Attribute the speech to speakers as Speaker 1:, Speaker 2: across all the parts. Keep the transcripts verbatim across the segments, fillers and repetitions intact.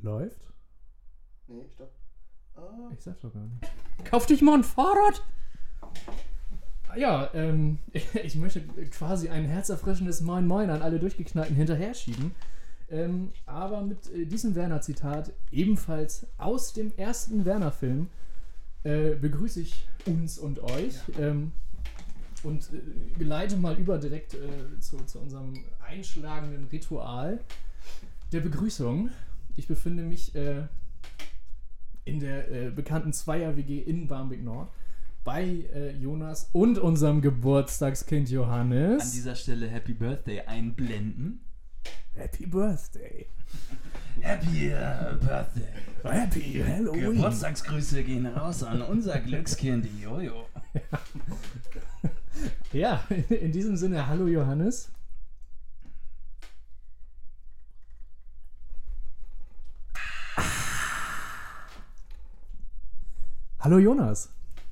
Speaker 1: Läuft?
Speaker 2: Nee, stopp. Ah.
Speaker 1: Ich sag doch gar nicht. Kauf dich mal ein Fahrrad! Ja, ähm, ich möchte quasi ein herzerfrischendes Moin Moin an alle Durchgeknallten hinterher schieben. Ähm, aber mit äh, diesem Werner-Zitat, ebenfalls aus dem ersten Werner-Film, äh, begrüße ich uns und euch. Ja. Ähm, und äh, leite mal über direkt äh, zu, zu unserem einschlagenden Ritual der Begrüßung. Ich befinde mich äh, in der äh, bekannten Zweier-W G in Barmbek Nord bei äh, Jonas und unserem Geburtstagskind Johannes.
Speaker 3: An dieser Stelle Happy Birthday einblenden.
Speaker 1: Happy Birthday.
Speaker 3: Happy uh, Birthday.
Speaker 1: Happy Halloween.
Speaker 3: Geburtstagsgrüße gehen raus an unser Glückskind Jojo.
Speaker 1: Ja, in diesem Sinne, hallo Johannes. Hallo Jonas.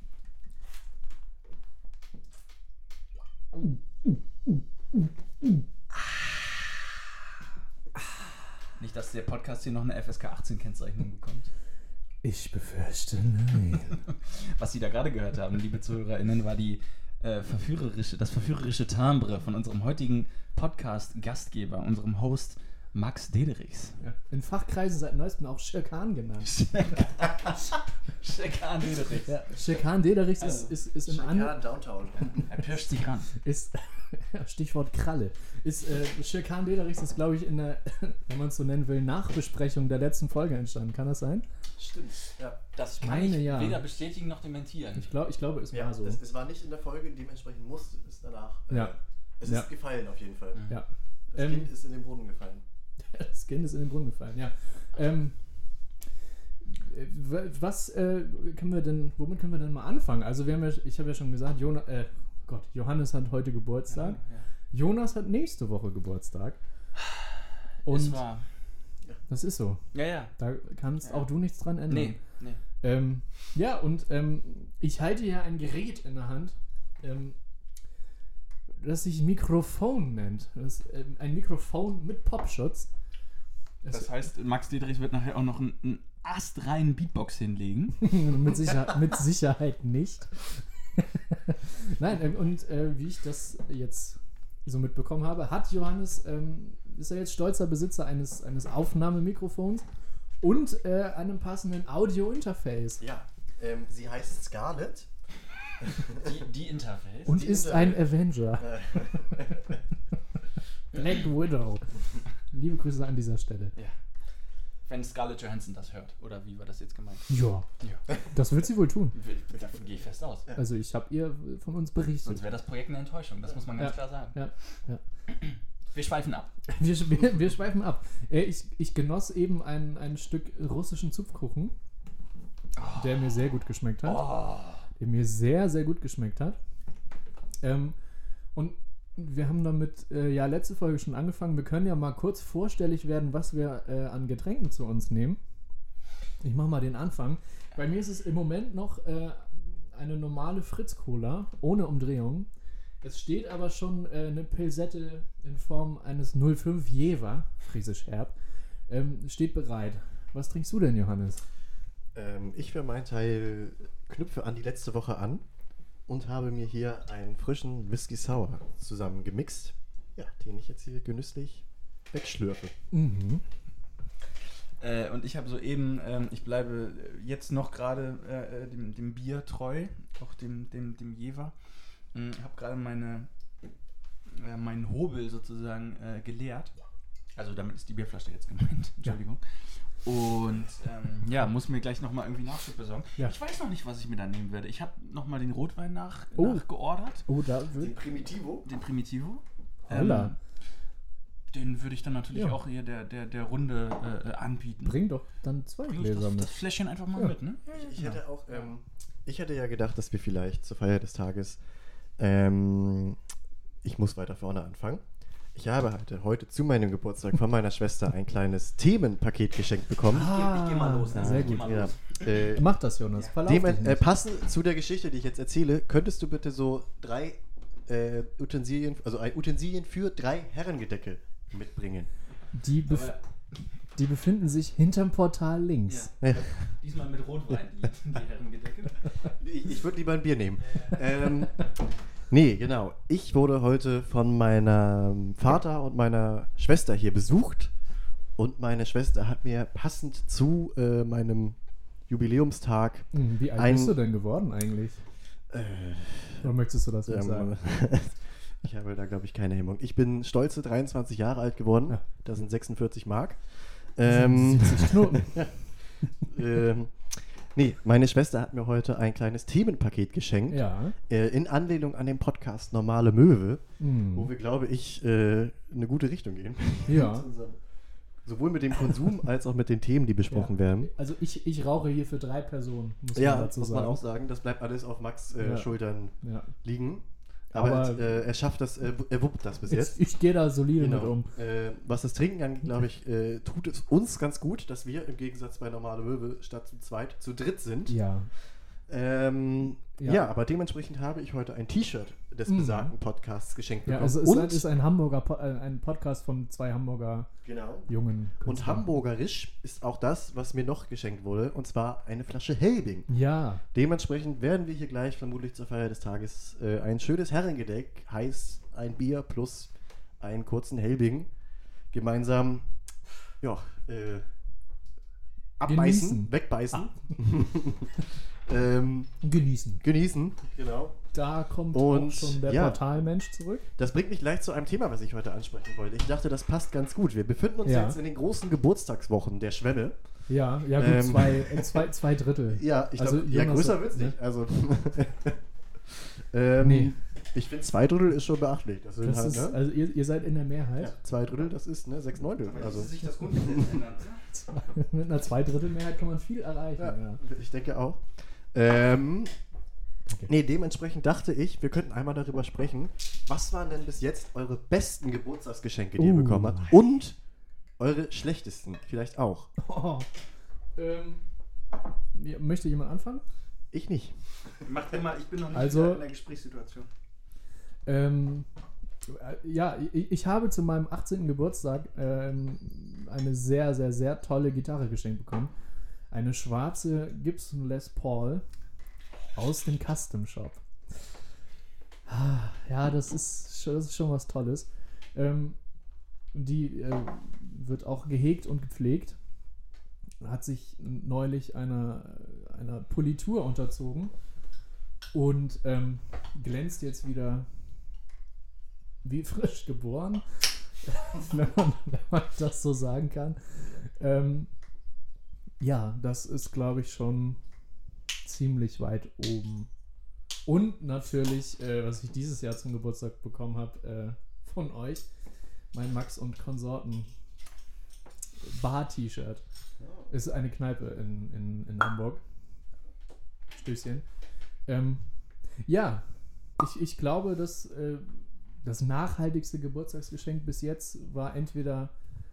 Speaker 3: Nicht, dass der Podcast hier noch eine F S K achtzehn Kennzeichnung bekommt.
Speaker 1: Ich befürchte nein.
Speaker 3: Was Sie da gerade gehört haben, liebe ZuhörerInnen, war die äh, verführerische, das verführerische Timbre von unserem heutigen Podcast-Gastgeber, unserem Host Max Dederichs.
Speaker 1: Ja. In Fachkreisen seit neuestem auch Schirkan genannt.
Speaker 3: Schirkan Dederichs.
Speaker 1: Ja, Schirkan Dederichs ist, ist, ist im
Speaker 2: An
Speaker 1: An...
Speaker 2: Downtown.
Speaker 3: Er pirscht sich ran.
Speaker 1: Ist, Stichwort Kralle. Ist, äh, Schirkan Dederichs ist, glaube ich, in der, wenn man es so nennen will, Nachbesprechung der letzten Folge entstanden. Kann das sein?
Speaker 2: Stimmt, ja.
Speaker 3: Das kann
Speaker 1: meine,
Speaker 3: ich
Speaker 1: ja.
Speaker 3: weder bestätigen noch dementieren.
Speaker 1: Ich, glaub, ich glaube, es
Speaker 2: ja,
Speaker 1: war so.
Speaker 2: Es, es war nicht in der Folge, dementsprechend musste es danach.
Speaker 1: Ja.
Speaker 2: Äh, es
Speaker 1: Ja.
Speaker 2: ist gefallen auf jeden Fall.
Speaker 3: Mhm.
Speaker 1: Ja.
Speaker 2: Das
Speaker 1: Ähm,
Speaker 2: Kind ist in den Brunnen gefallen.
Speaker 1: Das Kind ist in den Brunnen gefallen, ja. Ähm, w- was äh, können wir denn, womit können wir denn mal anfangen? Also wir haben ja, ich habe ja schon gesagt, Jona, äh, Gott, Johannes hat heute Geburtstag.
Speaker 3: Ja, ja.
Speaker 1: Jonas hat nächste Woche Geburtstag. Und
Speaker 3: Es war.
Speaker 1: das ist so.
Speaker 3: Ja, ja.
Speaker 1: Da kannst
Speaker 3: Ja.
Speaker 1: auch du nichts dran ändern.
Speaker 3: Nee, nee.
Speaker 1: Ähm, ja, und ähm, ich halte ja ein Gerät in der Hand, ähm, das sich Mikrofon nennt. Das ist ähm, ein Mikrofon mit Popschutz.
Speaker 3: Das heißt, Max Dederichs wird nachher auch noch einen, einen astreinen Beatbox hinlegen.
Speaker 1: mit, Sicher- mit Sicherheit nicht. Nein, ähm, und äh, wie ich das jetzt so mitbekommen habe, hat Johannes, ähm, ist er jetzt stolzer Besitzer eines, eines Aufnahmemikrofons und äh, einem passenden Audio-Interface.
Speaker 2: Ja, ähm, sie heißt Scarlett.
Speaker 3: Die, die Interface.
Speaker 1: Und
Speaker 2: Die
Speaker 1: ist
Speaker 2: Interface.
Speaker 1: ein Avenger. Black Widow. Liebe Grüße an dieser Stelle.
Speaker 3: Ja. Wenn Scarlett Johansson das hört. Oder wie war das jetzt gemeint?
Speaker 1: Ja,
Speaker 3: Ja.
Speaker 1: das wird sie wohl tun.
Speaker 3: Davon gehe ich fest aus.
Speaker 1: Also ich habe ihr von uns berichtet.
Speaker 3: Sonst wäre das Projekt eine Enttäuschung. Das muss man ganz
Speaker 1: Ja.
Speaker 3: klar sagen.
Speaker 1: Ja, ja.
Speaker 3: Wir schweifen ab.
Speaker 1: Wir, wir, wir schweifen ab. Äh, Ich, ich genoss eben ein, ein Stück russischen Zupfkuchen, der mir sehr gut geschmeckt hat.
Speaker 3: Oh.
Speaker 1: Der mir sehr, sehr gut geschmeckt hat. Ähm, und wir haben damit äh, ja letzte Folge schon angefangen. Wir können ja mal kurz vorstellig werden, was wir äh, an Getränken zu uns nehmen. Ich mache mal den Anfang. Bei mir ist es im Moment noch äh, eine normale Fritz-Cola ohne Umdrehung. Es steht aber schon äh, eine Pilsette in Form eines null fünf Jever, friesisch herb, ähm, steht bereit. Was trinkst du denn, Johannes?
Speaker 2: ähm, ich für meinen Teil knüpfe an die letzte Woche an und habe mir hier einen frischen Whisky Sour zusammen gemixt, ja, den ich jetzt hier genüsslich wegschlürfe.
Speaker 1: Mhm.
Speaker 3: Äh, und ich habe soeben, ähm, ich bleibe jetzt noch gerade äh, dem, dem Bier treu, auch dem, dem, dem Jever. Ich habe gerade meine, äh, meinen Hobel sozusagen äh, geleert. Also damit ist die Bierflasche jetzt gemeint. Entschuldigung. Ja. Und ähm, ja, muss mir gleich nochmal irgendwie Nachschub besorgen.
Speaker 1: Ja.
Speaker 3: Ich weiß noch nicht, was ich mir da nehmen werde. Ich habe nochmal den Rotwein nach,
Speaker 1: Oh.
Speaker 3: nachgeordert.
Speaker 1: Oh, da
Speaker 2: Den
Speaker 1: wird.
Speaker 2: Primitivo.
Speaker 3: Den Primitivo.
Speaker 1: Holla.
Speaker 3: Ähm, den würde ich dann natürlich
Speaker 1: Ja.
Speaker 3: auch hier der, der, der Runde äh, anbieten.
Speaker 1: Bring doch dann zwei
Speaker 3: Bring ich
Speaker 1: Gläser
Speaker 3: das,
Speaker 1: mit.
Speaker 3: das Fläschchen einfach mal
Speaker 1: Ja.
Speaker 3: mit, ne?
Speaker 2: Ich, ich
Speaker 3: Genau.
Speaker 2: hätte auch, ähm, ich hätte ja gedacht, dass wir vielleicht zur Feier des Tages, ähm, ich muss weiter vorne anfangen. Ich habe heute, heute zu meinem Geburtstag von meiner Schwester ein kleines Themenpaket geschenkt bekommen.
Speaker 1: Ah,
Speaker 3: ich geh mal los, ne?
Speaker 1: Sehr
Speaker 3: Ich geh
Speaker 1: gut.
Speaker 3: mal
Speaker 2: Ja,
Speaker 3: los.
Speaker 2: äh,
Speaker 1: Mach das, Jonas. Verlauf
Speaker 2: dem,
Speaker 1: dich
Speaker 2: äh,
Speaker 1: nicht.
Speaker 2: passend zu der Geschichte, die ich jetzt erzähle, könntest du bitte so drei äh, Utensilien, also ein Utensilien für drei Herrengedecke mitbringen.
Speaker 1: Die bef- Die befinden sich hinterm Portal links.
Speaker 3: Ja. Ja. Diesmal mit Rotwein, die, die Herren gedeckt.
Speaker 2: Ich, ich würde lieber ein Bier nehmen. ähm, nee, genau. Ich wurde heute von meinem Vater und meiner Schwester hier besucht. Und meine Schwester hat mir passend zu äh, meinem Jubiläumstag
Speaker 1: Hm, Wie alt
Speaker 2: ein-
Speaker 1: bist du denn geworden eigentlich?
Speaker 2: äh,
Speaker 1: Oder möchtest du das nicht
Speaker 2: ähm,
Speaker 1: sagen?
Speaker 2: ich habe da, glaube ich, keine Hemmung. Ich bin stolze dreiundzwanzig Jahre alt geworden.
Speaker 1: Ja.
Speaker 2: Das sind sechsundvierzig Mark. Ähm,
Speaker 1: siebzig Knoten.
Speaker 2: ähm, nee, meine Schwester hat mir heute ein kleines Themenpaket geschenkt.
Speaker 1: Ja.
Speaker 2: Äh, in Anlehnung an den Podcast Normale Möwe,
Speaker 1: Hm.
Speaker 2: wo wir, glaube ich, äh, eine gute Richtung gehen.
Speaker 1: Ja.
Speaker 2: Sowohl mit dem Konsum als auch mit den Themen, die besprochen
Speaker 1: Ja.
Speaker 2: werden.
Speaker 1: Also ich, ich rauche hier für drei Personen, muss
Speaker 2: Ja,
Speaker 1: man dazu
Speaker 2: muss
Speaker 1: sagen.
Speaker 2: man auch sagen, das bleibt alles auf Max äh,
Speaker 1: Ja.
Speaker 2: Schultern
Speaker 1: Ja.
Speaker 2: liegen. Aber,
Speaker 1: Aber-
Speaker 2: äh, er schafft das, äh, er wuppt das bis jetzt.
Speaker 1: Ich, ich gehe da solide mit
Speaker 2: Genau.
Speaker 1: um.
Speaker 2: Äh, was das Trinken angeht, glaube ich, äh, tut es uns ganz gut, dass wir im Gegensatz bei Normale Möwe statt zu zweit zu dritt sind.
Speaker 1: Ja.
Speaker 2: Ähm, ja.
Speaker 1: Ja.
Speaker 2: aber dementsprechend habe ich heute ein T-Shirt des
Speaker 1: Mhm.
Speaker 2: besagten Podcasts geschenkt
Speaker 1: Ja,
Speaker 2: bekommen.
Speaker 1: also es
Speaker 2: und,
Speaker 1: ist ein Hamburger Po- äh, ein Podcast von zwei Hamburger
Speaker 2: genau.
Speaker 1: jungen
Speaker 2: Und
Speaker 1: Künstlern.
Speaker 2: hamburgerisch ist auch das, was mir noch geschenkt wurde, und zwar eine Flasche Helbing.
Speaker 1: Ja.
Speaker 2: Dementsprechend werden wir hier gleich vermutlich zur Feier des Tages äh, ein schönes Herrengedeck, heißt ein Bier plus einen kurzen Helbing, gemeinsam ja, äh, abbeißen,
Speaker 1: Genießen.
Speaker 2: wegbeißen, ähm,
Speaker 1: Genießen.
Speaker 2: genießen. Genau.
Speaker 1: Da kommt
Speaker 2: Und,
Speaker 1: auch schon der
Speaker 2: ja.
Speaker 1: Portalmensch zurück.
Speaker 2: Das bringt mich gleich zu einem Thema, was ich heute ansprechen wollte. Ich dachte, das passt ganz gut. Wir befinden uns
Speaker 1: Ja.
Speaker 2: jetzt in den großen Geburtstagswochen der Schwemme.
Speaker 1: Ja, ja gut,
Speaker 2: Ähm.
Speaker 1: zwei, äh, zwei, zwei Drittel.
Speaker 2: Ja, ich
Speaker 1: Also,
Speaker 2: glaube, ja,
Speaker 1: Jonas-
Speaker 2: größer wird's
Speaker 1: ne?
Speaker 2: nicht. Also, ähm,
Speaker 1: Nee.
Speaker 2: ich finde, zwei Drittel ist schon beachtlich. Das sind
Speaker 1: Das
Speaker 2: halt,
Speaker 1: ist,
Speaker 2: ne?
Speaker 1: also ihr, ihr seid in der Mehrheit.
Speaker 2: Ja, zwei Drittel, das ist ne, sechs Neuntel.
Speaker 3: Aber
Speaker 2: Also,
Speaker 3: also, sich das Grundgesetz ändern, oder?
Speaker 1: Mit einer Zweidrittelmehrheit kann man viel erreichen.
Speaker 2: ja,
Speaker 1: Ja.
Speaker 2: ich denke auch. Ähm,
Speaker 1: Okay.
Speaker 2: Nee, dementsprechend dachte ich, wir könnten einmal darüber sprechen, was waren denn bis jetzt eure besten Geburtstagsgeschenke, die ihr
Speaker 1: Uh.
Speaker 2: bekommen habt? Und eure schlechtesten, vielleicht auch.
Speaker 1: Oh. Ähm, ja, möchte jemand anfangen?
Speaker 2: Ich nicht.
Speaker 3: Mach dir mal, ich bin noch nicht
Speaker 1: Also-
Speaker 3: in der Gesprächssituation.
Speaker 1: Ähm, äh, ja, ich, ich habe zu meinem achtzehnten Geburtstag ähm, eine sehr, sehr, sehr tolle Gitarre geschenkt bekommen. Eine schwarze Gibson Les Paul aus dem Custom Shop. Ah, ja, das ist, schon- das ist schon was Tolles. Ähm, die äh, wird auch gehegt und gepflegt. Hat sich neulich einer, einer Politur unterzogen und ähm, glänzt jetzt wieder wie frisch geboren, wenn, man, wenn man das so sagen kann. Ähm, ja, das ist, glaube ich, schon ziemlich weit oben. Und natürlich, äh, was ich dieses Jahr zum Geburtstag bekommen habe, äh, von euch, mein Max und Konsorten Bar-T-Shirt. Ist eine Kneipe in, in, in Hamburg. Stößchen. Ähm, ja, ich, ich glaube, dass äh, das nachhaltigste Geburtstagsgeschenk bis jetzt war entweder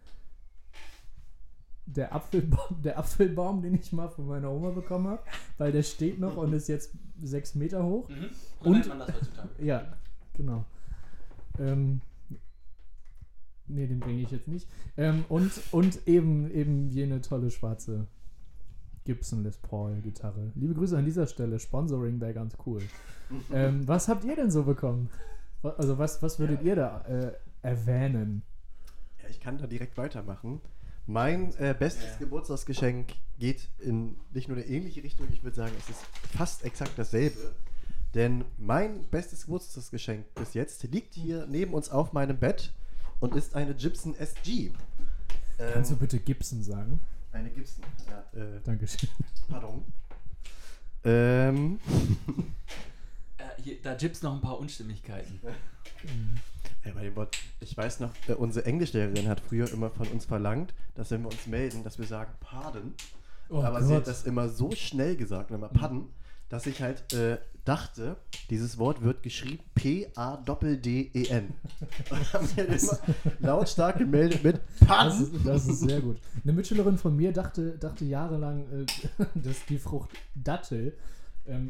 Speaker 1: der Apfelbaum, der Apfelbaum, den ich mal von meiner Oma bekommen habe, weil der steht noch und ist jetzt sechs Meter hoch.
Speaker 3: Mhm.
Speaker 1: Und-
Speaker 3: nennt man das heutzutage.
Speaker 1: Ja, genau. Ähm, nee, den bringe ich jetzt nicht. Ähm, und und eben, eben jene tolle schwarze Gibson Les Paul Gitarre. Liebe Grüße an dieser Stelle. Sponsoring wäre ganz cool. ähm, was habt ihr denn so bekommen? Wa- Also was, was würdet ihr da äh, erwähnen?
Speaker 2: Ja, ich kann da direkt weitermachen. Mein äh, bestes
Speaker 3: Ja.
Speaker 2: Geburtstagsgeschenk geht in nicht nur eine ähnliche Richtung, ich würde sagen, es ist fast exakt dasselbe. Denn mein bestes Geburtstagsgeschenk bis jetzt liegt hier neben uns auf meinem Bett und ist eine Gibson S G. Ähm,
Speaker 1: Kannst du bitte Gibson sagen?
Speaker 2: eine Gibson. Ja, äh,
Speaker 1: Dankeschön.
Speaker 2: pardon. Ähm,
Speaker 3: Äh, hier, da gibt's noch ein paar Unstimmigkeiten.
Speaker 2: Ja, bei dem Wort, ich weiß noch, äh, unsere Englischlehrerin hat früher immer von uns verlangt, dass wenn wir uns melden, dass wir sagen Pardon.
Speaker 1: Oh
Speaker 2: Aber
Speaker 1: Gott.
Speaker 2: sie hat das immer so schnell gesagt, immer Pardon, dass ich halt äh, dachte, dieses Wort wird geschrieben P A D D E N. Und haben wir immer lautstark gemeldet mit
Speaker 1: Das
Speaker 2: Pardon.
Speaker 1: ist, das ist sehr gut. Eine Mitschülerin von mir dachte, dachte jahrelang, äh, dass die Frucht Dattel ähm,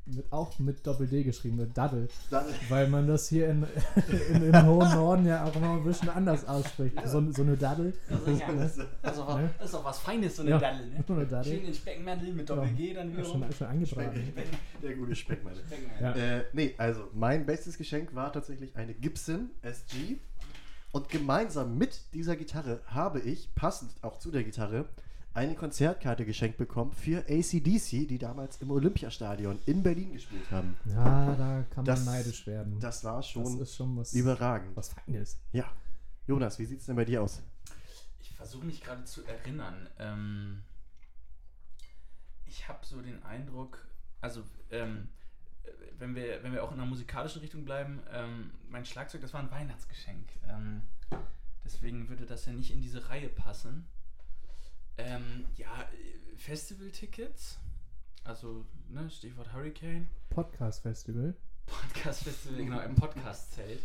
Speaker 1: mit, auch mit Doppel-D geschrieben wird, Daddel.
Speaker 2: Daddel.
Speaker 1: Weil man das hier in, in, im hohen Norden ja auch immer ein bisschen anders ausspricht.
Speaker 2: Ja.
Speaker 1: So, so eine Daddel.
Speaker 3: Also, ja, das, ist doch was, das ist doch was Feines, so eine
Speaker 1: Ja,
Speaker 3: Daddel. Ne?
Speaker 1: so eine Daddel.
Speaker 3: Schön in Speckmantel mit Doppel-G dann
Speaker 1: Ja,
Speaker 3: wiederum.
Speaker 1: schon, schon angebraten.
Speaker 2: Speck, der gute Speck, meine.
Speaker 1: Ja.
Speaker 2: Äh, nee, also mein bestes Geschenk war tatsächlich eine Gibson S G. Und gemeinsam mit dieser Gitarre habe ich, passend auch zu der Gitarre, eine Konzertkarte geschenkt bekommen für A C D C, die damals im Olympiastadion in Berlin gespielt haben.
Speaker 1: Ja, da kann man
Speaker 2: Das-
Speaker 1: neidisch werden.
Speaker 2: Das war schon
Speaker 1: Das ist schon was,
Speaker 2: überragend.
Speaker 1: was Feines.
Speaker 2: Ja. Jonas, wie sieht es denn bei dir aus?
Speaker 3: Ich versuche mich gerade zu erinnern. Ähm, ich habe so den Eindruck, also ähm, wenn wir, wenn wir auch in einer musikalischen Richtung bleiben, ähm, mein Schlagzeug, das war ein Weihnachtsgeschenk. Ähm, deswegen würde das ja nicht in diese Reihe passen. Ähm, ja, Festival-Tickets, also ne, Stichwort Hurricane,
Speaker 1: Podcast-Festival.
Speaker 3: Podcast-Festival, genau, im Podcast-Zelt.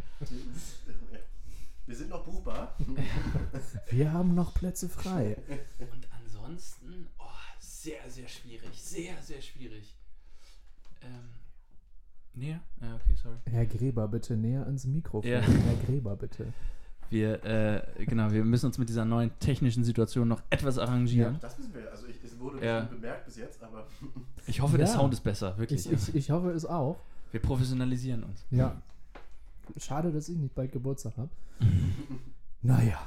Speaker 2: Wir sind noch buchbar.
Speaker 1: Wir haben noch Plätze frei.
Speaker 3: Und ansonsten, oh, sehr, sehr schwierig, sehr, sehr schwierig. Ähm, näher? Ja, okay, sorry.
Speaker 1: Herr Gräber, bitte näher ans Mikrofon.
Speaker 3: Ja.
Speaker 1: Herr Gräber, bitte.
Speaker 3: Wir, äh, genau, wir müssen uns mit dieser neuen technischen Situation noch etwas arrangieren.
Speaker 2: Das müssen wir. Also ich, es wurde
Speaker 3: Ja.
Speaker 2: bestimmt bemerkt bis jetzt, aber
Speaker 3: Ich hoffe, der
Speaker 1: Ja.
Speaker 3: Sound ist besser, wirklich.
Speaker 1: Ich, ich, ich hoffe es auch.
Speaker 3: Wir professionalisieren uns.
Speaker 1: Ja. Schade, dass ich nicht bald Geburtstag habe. Naja.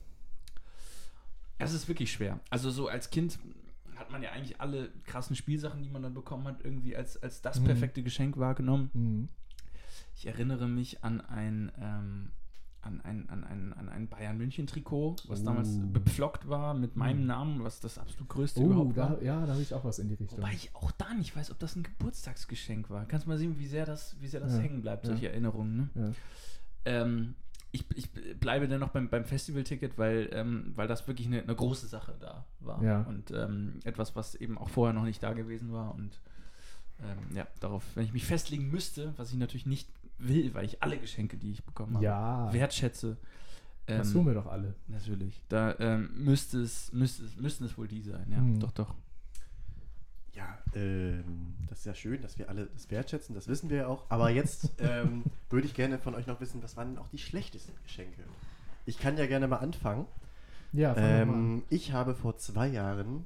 Speaker 3: Es ist wirklich schwer. Also so als Kind hat man ja eigentlich alle krassen Spielsachen, die man dann bekommen hat, irgendwie als, als das
Speaker 1: Mhm.
Speaker 3: perfekte Geschenk wahrgenommen.
Speaker 1: Mhm.
Speaker 3: Ich erinnere mich an ein, ähm, an ein, an ein, an ein Bayern-München-Trikot, was
Speaker 1: Oh.
Speaker 3: damals bepflockt war mit meinem
Speaker 1: Mhm.
Speaker 3: Namen, was das absolut größte
Speaker 1: Oh,
Speaker 3: überhaupt
Speaker 1: da,
Speaker 3: war.
Speaker 1: ja, da habe ich auch was in die Richtung.
Speaker 3: Wobei ich auch da nicht weiß, ob das ein Geburtstagsgeschenk war. Kannst mal sehen, wie sehr das, wie sehr das
Speaker 1: Ja,
Speaker 3: hängen bleibt,
Speaker 1: ja.
Speaker 3: solche Erinnerungen. Ne?
Speaker 1: Ja.
Speaker 3: Ähm, ich, ich bleibe dennoch beim, beim Festivalticket, weil, ähm, weil das wirklich eine, eine große Sache da war.
Speaker 1: Ja.
Speaker 3: Und ähm, etwas, was eben auch vorher noch nicht da gewesen war. Und ähm, ja, darauf, wenn ich mich festlegen müsste, was ich natürlich nicht will, weil ich alle Geschenke, die ich bekommen habe,
Speaker 1: Ja,
Speaker 3: wertschätze.
Speaker 1: das
Speaker 3: ähm,
Speaker 1: tun wir doch alle.
Speaker 3: Natürlich. Da ähm, müsste es, müsste es, müssten es wohl die sein. Ja,
Speaker 1: Mhm.
Speaker 3: doch, doch.
Speaker 2: ja, ähm, das ist ja schön, dass wir alle das wertschätzen, das wissen wir ja auch. Aber jetzt ähm, würde ich gerne von euch noch wissen, was waren denn auch die schlechtesten Geschenke? Ich kann ja gerne mal anfangen.
Speaker 1: Ja, fangen wir mal an.
Speaker 2: Ähm, ich habe vor zwei Jahren,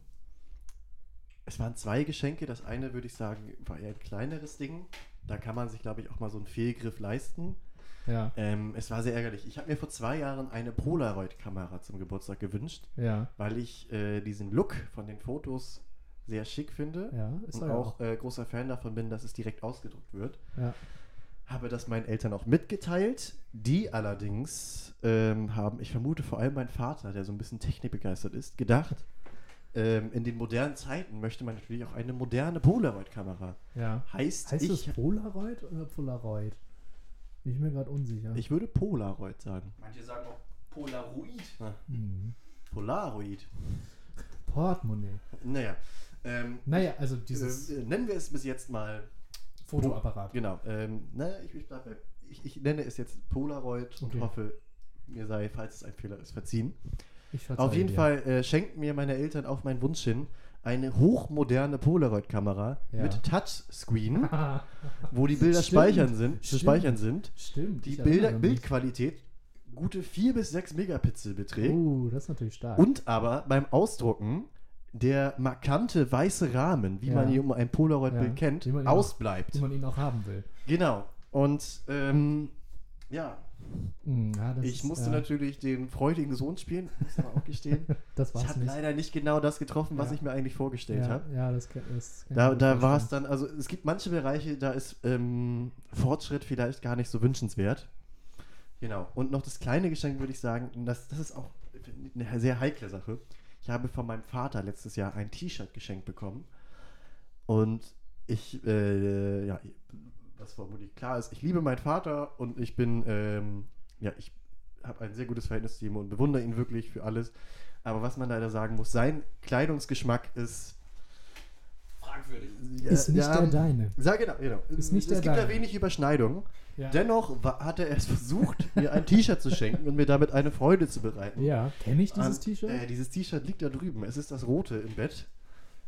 Speaker 2: es waren zwei Geschenke, das eine würde ich sagen, war eher ein kleineres Ding. Da kann man sich, glaube ich, auch mal so einen Fehlgriff leisten.
Speaker 1: Ja,
Speaker 2: Ähm, es war sehr ärgerlich. Ich habe mir vor zwei Jahren eine Polaroid-Kamera zum Geburtstag gewünscht,
Speaker 1: ja,
Speaker 2: weil ich äh, diesen Look von den Fotos sehr schick finde
Speaker 1: ja, ist
Speaker 2: und
Speaker 1: er ja
Speaker 2: auch äh, großer Fan davon bin, dass es direkt ausgedruckt wird.
Speaker 1: Ja.
Speaker 2: Habe das meinen Eltern auch mitgeteilt. Die allerdings ähm, haben, ich vermute vor allem mein Vater, der so ein bisschen technikbegeistert ist, gedacht, ähm, in den modernen Zeiten möchte man natürlich auch eine moderne Polaroid-Kamera.
Speaker 1: ja.
Speaker 2: Heißt,
Speaker 1: Heißt
Speaker 2: ich,
Speaker 1: das Polaroid oder Polaroid? Bin ich mir gerade unsicher.
Speaker 2: ich würde Polaroid sagen.
Speaker 3: Manche sagen auch Polaroid.
Speaker 1: Mhm.
Speaker 2: Polaroid.
Speaker 1: Portemonnaie.
Speaker 2: Naja. Ähm,
Speaker 1: Naja, also dieses
Speaker 2: äh, nennen wir es bis jetzt mal.
Speaker 1: Fotoapparat.
Speaker 2: Genau. Ähm, naja, ich, ich, bleib bei, ich, ich nenne es jetzt Polaroid und
Speaker 1: Okay.
Speaker 2: hoffe, mir sei, falls es ein Fehler ist, verziehen.
Speaker 1: Ich verzeihe
Speaker 2: Auf jeden
Speaker 1: dir.
Speaker 2: Fall äh, schenken mir meine Eltern auf meinen Wunsch hin eine hochmoderne Polaroid-Kamera
Speaker 1: Ja.
Speaker 2: mit Touchscreen, wo die Bilder
Speaker 1: Stimmt,
Speaker 2: speichern sind, zu
Speaker 1: stimmt.
Speaker 2: speichern sind.
Speaker 1: Stimmt.
Speaker 2: Die
Speaker 1: ich
Speaker 2: Bilder,
Speaker 1: erinnere mich.
Speaker 2: Bildqualität gute vier bis sechs Megapixel beträgt.
Speaker 1: Oh, das ist natürlich stark.
Speaker 2: Und aber beim Ausdrucken der markante weiße Rahmen, wie
Speaker 1: Ja.
Speaker 2: man ihn um ein Polaroid-Bild
Speaker 1: Ja,
Speaker 2: kennt,
Speaker 1: wie man ihn auch-
Speaker 2: ausbleibt.
Speaker 1: wie man ihn auch haben will.
Speaker 2: Genau. Und ähm, ja,
Speaker 1: Mhm, ja, das
Speaker 2: ich
Speaker 1: ist,
Speaker 2: musste
Speaker 1: ja,
Speaker 2: natürlich den freudigen Sohn spielen, muss aber auch gestehen.
Speaker 1: Das
Speaker 2: Ich
Speaker 1: war's
Speaker 2: habe
Speaker 1: nicht.
Speaker 2: leider nicht genau das getroffen, was
Speaker 1: Ja.
Speaker 2: ich mir eigentlich vorgestellt
Speaker 1: ja,
Speaker 2: habe.
Speaker 1: ja, das kann, das kann
Speaker 2: Da,
Speaker 1: ich mir
Speaker 2: da
Speaker 1: gut
Speaker 2: war es
Speaker 1: vorstellen.
Speaker 2: dann, also es gibt manche Bereiche, da ist ähm, Fortschritt vielleicht gar nicht so wünschenswert. Genau. Und noch das kleine Geschenk würde ich sagen, und das, das ist auch eine sehr heikle Sache. Ich habe von meinem Vater letztes Jahr ein T-Shirt geschenkt bekommen. Und ich, äh, ja, was vermutlich klar ist, ich liebe meinen Vater und ich bin, ähm, ja, ich habe ein sehr gutes Verhältnis zu ihm und bewundere ihn wirklich für alles. Aber was man leider sagen muss, sein Kleidungsgeschmack ist
Speaker 3: Fragwürdig.
Speaker 2: ja,
Speaker 1: Ist nicht
Speaker 2: ja,
Speaker 1: der deine.
Speaker 2: Sag genau, genau.
Speaker 1: Ist nicht
Speaker 2: es
Speaker 1: der
Speaker 2: gibt da
Speaker 1: deine.
Speaker 2: wenig Überschneidung.
Speaker 1: Ja.
Speaker 2: Dennoch wa- hat er es versucht, mir ein T-Shirt zu schenken und mir damit eine Freude zu bereiten.
Speaker 1: Ja, kenne ich dieses
Speaker 2: An-
Speaker 1: T-Shirt?
Speaker 2: Äh, dieses T-Shirt liegt da drüben. Es ist das rote im Bett.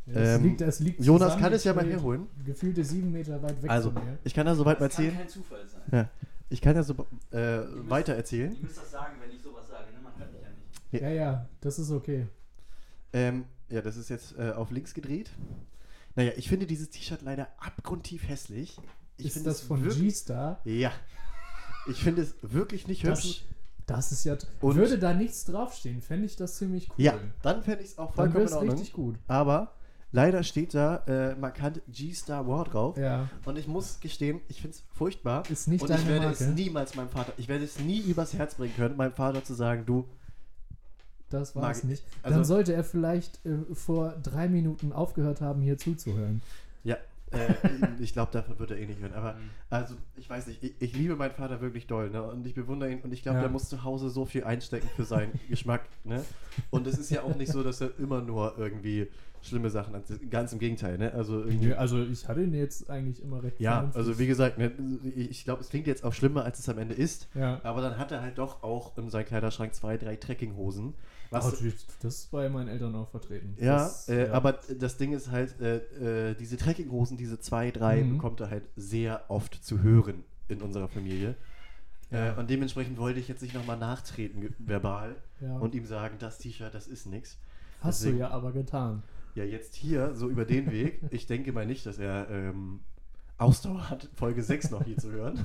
Speaker 1: Es
Speaker 2: Ähm,
Speaker 1: liegt, es liegt
Speaker 2: Jonas kann es ja mal
Speaker 1: zusammengestellt,
Speaker 2: herholen.
Speaker 1: Gefühlte sieben Meter weit weg
Speaker 2: Also,
Speaker 1: von mir.
Speaker 2: ich kann ja soweit mal
Speaker 3: Das kann
Speaker 2: erzählen.
Speaker 3: kein Zufall sein.
Speaker 2: Ja, ich kann ja so äh, weiter erzählen.
Speaker 3: Ihr müsst das sagen, wenn ich sowas sage, ne? Man hört mich ja nicht.
Speaker 1: Ja, ja, das ist okay.
Speaker 2: Ähm, ja, das ist jetzt äh, auf links gedreht. Naja, ich finde dieses T-Shirt leider abgrundtief hässlich. Ich
Speaker 1: ist
Speaker 2: finde
Speaker 1: das
Speaker 2: es
Speaker 1: von
Speaker 2: wirklich-
Speaker 1: G-Star?
Speaker 2: Ja. Ich finde es wirklich nicht
Speaker 1: Das,
Speaker 2: hübsch.
Speaker 1: das ist ja... t-
Speaker 2: Und-
Speaker 1: würde da nichts draufstehen, fände ich das ziemlich cool.
Speaker 2: Ja, dann fände ich es auch
Speaker 1: Dann
Speaker 2: vollkommen
Speaker 1: wäre
Speaker 2: in
Speaker 1: es
Speaker 2: Ordnung.
Speaker 1: richtig gut.
Speaker 2: Aber leider steht da äh, markant G-Star War drauf.
Speaker 1: Ja,
Speaker 2: Und ich muss gestehen, ich finde es furchtbar.
Speaker 1: ist nicht
Speaker 2: Und
Speaker 1: deine
Speaker 2: ich werde
Speaker 1: Marke.
Speaker 2: es niemals meinem Vater, ich werde es nie übers Herz bringen können, meinem Vater zu sagen, du,
Speaker 1: Das war
Speaker 2: Mag
Speaker 1: es
Speaker 2: ich-
Speaker 1: nicht.
Speaker 2: also-
Speaker 1: Dann sollte er vielleicht äh, vor drei Minuten aufgehört haben, hier zuzuhören.
Speaker 2: ja, äh, ich glaube, davon wird er eh nicht hören. Aber
Speaker 3: Mhm.
Speaker 2: also, ich weiß nicht, ich, ich liebe meinen Vater wirklich doll, ne? Und ich bewundere ihn und ich glaube,
Speaker 1: Ja.
Speaker 2: der muss zu Hause so viel einstecken für seinen Geschmack, ne? Und es ist ja auch nicht so, dass er immer nur irgendwie schlimme Sachen hat. Ganz im Gegenteil, ne? Also irgendwie.
Speaker 1: Nö, also ich hatte ihn jetzt eigentlich immer recht
Speaker 2: Ja,
Speaker 1: vernünftig.
Speaker 2: also wie gesagt, ne, ich glaube, es klingt jetzt auch schlimmer, als es am Ende ist.
Speaker 1: Ja.
Speaker 2: Aber dann hat er halt doch auch in seinem Kleiderschrank zwei, drei Trekkinghosen. Was,
Speaker 1: Aber das das ist bei meinen Eltern auch vertreten.
Speaker 2: ja,
Speaker 1: Das,
Speaker 2: äh,
Speaker 1: ja.
Speaker 2: aber das Ding ist halt, äh, äh, diese Trekkinghosen, diese zwei, drei,
Speaker 1: Mhm.
Speaker 2: bekommt er halt sehr oft zu hören in unserer Familie.
Speaker 1: Ja.
Speaker 2: Äh, und dementsprechend wollte ich jetzt nicht nochmal nachtreten, ge- verbal,
Speaker 1: Ja.
Speaker 2: und ihm sagen, das T-Shirt, das ist nix.
Speaker 1: Hast
Speaker 2: deswegen-
Speaker 1: du ja aber getan.
Speaker 2: Ja, jetzt hier, so über den Weg, ich denke mal nicht, dass er ähm, Ausdauer hat, Folge sechs noch hier zu hören.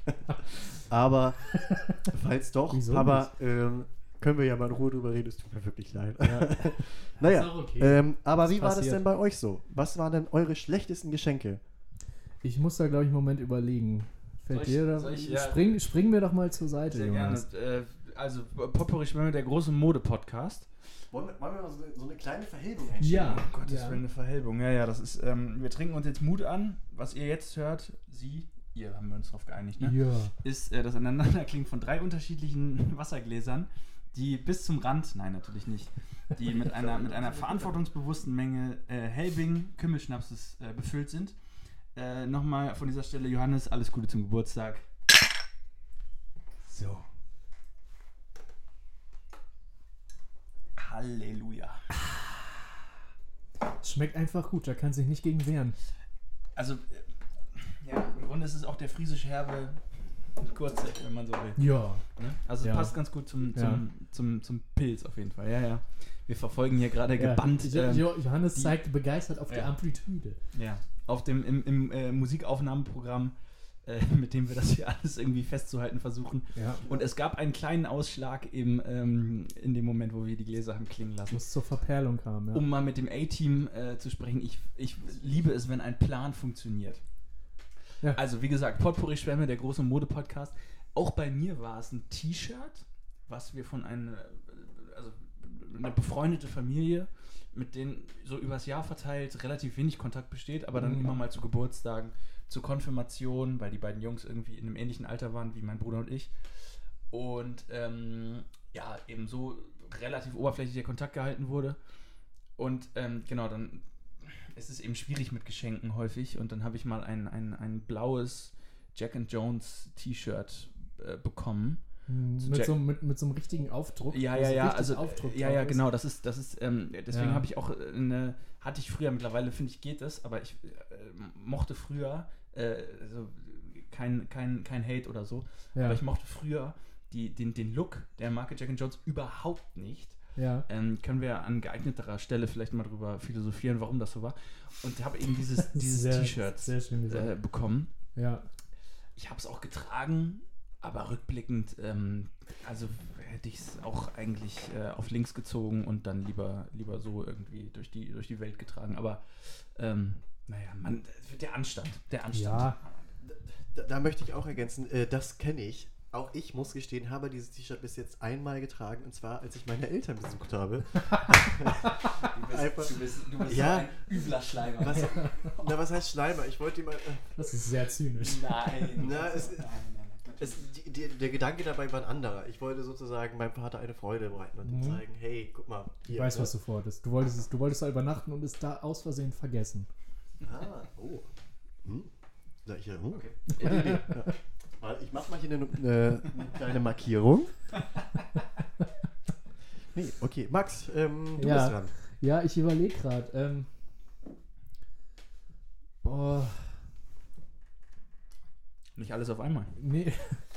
Speaker 2: Aber falls doch,
Speaker 1: Wieso
Speaker 2: Papa, ähm, können wir ja mal in Ruhe drüber reden, es tut mir wirklich leid.
Speaker 1: Ja.
Speaker 2: Naja,
Speaker 1: Ist auch okay.
Speaker 2: ähm, aber
Speaker 1: Das
Speaker 2: wie war das
Speaker 1: passiert.
Speaker 2: denn bei euch so? Was waren denn eure schlechtesten Geschenke?
Speaker 1: Ich muss da, glaube ich, einen Moment überlegen. Fällt
Speaker 3: Soll ich-
Speaker 1: dir da...
Speaker 3: soll ich- ja.
Speaker 1: spring, spring mir doch mal zur Seite,
Speaker 3: Sehr
Speaker 1: Jonas.
Speaker 3: gerne. Äh, also Potpourri Schwemme, der große Mode-Podcast.
Speaker 2: Wollen wir, wollen wir mal so eine, so eine kleine Verhebung
Speaker 1: Ja.
Speaker 3: Um Gottes
Speaker 1: Ja.
Speaker 3: Willen, eine Verhelbung. Ja, ja, das ist, ähm, wir trinken uns jetzt Mut an. Was ihr jetzt hört, sie, ihr haben wir uns drauf geeinigt, ne?
Speaker 1: Ja.
Speaker 3: Ist äh, das Aneinanderklingen von drei unterschiedlichen Wassergläsern, die bis zum Rand, nein, natürlich nicht, die mit einer, mit einer verantwortungsbewussten Menge äh, Helbing Kümmelschnapses äh, befüllt sind. Äh, Nochmal von dieser Stelle, Johannes, alles Gute zum Geburtstag. So. Halleluja.
Speaker 1: Es schmeckt einfach gut, da kann sich nicht gegen wehren.
Speaker 3: Also, äh, ja, im Grunde ist es auch der friesische Herbe kurze, wenn man so will.
Speaker 1: Ja.
Speaker 3: Ne? Also es
Speaker 1: Ja.
Speaker 3: passt ganz gut zum, zum,
Speaker 1: Ja.
Speaker 3: zum, zum Pilz auf jeden Fall. Ja, ja. Wir verfolgen hier gerade
Speaker 1: Ja.
Speaker 3: gebannt
Speaker 1: Jo-
Speaker 3: ähm,
Speaker 1: Jo- Johannes
Speaker 3: die-
Speaker 1: zeigt begeistert auf die
Speaker 3: Ja.
Speaker 1: Amplitude.
Speaker 3: ja, auf dem im, im äh, Musikaufnahmeprogramm, äh, mit dem wir das hier alles irgendwie festzuhalten versuchen.
Speaker 1: Ja.
Speaker 3: Und es gab einen kleinen Ausschlag eben ähm, in dem Moment, wo wir die Gläser haben klingen lassen.
Speaker 1: Wo es zur Verperlung kam, ja.
Speaker 3: Um mal mit dem A-Team äh, zu sprechen, ich, ich liebe es, wenn ein Plan funktioniert.
Speaker 1: Ja.
Speaker 3: Also wie gesagt, Potpourri Schwemme, der große Mode-Podcast. Auch bei mir war es ein T-Shirt, was wir von einer, also eine befreundete Familie, mit denen so übers Jahr verteilt relativ wenig Kontakt besteht, aber dann
Speaker 1: Mhm.
Speaker 3: immer mal zu Geburtstagen, zu Konfirmationen, weil die beiden Jungs irgendwie in einem ähnlichen Alter waren wie mein Bruder und ich. Und ähm, ja, eben so relativ oberflächlich der Kontakt gehalten wurde. Und ähm, genau, dann ist es eben schwierig mit Geschenken häufig. Und dann habe ich mal ein, ein, ein blaues Jack and Jones T-Shirt äh, bekommen.
Speaker 1: Hm,
Speaker 3: zu
Speaker 1: mit,
Speaker 3: Jack-
Speaker 1: so, mit, mit so einem richtigen Aufdruck.
Speaker 3: Ja,
Speaker 1: wo
Speaker 3: ja,
Speaker 1: so
Speaker 3: ja,
Speaker 1: richtig
Speaker 3: also
Speaker 1: Aufdruck
Speaker 3: ja,
Speaker 1: drauf
Speaker 3: ja,
Speaker 1: ist.
Speaker 3: genau, das ist, das ist, ähm, deswegen
Speaker 1: Ja.
Speaker 3: habe ich auch eine, hatte ich früher, mittlerweile finde ich geht das, aber ich äh, mochte früher, äh, so, kein, kein, kein Hate oder so,
Speaker 1: Ja.
Speaker 3: aber ich mochte früher die, den, den Look der Marke Jack and Jones überhaupt nicht.
Speaker 1: Ja.
Speaker 3: Ähm, können wir an geeigneterer Stelle vielleicht mal drüber philosophieren, warum das so war. Und habe eben dieses,
Speaker 1: Das ist
Speaker 3: dieses
Speaker 1: sehr-
Speaker 3: T-Shirt
Speaker 1: Sehr schön gesagt.
Speaker 3: äh, bekommen.
Speaker 1: Ja.
Speaker 3: Ich habe es auch getragen, aber rückblickend, ähm, also hätte ich es auch eigentlich äh, auf links gezogen und dann lieber, lieber so irgendwie durch die, durch die Welt getragen. Aber ähm, naja, man, der Anstand, der Anstand.
Speaker 1: Ja.
Speaker 2: Da, da möchte ich auch ergänzen, äh, das kenne ich. Auch ich muss gestehen, habe dieses T-Shirt bis jetzt einmal getragen, und zwar, als ich meine Eltern besucht habe.
Speaker 3: Du bist,
Speaker 2: Einfach-
Speaker 3: du bist, du bist
Speaker 2: Ja.
Speaker 3: so ein übler Schleimer.
Speaker 2: Was, na, was heißt Schleimer? Ich wollte ihm mal. Äh,
Speaker 1: Das ist sehr zynisch.
Speaker 3: Nein.
Speaker 2: Na, es-
Speaker 3: nein, nein, nein.
Speaker 2: es, die, die, der Gedanke dabei war ein anderer. Ich wollte sozusagen meinem Vater eine Freude bereiten und ihm
Speaker 1: Mhm.
Speaker 2: zeigen, hey, guck mal.
Speaker 1: Ich
Speaker 2: Hier,
Speaker 1: weiß,
Speaker 2: ne?
Speaker 1: was du vorhattest. Du wolltest, es, du wolltest da übernachten und es da aus Versehen vergessen.
Speaker 2: Ah, oh. Hm? Da ich, ja, hm.
Speaker 3: Okay.
Speaker 2: Gute Idee. Ja. Warte, ich mach mal hier eine, eine, eine kleine Markierung. Nee, okay. Max, ähm, du
Speaker 1: Ja.
Speaker 2: bist dran.
Speaker 1: Ja, ich überlege gerade. Ähm, Oh,
Speaker 3: Nicht alles auf einmal.
Speaker 1: nee.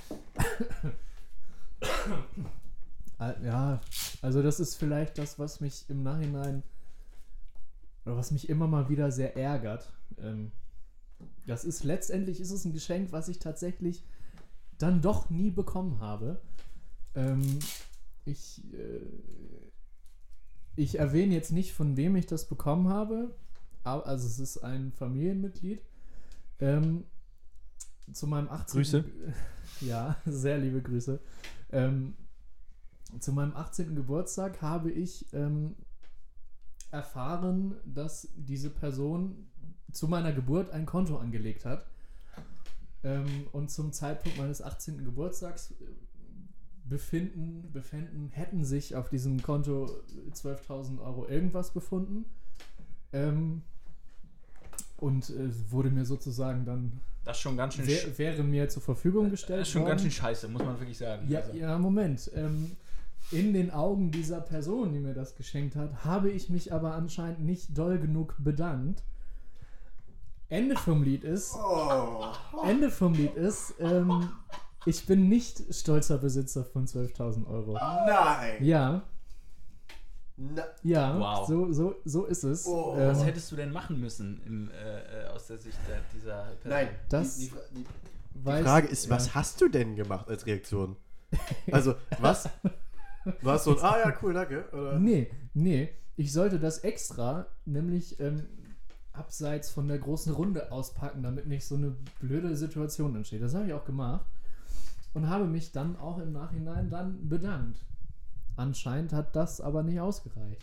Speaker 1: Ah, ja, also das ist vielleicht das, was mich im Nachhinein oder was mich immer mal wieder sehr ärgert. Ähm, das ist letztendlich ist es ein Geschenk, was ich tatsächlich dann doch nie bekommen habe. Ähm, ich äh, ich erwähne jetzt nicht, von wem ich das bekommen habe, aber, also es ist ein Familienmitglied. Ähm, zu meinem achtzehnten
Speaker 3: Grüße.
Speaker 1: Ja, sehr liebe Grüße. Ähm, zu meinem achtzehnten Geburtstag habe ich ähm, erfahren, dass diese Person zu meiner Geburt ein Konto angelegt hat. Ähm, und zum Zeitpunkt meines achtzehnten Geburtstags befinden, befinden, hätten sich auf diesem Konto zwölftausend Euro irgendwas befunden. Ähm, und es wurde mir sozusagen dann,
Speaker 3: Das ist schon ganz schön,
Speaker 1: wär, wäre mir zur Verfügung gestellt
Speaker 3: das ist schon
Speaker 1: worden.
Speaker 3: ganz schön scheiße, muss man wirklich sagen.
Speaker 1: Ja,
Speaker 3: Also,
Speaker 1: ja, Moment. Ähm, in den Augen dieser Person, die mir das geschenkt hat, habe ich mich aber anscheinend nicht doll genug bedankt. Ende vom Lied ist,
Speaker 2: Oh.
Speaker 1: Ende vom Lied ist, ähm, ich bin nicht stolzer Besitzer von zwölftausend Euro.
Speaker 2: Nein!
Speaker 1: Ja,
Speaker 2: Na,
Speaker 1: ja,
Speaker 3: Wow.
Speaker 1: so, so, so ist es.
Speaker 2: Oh.
Speaker 1: Ähm,
Speaker 3: was hättest du denn machen müssen im, äh, äh, aus der Sicht der, dieser Person?
Speaker 2: nein.
Speaker 1: Das
Speaker 2: die, die, die, die
Speaker 1: weiß-
Speaker 2: Frage ist,
Speaker 1: ja.
Speaker 2: was hast du denn gemacht als Reaktion? Also, was? War es so ein, ah ja, cool, danke? Oder?
Speaker 1: Nee, nee. Ich sollte das extra, nämlich ähm, abseits von der großen Runde auspacken, damit nicht so eine blöde Situation entsteht. Das habe ich auch gemacht. Und habe mich dann auch im Nachhinein dann bedankt. Anscheinend hat das aber nicht ausgereicht.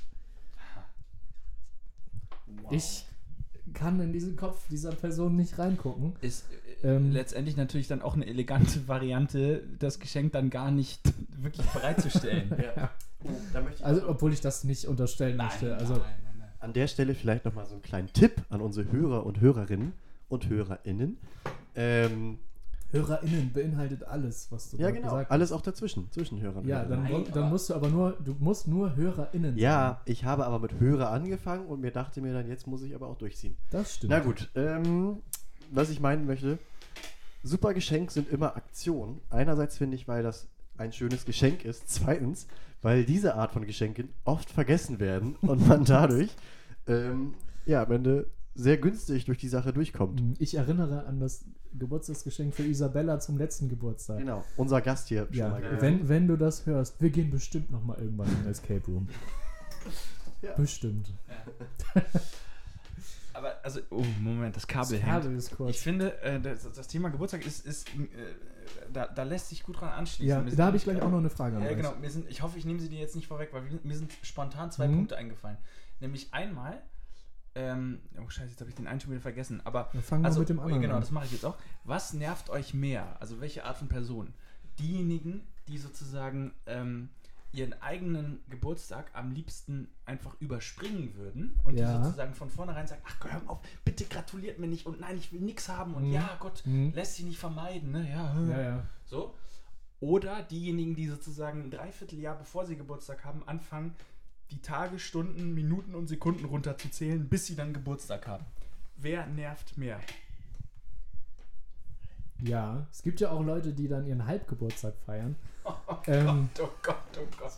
Speaker 3: Wow.
Speaker 1: Ich kann in diesen Kopf dieser Person nicht reingucken.
Speaker 3: Ist äh,
Speaker 1: Ähm,
Speaker 3: letztendlich natürlich dann auch eine elegante Variante, das Geschenk dann gar nicht wirklich bereitzustellen.
Speaker 2: Ja. Oh, da möchte ich
Speaker 1: Also, obwohl ich das nicht unterstellen möchte. Also,
Speaker 3: nein, nein.
Speaker 2: an der Stelle vielleicht nochmal so einen kleinen Tipp an unsere Hörer und Hörerinnen und HörerInnen. Ähm,
Speaker 1: HörerInnen beinhaltet alles, was du
Speaker 2: ja,
Speaker 1: gerade
Speaker 2: genau.
Speaker 1: gesagt hast.
Speaker 2: Alles auch dazwischen, zwischen Hörern und
Speaker 1: Ja, dann,
Speaker 2: Hörerinnen.
Speaker 3: Nein,
Speaker 1: dann
Speaker 3: aber-
Speaker 1: musst du aber nur, du musst nur HörerInnen
Speaker 2: Ja, ich habe aber mit Hörer angefangen und mir dachte mir dann, jetzt muss ich aber auch durchziehen.
Speaker 1: Das stimmt.
Speaker 2: Na gut, ähm, was ich meinen möchte, super Geschenk sind immer Aktionen. Einerseits finde ich, weil das ein schönes Geschenk ist. Zweitens, weil diese Art von Geschenken oft vergessen werden und man dadurch ähm, ja, am Ende sehr günstig durch die Sache durchkommt.
Speaker 1: Ich erinnere an das Geburtstagsgeschenk für Isabella zum letzten Geburtstag.
Speaker 2: Genau, unser Gast hier
Speaker 1: Ja,
Speaker 2: schon mal gewesen.
Speaker 1: wenn, wenn du das hörst, wir gehen bestimmt noch mal irgendwann in den Escape Room.
Speaker 2: Ja.
Speaker 1: Bestimmt.
Speaker 3: Aber, also, oh, Moment, das Kabel
Speaker 1: Das
Speaker 3: hängt.
Speaker 1: Kabel ist kurz.
Speaker 3: Ich finde, äh, das, das Thema Geburtstag ist, ist äh, da, da lässt sich gut dran anschließen.
Speaker 1: Ja,
Speaker 3: Mir sind
Speaker 1: da habe ich
Speaker 3: nämlich
Speaker 1: gleich auch noch eine Frage an
Speaker 3: Ja,
Speaker 1: euch.
Speaker 3: genau. Mir sind, ich hoffe, ich nehme sie dir jetzt nicht vorweg, weil wir, mir sind spontan zwei
Speaker 1: Mhm.
Speaker 3: Punkte eingefallen. Nämlich einmal, ähm, oh scheiße, jetzt habe ich den einen schon wieder vergessen. Aber
Speaker 1: Dann fangen wir
Speaker 3: also,
Speaker 1: mit dem anderen
Speaker 3: genau,
Speaker 1: an.
Speaker 3: das mache ich jetzt auch. Was nervt euch mehr? Also welche Art von Person? Diejenigen, die sozusagen ähm, ihren eigenen Geburtstag am liebsten einfach überspringen würden und
Speaker 1: Ja.
Speaker 3: die sozusagen von vornherein sagen, ach hör auf, bitte gratuliert mir nicht und nein, ich will nichts haben und
Speaker 1: Mhm.
Speaker 3: ja Gott,
Speaker 1: Mhm.
Speaker 3: lässt sich nicht vermeiden, ne? Ja, hä.
Speaker 1: Ja, ja.
Speaker 3: So. Oder diejenigen, die sozusagen ein Dreivierteljahr, bevor sie Geburtstag haben, anfangen, die Tage, Stunden, Minuten und Sekunden runterzuzählen, bis sie dann Geburtstag haben. Wer nervt mehr?
Speaker 1: Ja, es gibt ja auch Leute, die dann ihren Halbgeburtstag feiern.
Speaker 3: Oh
Speaker 1: Ähm,
Speaker 3: Gott, oh Gott, oh Gott.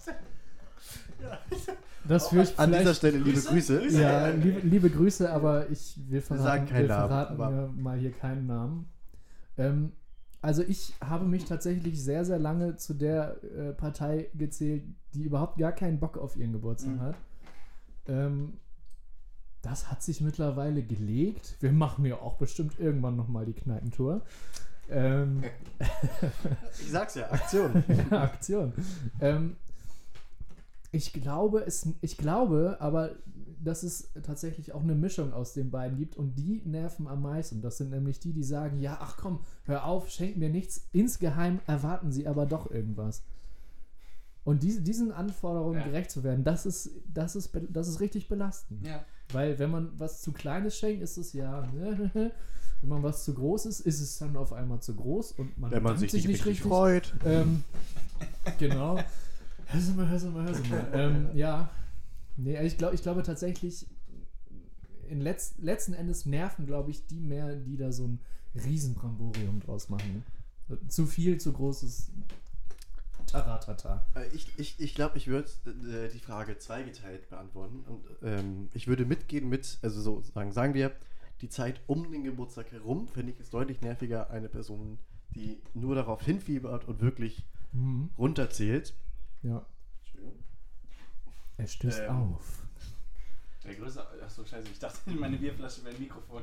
Speaker 1: Das führe ich
Speaker 2: An dieser
Speaker 1: vielleicht...
Speaker 2: Stelle liebe
Speaker 3: Grüße,
Speaker 2: Grüße.
Speaker 3: Grüße.
Speaker 1: Ja, liebe, liebe Grüße, aber ich, wir verraten,
Speaker 2: sagen keinen
Speaker 1: wir
Speaker 2: Namen,
Speaker 1: verraten
Speaker 2: aber-
Speaker 1: mir mal hier keinen Namen. Ähm, also ich habe mich tatsächlich sehr, sehr lange zu der äh, Partei gezählt, die überhaupt gar keinen Bock auf ihren Geburtstag
Speaker 3: Mhm.
Speaker 1: hat. Ähm, das hat sich mittlerweile gelegt. Wir machen ja auch bestimmt irgendwann nochmal die Kneipentour. Ähm,
Speaker 2: Ich sag's ja, Aktion.
Speaker 1: ja, Aktion. Ähm, ich glaube, es, ich glaube, aber dass es tatsächlich auch eine Mischung aus den beiden gibt und die nerven am meisten. Das sind nämlich die, die sagen, ja, ach komm, hör auf, schenk mir nichts. Insgeheim erwarten sie aber doch irgendwas. Und diese, diesen Anforderungen
Speaker 3: Ja.
Speaker 1: gerecht zu werden, das ist, das ist, be- das ist richtig belastend.
Speaker 3: Ja.
Speaker 1: Weil wenn man was zu Kleines schenkt, ist es ja, wenn man was zu Großes, ist es dann auf einmal zu groß und man
Speaker 2: Wenn man
Speaker 1: bedankt
Speaker 2: sich nicht richtig freut.
Speaker 1: ähm, genau. Hör sie mal, hör sie mal, hör sie mal. ähm, ja. Nee, ich, glaub, ich glaube tatsächlich, in letz, letzten Endes nerven, glaube ich, die mehr, die da so ein Riesenbramborium draus machen. Zu viel, zu großes Taratata.
Speaker 2: Äh, Ich, ich, ich glaube, ich würde äh, die Frage zweigeteilt beantworten. Und ähm, ich würde mitgehen mit, also so sagen, sagen wir, die Zeit um den Geburtstag herum, finde ich, ist deutlich nerviger, eine Person, die nur darauf hinfiebert und wirklich
Speaker 1: Mhm.
Speaker 2: runterzählt.
Speaker 1: Ja.
Speaker 2: Entschuldigung.
Speaker 1: Er stößt
Speaker 2: Ähm,
Speaker 1: auf.
Speaker 3: Der größte. Achso, scheiße, ich dachte, meine Bierflasche wäre ein Mikrofon.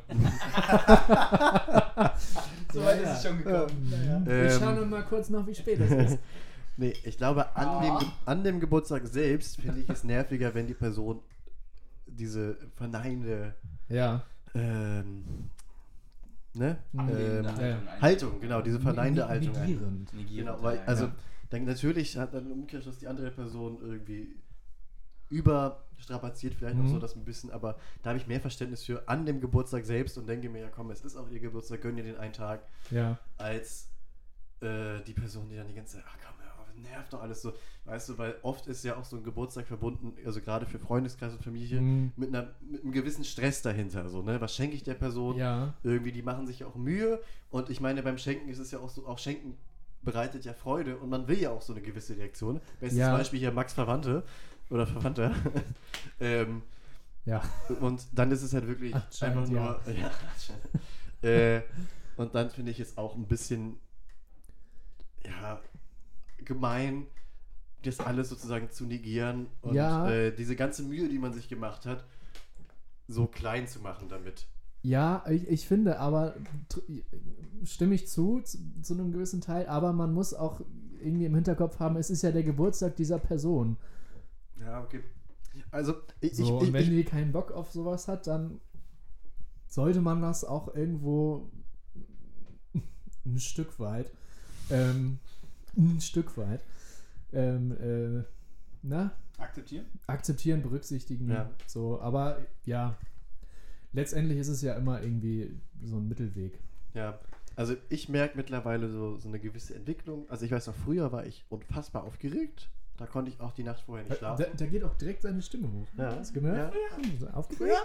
Speaker 3: So weit ist es schon gekommen.
Speaker 1: Mhm. Wir
Speaker 2: Ähm,
Speaker 1: schauen noch mal kurz noch, wie spät es ist.
Speaker 2: Nee, ich glaube, an,
Speaker 3: Ah.
Speaker 2: dem, Ge- an dem Geburtstag selbst finde ich es nerviger, wenn die Person diese verneinende
Speaker 1: Ja.
Speaker 2: ähm, ne?
Speaker 3: Ablehnende
Speaker 2: Ähm,
Speaker 3: Haltung
Speaker 1: ja.
Speaker 3: ein-
Speaker 2: Haltung, genau, diese verneinende
Speaker 1: Ne-
Speaker 2: Haltung. ein-
Speaker 1: Negierend.
Speaker 3: Negierend,
Speaker 2: Genau, weil,
Speaker 3: ja,
Speaker 2: also,
Speaker 3: ja.
Speaker 2: dann natürlich hat dann im Umkehrschluss die andere Person irgendwie überstrapaziert, vielleicht
Speaker 1: Mhm.
Speaker 2: auch so das ein bisschen, aber da habe ich mehr Verständnis für an dem Geburtstag selbst und denke mir, ja komm, es ist auch ihr Geburtstag, gönn ihr den einen Tag,
Speaker 1: Ja.
Speaker 2: als äh, die Person, die dann die ganze Zeit, ach komm, ja, nervt doch alles so, weißt du, weil oft ist ja auch so ein Geburtstag verbunden, also gerade für Freundeskreis und Familie,
Speaker 1: Mhm.
Speaker 2: mit, einer, mit einem gewissen Stress dahinter, so, ne, was schenke ich der Person?
Speaker 1: Ja.
Speaker 2: Irgendwie, die machen sich ja auch Mühe und ich meine, beim Schenken ist es ja auch so, auch Schenken bereitet ja Freude und man will ja auch so eine gewisse Reaktion. Bestes
Speaker 1: Ja.
Speaker 2: Beispiel hier Max Verwandte oder Verwandter. ähm,
Speaker 1: Ja.
Speaker 2: und dann ist es halt wirklich
Speaker 1: Anscheinend,
Speaker 2: einfach nur. Ja. Ja, äh, und dann finde ich es auch ein bisschen ja, gemein, das alles sozusagen zu negieren und
Speaker 1: Ja.
Speaker 2: äh, diese ganze Mühe, die man sich gemacht hat, so klein zu machen damit.
Speaker 1: Ja, ich, ich finde, aber tr- stimme ich zu, zu, zu einem gewissen Teil, aber man muss auch irgendwie im Hinterkopf haben, es ist ja der Geburtstag dieser Person.
Speaker 2: Ja, okay. Also, ich,
Speaker 1: So,
Speaker 2: ich,
Speaker 1: und
Speaker 2: ich,
Speaker 1: wenn
Speaker 2: ich,
Speaker 1: die keinen Bock auf sowas hat, dann sollte man das auch irgendwo ein Stück weit, ähm, ein Stück weit, ähm, äh, na,
Speaker 3: Akzeptieren?
Speaker 1: akzeptieren, berücksichtigen.
Speaker 2: Ja.
Speaker 1: So, aber ja, letztendlich ist es ja immer irgendwie so ein Mittelweg.
Speaker 2: Ja, also ich merke mittlerweile so, so eine gewisse Entwicklung. Also ich weiß noch, früher war ich unfassbar aufgeregt. Da konnte ich auch die Nacht vorher nicht
Speaker 1: Da,
Speaker 2: schlafen.
Speaker 1: da geht auch direkt seine Stimme hoch.
Speaker 2: Ja.
Speaker 1: Hast du gemerkt? Ja. Aufgeregt?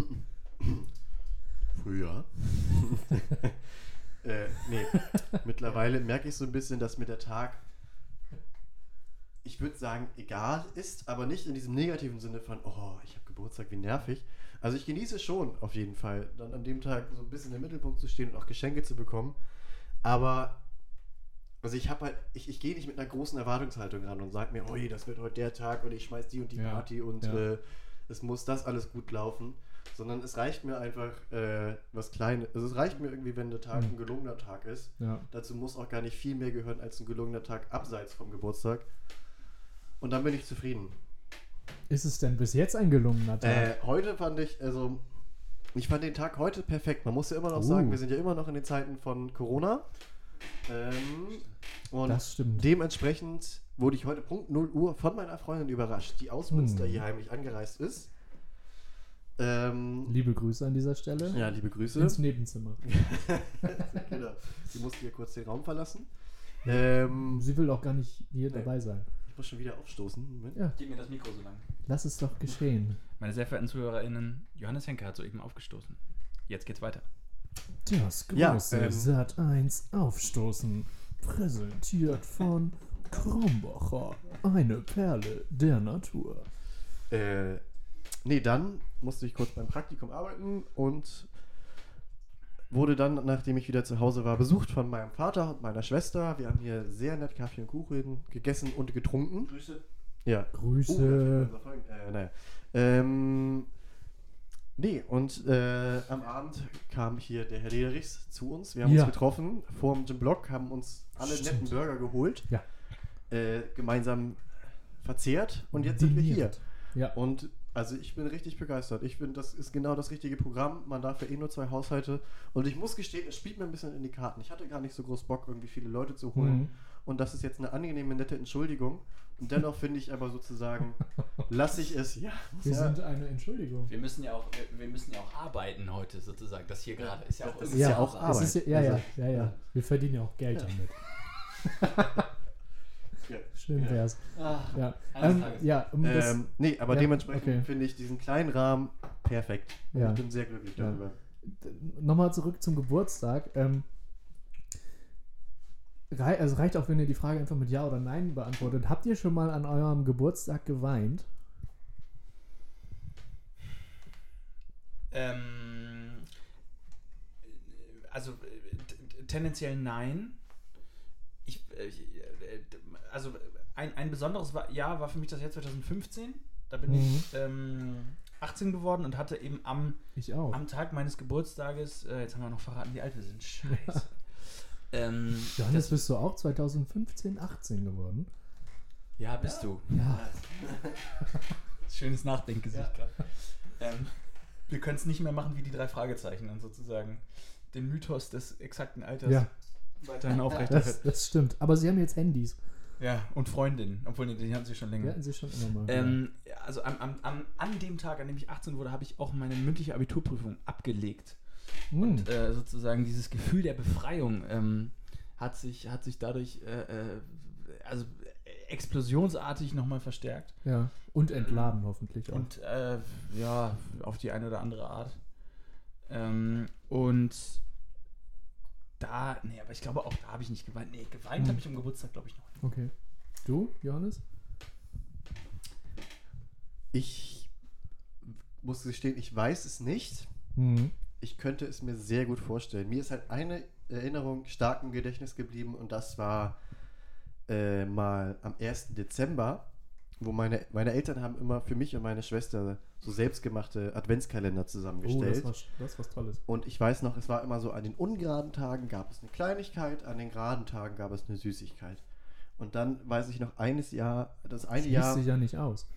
Speaker 2: Früher? äh, nee. Mittlerweile merke ich so ein bisschen, dass mir der Tag, ich würde sagen, egal ist, aber nicht in diesem negativen Sinne von, oh, ich habe Geburtstag, wie nervig. Also ich genieße schon auf jeden Fall, dann an dem Tag so ein bisschen im Mittelpunkt zu stehen und auch Geschenke zu bekommen. Aber, also ich habe halt, ich, ich gehe nicht mit einer großen Erwartungshaltung ran und sage mir, oi, das wird heute der Tag und ich schmeiß die und die
Speaker 1: Ja,
Speaker 2: Party und
Speaker 1: ja.
Speaker 2: äh, es muss das alles gut laufen. Sondern es reicht mir einfach äh, was Kleines. Also es reicht mir irgendwie, wenn der Tag
Speaker 1: Mhm.
Speaker 2: ein gelungener Tag ist.
Speaker 1: Ja.
Speaker 2: Dazu muss auch gar nicht viel mehr gehören als ein gelungener Tag abseits vom Geburtstag. Und dann bin ich zufrieden.
Speaker 1: Ist es denn bis jetzt ein gelungener Tag?
Speaker 2: Äh, heute fand ich, also ich fand den Tag heute perfekt. Man muss ja immer noch
Speaker 1: Oh.
Speaker 2: sagen, wir sind ja immer noch in den Zeiten von Corona. Ähm, und
Speaker 1: Das stimmt.
Speaker 2: dementsprechend wurde ich heute Punkt null Uhr von meiner Freundin überrascht, die aus Münster
Speaker 1: Hm.
Speaker 2: hier heimlich angereist ist. Ähm,
Speaker 1: Liebe Grüße an dieser Stelle.
Speaker 2: ja, liebe Grüße.
Speaker 1: Ins Nebenzimmer.
Speaker 2: Genau. Sie musste hier kurz den Raum verlassen. Ähm,
Speaker 1: Sie will auch gar nicht hier
Speaker 2: Nee.
Speaker 1: dabei sein.
Speaker 2: ich muss schon wieder aufstoßen. Moment.
Speaker 1: Ja,
Speaker 3: Gib mir das Mikro so lang.
Speaker 1: lass es doch geschehen.
Speaker 3: Meine sehr verehrten ZuhörerInnen, Johannes Henke hat soeben aufgestoßen. Jetzt geht's weiter.
Speaker 1: Das
Speaker 2: Ja,
Speaker 1: große
Speaker 2: ähm,
Speaker 1: Sat eins Aufstoßen. Präsentiert von Krombacher. Eine Perle der Natur.
Speaker 2: Äh, nee, dann musste ich kurz beim Praktikum arbeiten und wurde dann, nachdem ich wieder zu Hause war, besucht von meinem Vater und meiner Schwester. Wir haben hier sehr nett Kaffee und Kuchen gegessen und getrunken.
Speaker 3: Grüße.
Speaker 2: Ja.
Speaker 1: Grüße.
Speaker 2: Oh, äh, naja. Ähm, nee, und äh, am Abend kam hier der Herr Lederich zu uns. Wir haben
Speaker 1: Ja.
Speaker 2: uns getroffen vor dem Block, haben uns alle
Speaker 1: Stimmt.
Speaker 2: netten Burger geholt,
Speaker 1: Ja.
Speaker 2: äh, gemeinsam verzehrt und jetzt sind wir hier.
Speaker 1: Diniert. Ja.
Speaker 2: Und also ich bin richtig begeistert. Ich finde, das ist genau das richtige Programm. Man darf ja eh nur zwei Haushalte. Und ich muss gestehen, es spielt mir ein bisschen in die Karten. Ich hatte gar nicht so groß Bock, irgendwie viele Leute zu holen.
Speaker 1: Mhm.
Speaker 2: Und das ist jetzt eine angenehme, nette Entschuldigung. Und dennoch finde ich aber sozusagen, lasse ich es. Ja,
Speaker 1: Wir
Speaker 2: ja.
Speaker 1: sind eine Entschuldigung.
Speaker 3: Wir müssen ja auch, wir, wir müssen ja auch arbeiten heute sozusagen. Das hier gerade ist ja auch,
Speaker 2: Das
Speaker 3: ist
Speaker 2: ist ja auch
Speaker 1: es
Speaker 2: Arbeit.
Speaker 1: Ist ja, ja,
Speaker 2: Also,
Speaker 1: ja, ja, ja.
Speaker 2: ja.
Speaker 1: Wir verdienen ja auch Geld
Speaker 2: Ja.
Speaker 1: damit.
Speaker 2: Ja.
Speaker 1: Schön
Speaker 2: Ja.
Speaker 1: wär's.
Speaker 3: Ah,
Speaker 1: Ja,
Speaker 3: eines
Speaker 1: ähm,
Speaker 3: Tages.
Speaker 1: ja um das,
Speaker 2: Ähm, nee, aber
Speaker 1: Ja,
Speaker 2: dementsprechend
Speaker 1: okay.
Speaker 2: finde ich diesen kleinen Rahmen perfekt.
Speaker 1: Ja.
Speaker 2: Ich bin sehr glücklich
Speaker 1: Ja.
Speaker 2: darüber.
Speaker 1: Nochmal zurück zum Geburtstag. Ähm, rei also reicht auch, wenn ihr die Frage einfach mit Ja oder Nein beantwortet. Habt ihr schon mal an eurem Geburtstag geweint?
Speaker 3: Ähm, also äh, t- tendenziell nein. Ich, äh, ich, äh, also ein, ein besonderes war, Jahr war für mich das Jahr zwanzig fünfzehn. Da bin
Speaker 1: Mhm.
Speaker 3: ich ähm, achtzehn geworden und hatte eben am,
Speaker 1: Ich auch.
Speaker 3: am Tag meines Geburtstages, äh, jetzt haben wir noch verraten, wie alt wir sind. Scheiße. Ähm,
Speaker 1: Johannes, bist du auch zwanzig fünfzehn, achtzehn geworden?
Speaker 3: ja, bist du.
Speaker 1: Ja.
Speaker 3: Schönes Nachdenkgesicht gerade. Ähm, wir können es nicht mehr machen wie die drei Fragezeichen und sozusagen den Mythos des exakten Alters
Speaker 1: Ja,
Speaker 3: weiterhin
Speaker 1: das,
Speaker 3: aufrechterhalten.
Speaker 1: das stimmt. Aber sie haben jetzt Handys.
Speaker 3: Ja, und Freundinnen, obwohl nee, die haben sie schon
Speaker 1: Die
Speaker 3: länger.
Speaker 1: hatten sie schon immer mal.
Speaker 3: Ähm, ja, also am, am, am, an dem Tag, an dem ich achtzehn wurde, habe ich auch meine mündliche Abiturprüfung abgelegt.
Speaker 1: Hm.
Speaker 3: Und äh, sozusagen dieses Gefühl der Befreiung ähm, hat, sich, hat sich dadurch äh, äh, also explosionsartig nochmal verstärkt.
Speaker 1: Ja, und entladen hoffentlich auch.
Speaker 3: Und äh, ja, auf die eine oder andere Art. Ähm, und da, nee, aber ich glaube auch da habe ich nicht geweint. Nee, geweint
Speaker 1: Hm.
Speaker 3: habe ich am Geburtstag, glaube ich, noch nicht.
Speaker 1: Okay. Du, Johannes?
Speaker 2: Ich muss gestehen, ich weiß es nicht.
Speaker 1: Mhm.
Speaker 2: Ich könnte es mir sehr gut vorstellen. Mir ist halt eine Erinnerung stark im Gedächtnis geblieben und das war äh, mal am ersten Dezember, wo meine, meine Eltern haben immer für mich und meine Schwester so selbstgemachte Adventskalender
Speaker 1: Oh,
Speaker 2: zusammengestellt.
Speaker 1: das war, das ist was Tolles.
Speaker 2: Und ich weiß noch, es war immer so, an den ungeraden Tagen gab es eine Kleinigkeit, an den geraden Tagen gab es eine Süßigkeit. Und dann weiß ich noch eines Jahr, das eine
Speaker 1: Schließt
Speaker 2: Jahr,
Speaker 1: sich ja nicht aus.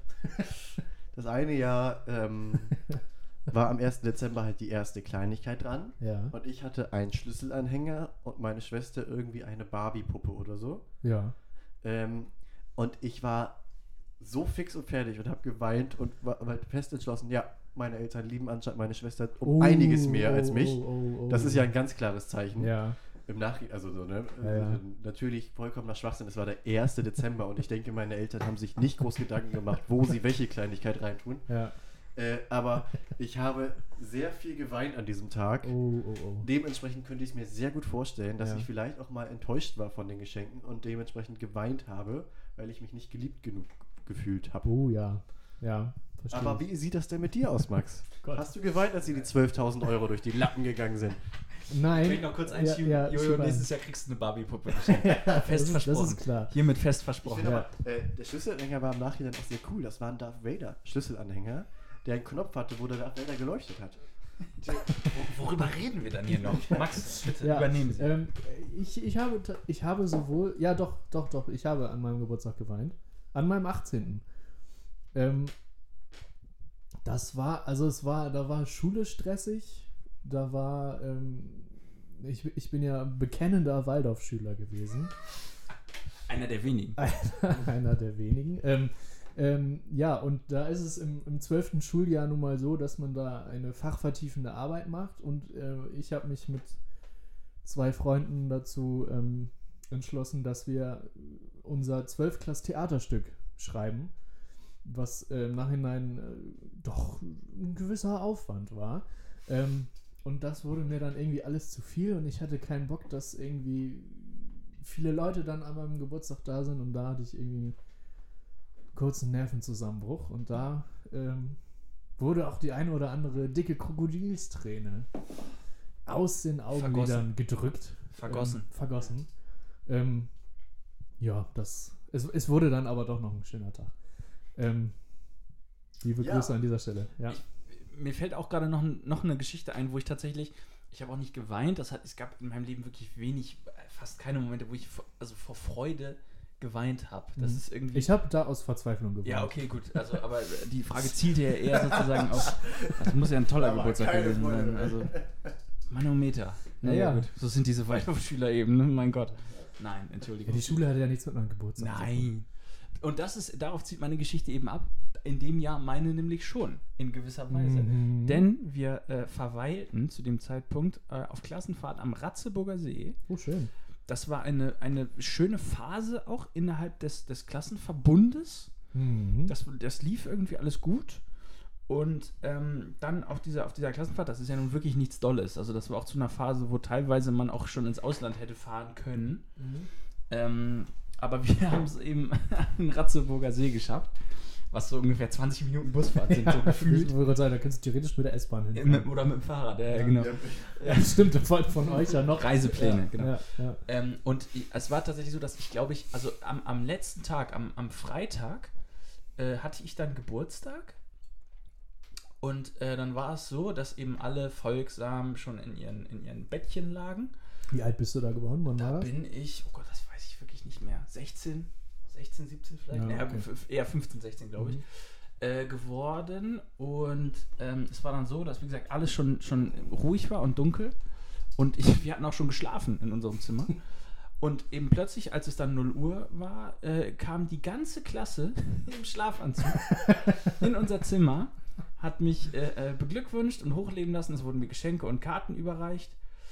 Speaker 2: das eine Jahr ähm, war am ersten Dezember halt die erste Kleinigkeit dran.
Speaker 1: Ja,
Speaker 2: Und ich hatte einen Schlüsselanhänger und meine Schwester irgendwie eine Barbie-Puppe oder so.
Speaker 1: ja.
Speaker 2: Ähm, und ich war so fix und fertig und habe geweint und war war fest entschlossen, ja, meine Eltern lieben anscheinend meine Schwester um
Speaker 1: Oh,
Speaker 2: einiges mehr
Speaker 1: oh,
Speaker 2: als mich.
Speaker 1: oh, oh, oh.
Speaker 2: Das ist ja ein ganz klares Zeichen.
Speaker 1: Ja,
Speaker 2: Im Nachhinein, also so, ne?
Speaker 1: Ja, ja.
Speaker 2: Also natürlich vollkommener Schwachsinn. Es war der erste Dezember und ich denke, meine Eltern haben sich nicht groß Gedanken gemacht, wo sie welche Kleinigkeit reintun.
Speaker 1: ja.
Speaker 2: Äh, aber ich habe sehr viel geweint an diesem Tag.
Speaker 1: Oh, oh, oh.
Speaker 2: Dementsprechend könnte ich es mir sehr gut vorstellen, dass
Speaker 1: Ja.
Speaker 2: ich vielleicht auch mal enttäuscht war von den Geschenken und dementsprechend geweint habe, weil ich mich nicht geliebt genug gefühlt habe.
Speaker 1: Oh, ja. Ja, verstehe.
Speaker 2: Aber wie sieht das denn mit dir aus, Max?
Speaker 1: Gott.
Speaker 2: Hast du geweint, als dir die zwölftausend Euro durch die Lappen gegangen sind?
Speaker 1: Nein.
Speaker 3: Ich will noch kurz einschieben,
Speaker 1: Ja, ja,
Speaker 3: Jojo,
Speaker 1: schieb ein.
Speaker 3: nächstes Jahr kriegst du eine Barbie-Puppe geschenkt.
Speaker 1: das,
Speaker 3: Fest
Speaker 1: ist,
Speaker 3: versprochen.
Speaker 1: das ist klar.
Speaker 3: Hiermit fest
Speaker 2: Ich
Speaker 3: versprochen.
Speaker 2: finde
Speaker 1: Ja.
Speaker 2: aber, äh, der Schlüsselanhänger war im Nachhinein auch sehr cool. Das war ein Darth Vader Schlüsselanhänger, der einen Knopf hatte, wo der Darth Vader geleuchtet hat.
Speaker 3: Wo- Worüber reden wir dann hier noch? Max, bitte
Speaker 1: Ja,
Speaker 3: übernehmen Sie.
Speaker 1: Ähm, ich, ich, habe, ta- ich habe sowohl, ja doch, doch, doch, ich habe an meinem Geburtstag geweint. An meinem achtzehnten Ähm, das war, also es war, da war Schule stressig, da war, ähm, ich, ich bin ja bekennender Waldorfschüler gewesen.
Speaker 3: Einer der wenigen.
Speaker 1: Einer der wenigen. Ähm, ähm, ja, und da ist es im, im zwölften Schuljahr nun mal so, dass man da eine fachvertiefende Arbeit macht und äh, ich habe mich mit zwei Freunden dazu ähm, entschlossen, dass wir unser zwölf-Klass-Theaterstück schreiben, was äh, im Nachhinein äh, doch ein gewisser Aufwand war. Ähm, und das wurde mir dann irgendwie alles zu viel und ich hatte keinen Bock, dass irgendwie viele Leute dann an meinem Geburtstag da sind und da hatte ich irgendwie kurzen Nervenzusammenbruch und da ähm, wurde auch die eine oder andere dicke Krokodilsträne aus den Augenlidern
Speaker 3: Vergossen.
Speaker 1: gedrückt.
Speaker 3: Vergossen.
Speaker 1: Ähm, vergossen. Ähm, ja, das. Es, es wurde dann aber doch noch ein schöner Tag. Ähm, liebe
Speaker 2: Ja.
Speaker 1: Grüße an dieser Stelle. Ja.
Speaker 3: Ich, mir fällt auch gerade noch, noch eine Geschichte ein, wo ich tatsächlich, ich habe auch nicht geweint, das hat, es gab in meinem Leben wirklich wenig, fast keine Momente, wo ich vor, also vor Freude geweint habe. Das
Speaker 1: Mhm.
Speaker 3: ist irgendwie...
Speaker 1: Ich habe da aus Verzweiflung geweint.
Speaker 3: ja, okay, gut. Also, aber die Frage zielte ja eher sozusagen auf. Das muss ja ein toller
Speaker 2: Aber
Speaker 3: Geburtstag
Speaker 2: keine
Speaker 3: gewesen
Speaker 2: Freude
Speaker 3: sein.
Speaker 2: mehr.
Speaker 3: Also, Manometer. Naja,
Speaker 1: Ja, ja.
Speaker 3: gut. So sind diese Waldorfschüler eben, ne? Mein Gott. Nein,
Speaker 1: Ja,
Speaker 3: Entschuldigung.
Speaker 1: die Schule hatte ja nichts mit meinem Geburtstag. zu tun.
Speaker 3: Nein. Und das ist, darauf zieht meine Geschichte eben ab. In dem Jahr meine nämlich schon, in gewisser Weise.
Speaker 1: Mhm.
Speaker 3: Denn wir äh, verweilten zu dem Zeitpunkt äh, auf Klassenfahrt am Ratzeburger See.
Speaker 1: Oh, schön.
Speaker 3: Das war eine, eine schöne Phase auch innerhalb des, des Klassenverbundes.
Speaker 1: Mhm.
Speaker 3: Das, das lief irgendwie alles gut. Und ähm, dann auf dieser, auf dieser Klassenfahrt, das ist ja nun wirklich nichts Dolles. Also das war auch zu einer Phase, wo teilweise man auch schon ins Ausland hätte fahren können. Mhm. Ähm, aber wir haben es eben an den Ratzeburger See geschafft, was so ungefähr zwanzig Minuten Busfahrt sind,
Speaker 1: ja,
Speaker 3: so gefühlt.
Speaker 1: Ich würde sagen, da kannst du theoretisch mit der S-Bahn hin.
Speaker 3: Mit, oder mit dem Fahrrad, ja, ja genau.
Speaker 1: Ja, stimmt, das wollte von euch ja noch.
Speaker 3: Reisepläne,
Speaker 1: ja,
Speaker 3: genau.
Speaker 1: Ja, ja.
Speaker 3: Ähm, und ich, es war tatsächlich so, dass ich glaube ich, also am, am letzten Tag, am, am Freitag, äh, hatte ich dann Geburtstag. Und äh, dann war es so, dass eben alle folgsam schon in ihren, in ihren Bettchen lagen.
Speaker 1: Wie alt bist du da geworden? Wann
Speaker 3: Da
Speaker 1: war das?
Speaker 3: bin ich, oh Gott, das weiß ich wirklich nicht mehr, sechzehn, sechzehn, siebzehn vielleicht?
Speaker 1: Ja,
Speaker 3: Ja,
Speaker 1: okay.
Speaker 3: f- eher fünfzehn, sechzehn, glaube ich,
Speaker 1: Mhm.
Speaker 3: äh, geworden. Und ähm, es war dann so, dass, wie gesagt, alles schon, schon ruhig war und dunkel. Und ich, wir hatten auch schon geschlafen in unserem Zimmer. Und eben plötzlich, als es dann null Uhr war, äh, kam die ganze Klasse im Schlafanzug in unser Zimmer, hat mich äh, äh, beglückwünscht und hochleben lassen. Es wurden mir Geschenke und Karten überreicht.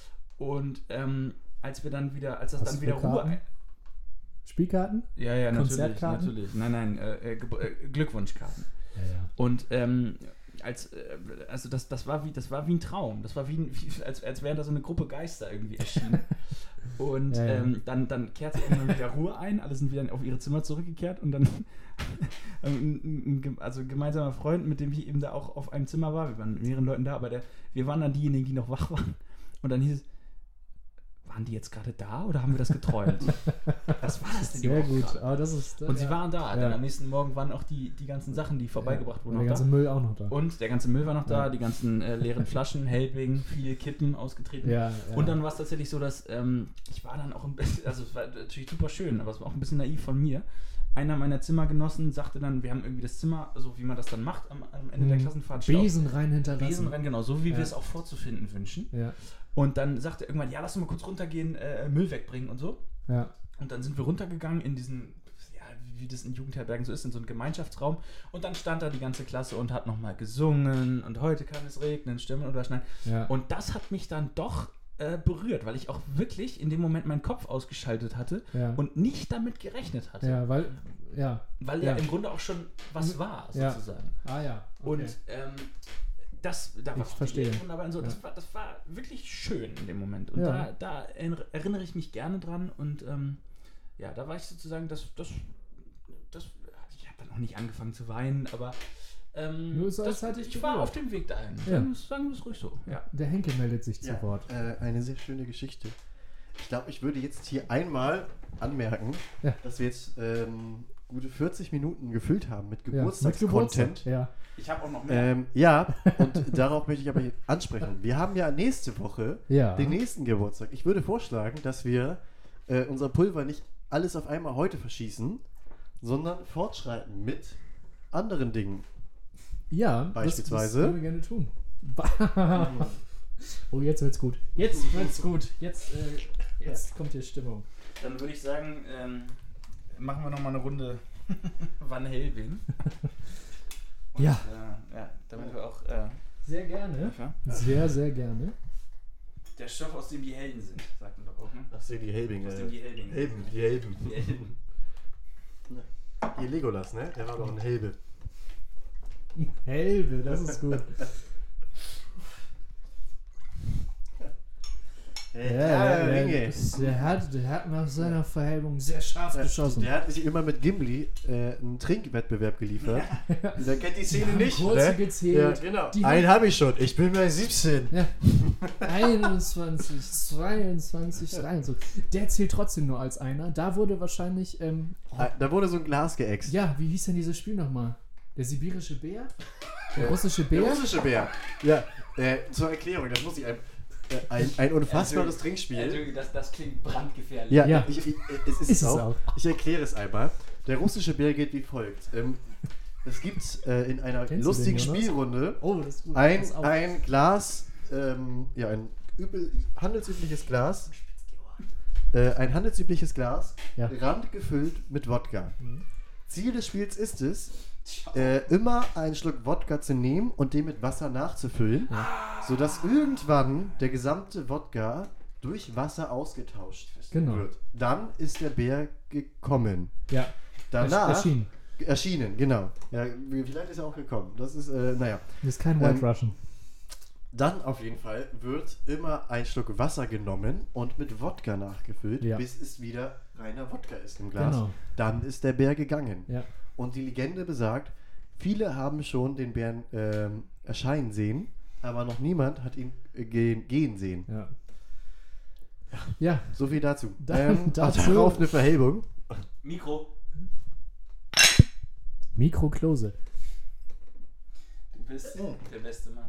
Speaker 3: Und ähm, als wir dann wieder, als das
Speaker 1: Was
Speaker 3: dann
Speaker 1: für
Speaker 3: wieder Ruhe...
Speaker 1: Karten? Spielkarten?
Speaker 3: Ja, ja, natürlich,
Speaker 1: Konzertkarten?
Speaker 3: natürlich. Nein, nein, äh, äh, Ge- äh, Glückwunschkarten.
Speaker 1: Ja, ja.
Speaker 3: Und ähm, als, äh, also das, das war wie, das war wie ein Traum. Das war wie, ein, wie als, als wären da so eine Gruppe Geister irgendwie erschienen. Und
Speaker 1: Ja, ja.
Speaker 3: ähm, dann, dann kehrte irgendwann wieder Ruhe ein, alle sind wieder auf ihre Zimmer zurückgekehrt und dann ein, ein, ein, also ein gemeinsamer Freund, mit dem ich eben da auch auf einem Zimmer war, wir waren mit mehreren Leuten da, aber der, wir waren dann diejenigen, die noch wach waren. Und dann hieß es, waren die jetzt gerade da oder haben wir das geträumt? Was war das denn
Speaker 1: Sehr
Speaker 3: überhaupt
Speaker 1: gut.
Speaker 3: gerade?
Speaker 1: Aber das ist,
Speaker 3: Und sie
Speaker 1: ja.
Speaker 3: waren da.
Speaker 1: Ja.
Speaker 3: Dann am nächsten Morgen waren auch die, die ganzen Sachen, die vorbeigebracht wurden,
Speaker 1: Und der
Speaker 3: noch
Speaker 1: ganze
Speaker 3: da.
Speaker 1: Müll auch noch da.
Speaker 3: Und der ganze Müll war noch da,
Speaker 1: Ja.
Speaker 3: die ganzen äh, leeren Flaschen, Helbing, viele Kippen ausgetreten.
Speaker 1: Ja, ja.
Speaker 3: Und dann war es tatsächlich so, dass ähm, ich war dann auch ein bisschen, also es war natürlich super schön, aber es war auch ein bisschen naiv von mir. Einer meiner Zimmergenossen sagte dann, wir haben irgendwie das Zimmer, so wie man das dann macht am, am Ende der
Speaker 1: Mhm.
Speaker 3: Klassenfahrt.
Speaker 1: Besen rein hinterlassen.
Speaker 3: Besen rein, genau, so wie
Speaker 1: Ja.
Speaker 3: wir es auch vorzufinden wünschen.
Speaker 1: Ja,
Speaker 3: Und dann sagte er irgendwann, ja, lass uns mal kurz runtergehen, äh, Müll wegbringen und so.
Speaker 1: ja.
Speaker 3: Und dann sind wir runtergegangen in diesen, ja, wie das in Jugendherbergen so ist, in so einen Gemeinschaftsraum. Und dann stand da die ganze Klasse und hat nochmal gesungen. Und heute kann es regnen, stürmen oder schneien.
Speaker 1: ja.
Speaker 3: Und das hat mich dann doch äh, berührt, weil ich auch wirklich in dem Moment meinen Kopf ausgeschaltet hatte
Speaker 1: ja.
Speaker 3: und nicht damit gerechnet hatte.
Speaker 1: ja, weil, ja.
Speaker 3: Weil ja
Speaker 1: Ja.
Speaker 3: im Grunde auch schon was war,
Speaker 1: Ja.
Speaker 3: sozusagen.
Speaker 1: Ah ja. Okay.
Speaker 3: Und ähm, das, da war
Speaker 1: Ich verstehe.
Speaker 3: wunderbar und so. Das,
Speaker 1: Ja.
Speaker 3: war, das war wirklich schön in dem Moment. Und
Speaker 1: Ja.
Speaker 3: da, da erinner- erinnere ich mich gerne dran. Und ähm, ja, da war ich sozusagen, das, das, das ich habe dann auch nicht angefangen zu weinen, aber ähm,
Speaker 1: Nur so, als
Speaker 3: das,
Speaker 1: hätte ich
Speaker 3: ich war
Speaker 1: berührt.
Speaker 3: auf dem Weg dahin.
Speaker 1: Ja.
Speaker 3: Sagen wir es- Sagen wir es ruhig so. Ja.
Speaker 1: Der Henke meldet sich
Speaker 2: Ja,
Speaker 1: zu Wort.
Speaker 2: äh, eine sehr schöne Geschichte. Ich glaube, ich würde jetzt hier einmal anmerken,
Speaker 1: Ja.
Speaker 2: dass wir jetzt ähm, gute vierzig Minuten gefüllt haben mit
Speaker 1: Ja, mit
Speaker 2: Geburtstagscontent.
Speaker 1: Geburtstag. Ja.
Speaker 3: Ich habe auch noch mehr.
Speaker 2: Ähm, ja, und darauf möchte ich aber ansprechen. Wir haben ja nächste Woche
Speaker 1: Ja.
Speaker 2: den nächsten Geburtstag. Ich würde vorschlagen, dass wir äh, unser Pulver nicht alles auf einmal heute verschießen, sondern fortschreiten mit anderen Dingen.
Speaker 1: Ja,
Speaker 2: Beispielsweise.
Speaker 1: Das, das können wir gerne tun. Oh, jetzt wird's gut. Jetzt wird's gut. Jetzt, äh, jetzt kommt hier Stimmung.
Speaker 3: Dann würde ich sagen, ähm, machen wir noch mal eine Runde Van Helbing. Und,
Speaker 1: Ja.
Speaker 3: Äh, ja, damit wir auch äh,
Speaker 1: Sehr gerne.
Speaker 3: ja,
Speaker 1: Sehr, sehr gerne.
Speaker 3: der Stoff, aus dem die Helden sind, sagt man doch auch, ne?
Speaker 2: Ach so, die Helbing.
Speaker 3: Aus
Speaker 2: Äh,
Speaker 3: dem die Helden sind.
Speaker 2: Helben, die Helben.
Speaker 3: Die Helden.
Speaker 2: Hier Legolas, ne? Der war doch ein Helbe.
Speaker 1: Helbe, das ist gut. Ja, der, der, der, hat, der hat nach seiner Verhelbung sehr scharf geschossen.
Speaker 2: Der hat sich immer mit Gimli äh, einen Trinkwettbewerb geliefert. Der kennt die Szene
Speaker 1: haben
Speaker 2: nicht,
Speaker 1: kurz
Speaker 2: ne?
Speaker 1: gezählt.
Speaker 2: Ja, genau.
Speaker 1: Die
Speaker 2: Einen habe ich schon. Ich bin bei siebzehn.
Speaker 1: Ja. einundzwanzig, zweiundzwanzig, dreiundzwanzig. Der zählt trotzdem nur als einer. Da wurde wahrscheinlich, ähm,
Speaker 2: Ah, Da wurde so ein Glas geäxt.
Speaker 1: ja, wie hieß denn dieses Spiel nochmal? Der sibirische Bär? Der russische
Speaker 2: Der
Speaker 1: Bär?
Speaker 2: russische Bär. Ja, äh, zur Erklärung, das muss ich ein, äh, ein, ein unfassbares Trinkspiel.
Speaker 3: Also, das, das klingt brandgefährlich.
Speaker 2: Ja,
Speaker 1: Ja.
Speaker 2: Ich, ich, es ist,
Speaker 1: Ist
Speaker 2: es
Speaker 1: es
Speaker 2: auch.
Speaker 1: auch.
Speaker 2: Ich erkläre es einmal. Der russische Bär geht wie folgt. Ähm, es gibt äh, in einer
Speaker 1: Kennst du
Speaker 2: lustigen
Speaker 1: den, Jonas?
Speaker 2: Spielrunde
Speaker 1: Oh, das ist gut.
Speaker 2: ein,
Speaker 1: Pass auf.
Speaker 2: ein Glas, ähm, ja, ein übel, handelsübliches Glas, äh, ein handelsübliches Glas,
Speaker 1: Ja.
Speaker 2: randgefüllt mit Wodka.
Speaker 1: Mhm.
Speaker 2: Ziel des Spiels ist es, äh, immer einen Schluck Wodka zu nehmen und den mit Wasser nachzufüllen, sodass irgendwann der gesamte Wodka durch Wasser ausgetauscht
Speaker 1: Genau.
Speaker 2: wird. Dann ist der Bär gekommen.
Speaker 1: Ja,
Speaker 2: Danach,
Speaker 1: erschienen.
Speaker 2: Erschienen, genau. Ja, vielleicht ist er auch gekommen. Das ist, äh, naja.
Speaker 1: Das ist kein White
Speaker 2: Ähm,
Speaker 1: Russian.
Speaker 2: Dann auf jeden Fall wird immer ein Schluck Wasser genommen und mit Wodka nachgefüllt,
Speaker 1: Ja.
Speaker 2: bis es wieder reiner Wodka ist im Glas.
Speaker 1: Genau.
Speaker 2: Dann ist der Bär gegangen.
Speaker 1: Ja.
Speaker 2: Und die Legende besagt, viele haben schon den Bären ähm, erscheinen sehen, aber noch niemand hat ihn äh, gehen, gehen sehen.
Speaker 1: Ja. Ja.
Speaker 2: So viel dazu.
Speaker 1: Da-
Speaker 2: ähm,
Speaker 1: dazu-
Speaker 2: Darauf eine Verhebung.
Speaker 3: Mikro.
Speaker 1: Mikroklose.
Speaker 3: Du bist der beste Mann.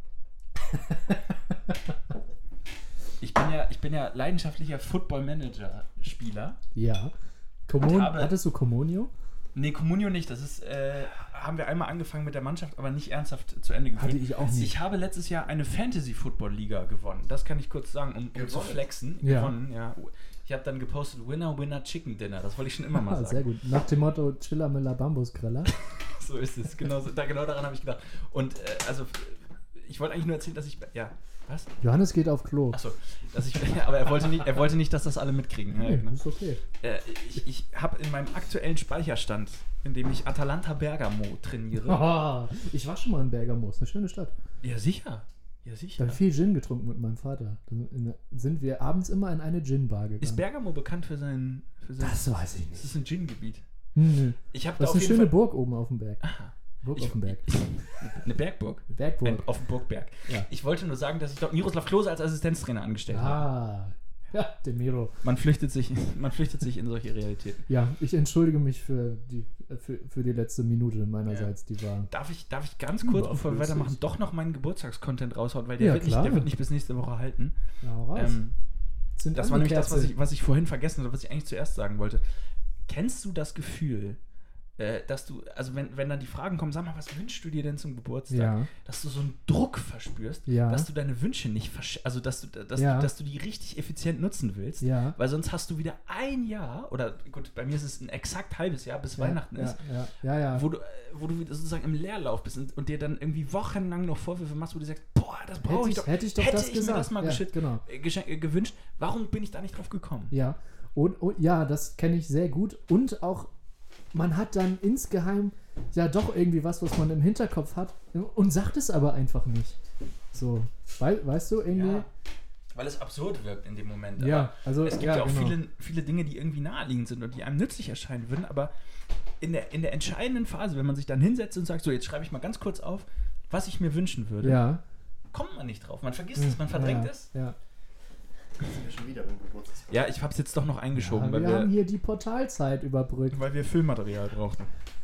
Speaker 3: Ich bin ja, ich bin ja leidenschaftlicher Football-Manager-Spieler.
Speaker 1: Ja. Comun-
Speaker 3: habe-
Speaker 1: Hattest du Communio?
Speaker 3: Nee, Communio nicht. Das ist, äh, haben wir einmal angefangen mit der Mannschaft, aber nicht ernsthaft zu Ende geführt.
Speaker 1: Hatte ich auch nicht.
Speaker 3: Ich habe letztes Jahr eine Fantasy-Football-Liga gewonnen. Das kann ich kurz sagen, um, um zu
Speaker 2: Gewonnen?
Speaker 3: flexen.
Speaker 1: Ja.
Speaker 3: Gewonnen, ja. Ich habe dann gepostet, Winner, Winner, Chicken Dinner. Das wollte ich schon immer mal
Speaker 1: Ah,
Speaker 3: sagen.
Speaker 1: sehr gut. Nach dem Motto Chiller Miller Bambusgriller.
Speaker 3: So ist es. Genau, so, da, genau daran habe ich gedacht. Und äh, also, ich wollte eigentlich nur erzählen, dass ich... Ja, was?
Speaker 1: Johannes geht auf Klo.
Speaker 3: Achso, dass ich, aber er wollte, nicht, er wollte nicht, dass das alle mitkriegen. Ja,
Speaker 1: Nee,
Speaker 3: genau.
Speaker 1: ist okay.
Speaker 3: äh, ich ich habe in meinem aktuellen Speicherstand, in dem ich Atalanta Bergamo trainiere.
Speaker 1: Oh, ich war schon mal in Bergamo. Ist eine schöne Stadt.
Speaker 3: Ja, sicher. Ja,
Speaker 1: Ich
Speaker 3: sicher.
Speaker 1: habe viel Gin getrunken mit meinem Vater. Dann in- sind wir abends immer in eine Gin-Bar gegangen.
Speaker 3: Ist Bergamo bekannt für sein... Für sein
Speaker 1: Das weiß ich
Speaker 3: das
Speaker 1: nicht.
Speaker 3: ist ein Gin-Gebiet.
Speaker 1: Hm,
Speaker 3: Ich habe da
Speaker 1: das
Speaker 3: auf
Speaker 1: ist eine
Speaker 3: jeden
Speaker 1: schöne
Speaker 3: Fall...
Speaker 1: Burg oben auf dem Berg.
Speaker 3: Aha.
Speaker 1: Burg
Speaker 3: Ich-
Speaker 1: auf dem Berg.
Speaker 3: Eine Bergburg.
Speaker 1: Eine Bergburg.
Speaker 3: Ein, auf dem Burgberg.
Speaker 1: Ja.
Speaker 3: Ich wollte nur sagen, dass ich dort Miroslav Klose als Assistenztrainer angestellt habe.
Speaker 1: Ah, ja, der Miro.
Speaker 3: Man flüchtet sich, man flüchtet sich in solche Realitäten.
Speaker 1: Ja, ich entschuldige mich für die, für, für die letzte Minute meinerseits, die war.
Speaker 3: Darf ich, darf ich ganz kurz,
Speaker 1: Ja,
Speaker 3: bevor wir
Speaker 1: flüssig.
Speaker 3: weitermachen, doch noch meinen Geburtstagscontent raushauen, weil der,
Speaker 1: Ja,
Speaker 3: wird, nicht,
Speaker 1: klar.
Speaker 3: der wird nicht bis nächste Woche halten.
Speaker 1: Ja, hau raus.
Speaker 3: Ähm,
Speaker 1: Sind
Speaker 3: das war nämlich das, was
Speaker 1: Kerze.
Speaker 3: ich, was ich vorhin vergessen habe, was ich eigentlich zuerst sagen wollte. Kennst du das Gefühl, äh, dass du, also wenn, wenn dann die Fragen kommen, sag mal, was wünschst du dir denn zum Geburtstag?
Speaker 1: Ja.
Speaker 3: Dass du so einen Druck verspürst,
Speaker 1: Ja.
Speaker 3: dass du deine Wünsche nicht, versch also dass du, dass,
Speaker 1: Ja.
Speaker 3: du, dass du die richtig effizient nutzen willst,
Speaker 1: Ja.
Speaker 3: weil sonst hast du wieder ein Jahr, oder gut, bei mir ist es ein exakt halbes Jahr, bis
Speaker 1: Ja,
Speaker 3: Weihnachten
Speaker 1: ja,
Speaker 3: ist,
Speaker 1: Ja, ja, ja.
Speaker 3: wo du, äh, wo du wieder sozusagen im Leerlauf bist und, und dir dann irgendwie wochenlang noch Vorwürfe machst, wo du sagst, boah, das brauche
Speaker 1: hätte
Speaker 3: ich
Speaker 1: ich,
Speaker 3: doch,
Speaker 1: hätte ich doch
Speaker 3: hätte
Speaker 1: das
Speaker 3: ich
Speaker 1: gesagt.
Speaker 3: mir das mal
Speaker 1: ja,
Speaker 3: geschickt,
Speaker 1: genau.
Speaker 3: äh, geschenk, äh, gewünscht, warum bin ich da nicht drauf gekommen?
Speaker 1: Ja. Und, und ja, das kenne ich sehr gut. Und auch, man hat dann insgeheim ja doch irgendwie was, was man im Hinterkopf hat und sagt es aber einfach nicht. So, wei weißt du, irgendwie.
Speaker 3: Ja, weil es absurd wirkt in dem Moment.
Speaker 1: Ja,
Speaker 3: Aber
Speaker 1: also
Speaker 3: es gibt
Speaker 1: ja,
Speaker 3: ja, auch
Speaker 1: genau.
Speaker 3: viele, viele Dinge, die irgendwie naheliegend sind und die einem nützlich erscheinen würden, aber in der, in der entscheidenden Phase, wenn man sich dann hinsetzt und sagt, so, jetzt schreibe ich mal ganz kurz auf, was ich mir wünschen würde,
Speaker 1: Ja.
Speaker 3: kommt man nicht drauf. Man vergisst es, man verdrängt
Speaker 1: ja,
Speaker 3: es.
Speaker 1: Ja.
Speaker 2: Sind wir schon wieder beim Geburtstag.
Speaker 3: Ja, ich habe es jetzt doch noch eingeschoben,
Speaker 1: Ja,
Speaker 3: weil,
Speaker 1: wir
Speaker 3: wir,
Speaker 1: haben hier die Portalzeit überbrückt.
Speaker 3: weil wir Füllmaterial brauchten.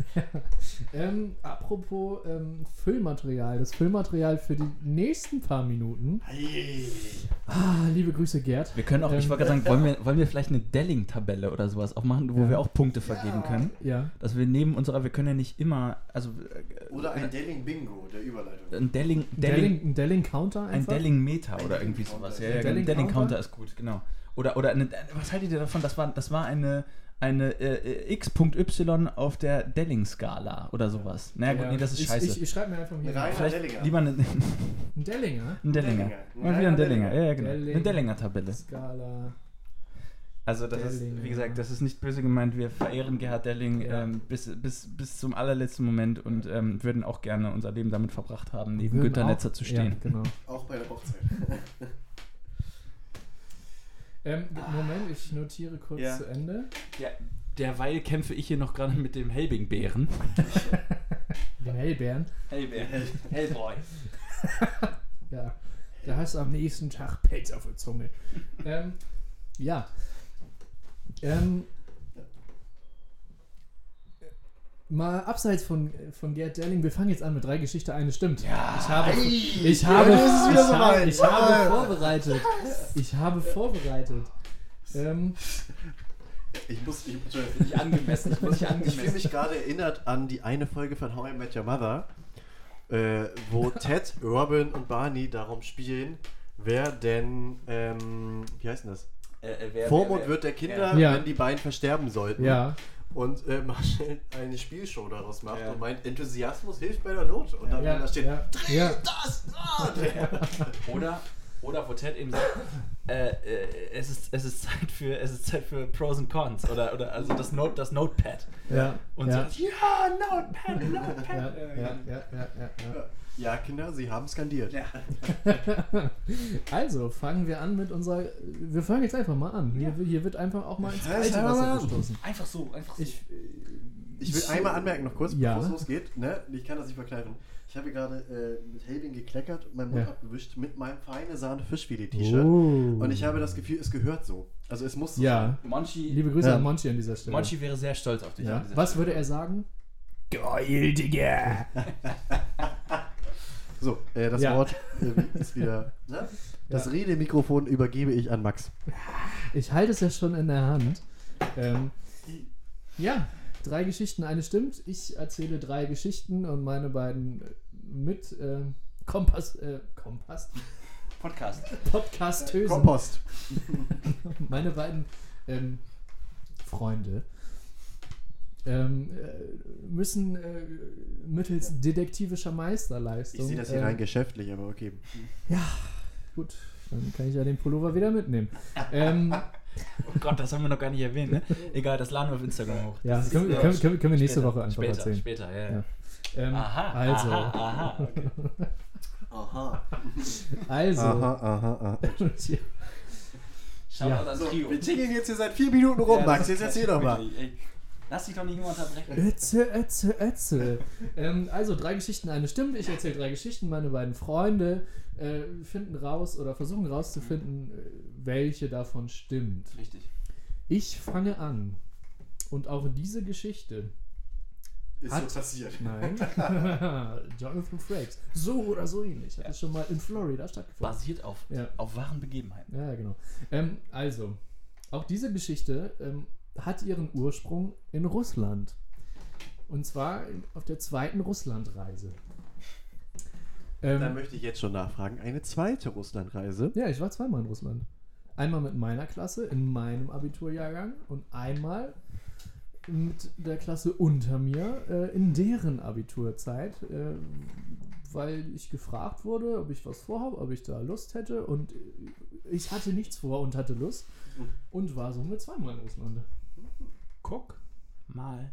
Speaker 1: Ähm, apropos ähm, Füllmaterial, das Füllmaterial für die nächsten paar Minuten.
Speaker 2: Hey.
Speaker 1: Ah, liebe Grüße, Gerd.
Speaker 3: Wir können auch, ich
Speaker 1: Ähm,
Speaker 3: wollte gerade sagen, wollen wir, wollen wir vielleicht eine Delling-Tabelle oder sowas aufmachen, wo
Speaker 1: Ja.
Speaker 3: wir auch Punkte vergeben können?
Speaker 1: Ja.
Speaker 3: Dass wir neben unserer, wir können ja nicht immer, also äh,
Speaker 2: Oder ein Delling-Bingo der Überleitung.
Speaker 3: ein Delling,
Speaker 1: Ein
Speaker 3: Delling,
Speaker 1: Delling, ein Delling-Counter
Speaker 3: ein
Speaker 1: einfach?
Speaker 3: Delling-Meter
Speaker 2: Ein
Speaker 3: oder irgendwie
Speaker 2: Delling-Counter.
Speaker 3: sowas. Ja,
Speaker 2: Ein
Speaker 3: ja,
Speaker 1: Delling-Counter?
Speaker 3: Delling-Counter ist gut, genau. Oder, oder eine, was haltet ihr davon? Das war, das war eine, eine äh, x.y auf der Delling-Skala oder sowas. Naja gut,
Speaker 1: Ja.
Speaker 3: nee, das ist
Speaker 1: ich,
Speaker 3: scheiße.
Speaker 1: Ich, ich schreibe mir einfach hier.
Speaker 2: Rein-
Speaker 3: Vielleicht
Speaker 2: Dellinger.
Speaker 3: lieber eine,
Speaker 1: Ein Dellinger?
Speaker 3: ein Dellinger.
Speaker 2: Dellinger.
Speaker 3: Mal wieder ein Dellinger. Ja, ja, genau.
Speaker 1: Delling.
Speaker 3: Eine Dellinger-Tabelle.
Speaker 1: Skala.
Speaker 3: Also das
Speaker 1: Dellinger.
Speaker 3: ist, wie gesagt, das ist nicht böse gemeint. Wir verehren Gerhard Delling
Speaker 1: Ja.
Speaker 3: ähm, bis, bis, bis zum allerletzten Moment und ähm, würden auch gerne unser Leben damit verbracht haben, neben
Speaker 1: Würden
Speaker 3: Günter
Speaker 1: auch-
Speaker 3: Netzer zu stehen.
Speaker 1: Ja, genau.
Speaker 2: Auch bei der Hochzeit.
Speaker 1: Ähm, Moment, ich notiere kurz
Speaker 3: Ja.
Speaker 1: zu Ende.
Speaker 3: Ja, derweil kämpfe ich hier noch gerade mit dem Helbing-Bären.
Speaker 1: Den Hellbären.
Speaker 3: Hellbär. Hellboy.
Speaker 1: Ja. Da hast du am nächsten Tag Pelz auf der Zunge. ähm, ja. Ähm, mal abseits von, von Gerd Delling, wir fangen jetzt an mit drei Geschichten, eine stimmt.
Speaker 3: Ja.
Speaker 1: Ich habe,
Speaker 2: Ei,
Speaker 1: ich habe,
Speaker 2: heute ist es wieder
Speaker 1: ich habe,
Speaker 2: soweit.
Speaker 1: ich habe
Speaker 2: Jawohl.
Speaker 1: vorbereitet. Ich habe vorbereitet. Ähm,
Speaker 2: Ich muss, ich,
Speaker 3: Nicht angemessen. Ich muss nicht
Speaker 2: ich fühle
Speaker 3: angemessen.
Speaker 2: mich gerade erinnert an die eine Folge von How I Met Your Mother, äh, wo Ted, Robin und Barney darum spielen, wer denn, ähm, wie heißt denn das?
Speaker 3: Äh, äh, wer,
Speaker 2: Vormund
Speaker 3: wer,
Speaker 2: wird der Kinder,
Speaker 1: Ja.
Speaker 2: wenn die beiden versterben sollten.
Speaker 1: ja.
Speaker 2: Und äh, Marshall eine Spielshow daraus macht
Speaker 3: Ja.
Speaker 2: und meint, Enthusiasmus hilft bei der Not. Und dann
Speaker 1: Ja,
Speaker 2: da steht,
Speaker 1: ja, ja.
Speaker 2: das! Ah, der.
Speaker 3: Oder Oder wo Ted eben sagt, äh, äh, es, ist, es, ist Zeit für, es ist Zeit für Pros und Cons. Oder, oder also das, Note, das Notepad.
Speaker 1: Ja.
Speaker 3: Und
Speaker 1: ja.
Speaker 3: so, ja, Notepad, Notepad.
Speaker 1: Ja, ja, ja, ja, ja, ja.
Speaker 2: Ja, Kinder, Sie haben skandiert.
Speaker 3: Ja.
Speaker 1: Also, fangen wir an mit unserer. Wir fangen jetzt einfach mal an. Hier, hier wird einfach auch mal ins
Speaker 2: Ja,
Speaker 1: kalte
Speaker 2: ja,
Speaker 1: Wasser
Speaker 2: ja.
Speaker 1: gestoßen.
Speaker 3: Einfach so, einfach so.
Speaker 1: Ich,
Speaker 2: Ich will einmal anmerken, noch kurz,
Speaker 1: Ja.
Speaker 2: bevor es losgeht. Ne? Ich kann das nicht verkneifen. Ich habe gerade äh, mit Helbing gekleckert und meinen Mund
Speaker 1: Ja.
Speaker 2: abgewischt mit meinem feine Sahne Fischfilet-T-Shirt.
Speaker 1: Oh.
Speaker 2: Und ich habe das Gefühl, es gehört so. Also es muss so
Speaker 1: Ja.
Speaker 3: Monchi,
Speaker 1: Liebe Grüße
Speaker 2: Ja.
Speaker 1: an Monchi an dieser Stelle.
Speaker 3: Monchi wäre sehr stolz auf dich.
Speaker 1: Ja.
Speaker 3: an dieser
Speaker 1: Was
Speaker 3: Stelle.
Speaker 1: würde er sagen? Geil, Digga!
Speaker 2: So, äh, das
Speaker 1: Ja.
Speaker 2: Wort äh, ist wieder. Ne? Das
Speaker 1: Ja.
Speaker 2: Redemikrofon übergebe ich an Max.
Speaker 1: Ich halte es ja schon in der Hand. Ähm, ja, drei Geschichten, eine stimmt. Ich erzähle drei Geschichten und meine beiden mit äh, Kompass, äh, Kompass,
Speaker 3: Podcast.
Speaker 1: Podcastösen,
Speaker 2: Kompost.
Speaker 1: meine beiden ähm, Freunde ähm, äh, müssen äh, mittels detektivischer Meisterleistung.
Speaker 2: Ich sehe das hier
Speaker 1: ähm,
Speaker 2: rein geschäftlich, aber okay.
Speaker 1: Gut, dann kann ich ja den Pullover wieder mitnehmen. ähm,
Speaker 3: Oh Gott, das haben wir noch gar nicht erwähnt, ne? Egal, das laden wir auf Instagram hoch.
Speaker 1: ja,
Speaker 3: Das
Speaker 1: können,
Speaker 3: ist, äh,
Speaker 1: können, können, können wir nächste
Speaker 3: später,
Speaker 1: Woche einfach
Speaker 3: später,
Speaker 1: erzählen.
Speaker 3: Später, ja.
Speaker 1: Ja. Ähm,
Speaker 3: Aha,
Speaker 1: also,
Speaker 3: aha, aha, okay.
Speaker 2: Aha.
Speaker 1: also,
Speaker 2: Aha, aha, aha.
Speaker 1: ja.
Speaker 3: Schau
Speaker 1: Ja.
Speaker 3: mal das
Speaker 2: So,
Speaker 3: Trio.
Speaker 2: wir tingeln jetzt hier seit vier Minuten rum,
Speaker 3: Ja,
Speaker 2: Max.
Speaker 3: das
Speaker 2: Jetzt
Speaker 3: ist
Speaker 2: erzähl
Speaker 3: Quatsch,
Speaker 2: doch mal.
Speaker 3: wirklich, ey. Lass dich doch nicht immer unterbrechen.
Speaker 1: Ötze, Ötze, Ötze. ähm, also, drei Geschichten, eine stimmt. Ich erzähle drei Geschichten. Meine beiden Freunde äh, finden raus oder versuchen rauszufinden, äh, welche davon stimmt.
Speaker 3: Richtig.
Speaker 1: Ich fange an. Und auch diese Geschichte.
Speaker 2: Ist
Speaker 1: Hat-
Speaker 2: so passiert.
Speaker 1: Nein. Jonathan Frakes. So oder so ähnlich. Hat
Speaker 3: Ja.
Speaker 1: es schon mal in Florida stattgefunden.
Speaker 3: Basiert auf,
Speaker 1: Ja.
Speaker 3: auf wahren Begebenheiten.
Speaker 1: Ja, genau. Ähm, also, auch diese Geschichte ähm, hat ihren Ursprung in Russland. Und zwar in- auf der zweiten Russlandreise.
Speaker 2: Dann
Speaker 1: Ähm,
Speaker 2: möchte ich jetzt schon nachfragen. Eine zweite Russlandreise.
Speaker 1: ja, ich war zweimal in Russland. Einmal mit meiner Klasse in meinem Abiturjahrgang und einmal mit der Klasse unter mir äh, in deren Abiturzeit, äh, weil ich gefragt wurde, ob ich was vorhabe, ob ich da Lust hätte und ich hatte nichts vor und hatte Lust und war somit zweimal in Russland.
Speaker 3: Guck mal.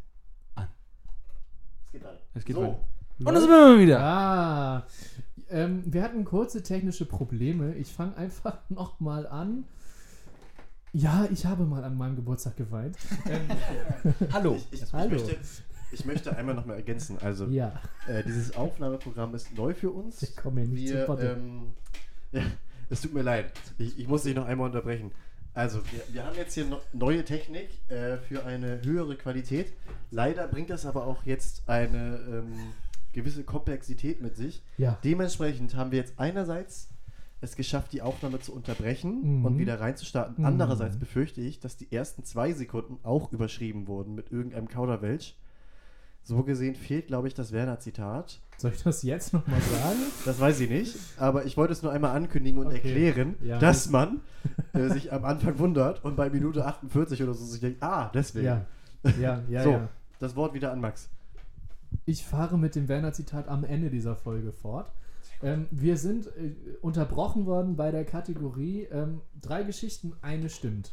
Speaker 2: Es geht weiter.
Speaker 3: Es geht
Speaker 2: so.
Speaker 3: weiter. Und da sind wir mal wieder.
Speaker 1: Ah, ähm, wir hatten kurze technische Probleme. Ich fange einfach nochmal an. Ja, ich habe mal an meinem Geburtstag geweint. Ähm,
Speaker 3: Hallo.
Speaker 2: Ich, ich, ich,
Speaker 1: Hallo.
Speaker 2: möchte, ich möchte einmal nochmal ergänzen. Also,
Speaker 1: ja,
Speaker 2: äh, dieses Aufnahmeprogramm ist neu für uns.
Speaker 1: ich komme hier nicht zu
Speaker 2: Wir,
Speaker 1: Potte.
Speaker 2: ähm, ja, es tut mir leid. Ich, ich muss dich noch einmal unterbrechen. Also, wir, wir haben jetzt hier no, neue Technik äh, für eine höhere Qualität. Leider bringt das aber auch jetzt eine ähm, gewisse Komplexität mit sich.
Speaker 1: Ja.
Speaker 2: Dementsprechend haben wir jetzt einerseits es geschafft, die Aufnahme zu unterbrechen
Speaker 1: Mhm.
Speaker 2: und wieder reinzustarten.
Speaker 1: Mhm.
Speaker 2: Andererseits befürchte ich, dass die ersten zwei Sekunden auch überschrieben wurden mit irgendeinem Kauderwelsch. So gesehen fehlt, glaube ich, das Werner-Zitat.
Speaker 1: Soll ich das jetzt nochmal sagen?
Speaker 2: Das weiß ich nicht, aber ich wollte es nur einmal ankündigen und
Speaker 1: Okay.
Speaker 2: erklären,
Speaker 1: Ja.
Speaker 2: dass man äh, sich am Anfang wundert und bei Minute achtundvierzig oder so sich denkt, ah, deswegen.
Speaker 1: Ja, ja, ja,
Speaker 2: so,
Speaker 1: ja.
Speaker 2: das Wort wieder an Max.
Speaker 1: Ich fahre mit dem Werner-Zitat am Ende dieser Folge fort. Ähm, wir sind äh, unterbrochen worden bei der Kategorie ähm, drei Geschichten, eine stimmt.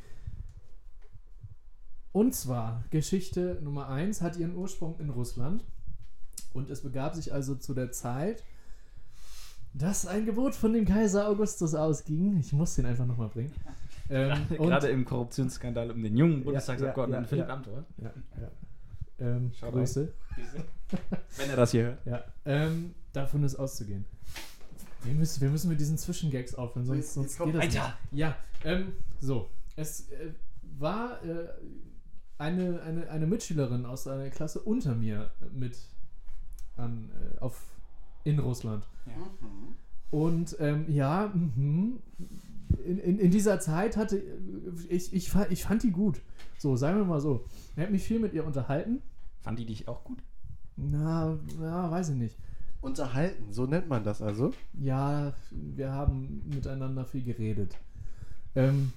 Speaker 1: Und zwar, Geschichte Nummer eins hat ihren Ursprung in Russland. Und es begab sich also zu der Zeit, dass ein Gebot von dem Kaiser Augustus ausging. Ich muss den einfach nochmal bringen. Ähm, und-
Speaker 3: Gerade im Korruptionsskandal um den jungen Bundestagsabgeordneten
Speaker 1: ja,
Speaker 3: Philipp
Speaker 1: ja.
Speaker 3: Amthor.
Speaker 1: Ja, ja. Ähm,
Speaker 3: Schau
Speaker 1: Grüße.
Speaker 3: Wenn er das hier hört.
Speaker 1: Ja, ähm, davon ist auszugehen. Wir müssen, wir müssen mit diesen Zwischengags aufhören, sonst,
Speaker 2: Jetzt
Speaker 1: sonst
Speaker 2: kommt
Speaker 1: geht das nicht.
Speaker 3: weiter.
Speaker 1: Ja, ähm, so. Es äh, war äh, eine, eine, eine Mitschülerin aus einer Klasse unter mir mit an, äh, auf, in Russland. Und ähm, ja, mhm. in, in, in dieser Zeit hatte ich, ich, fa- ich fand die gut. So, sagen wir mal so. Ich habe mich viel mit ihr unterhalten.
Speaker 3: Fand die dich auch gut?
Speaker 1: Na, na, weiß ich nicht.
Speaker 2: Unterhalten, so nennt man das also.
Speaker 1: Ja, wir haben miteinander viel geredet. Ähm,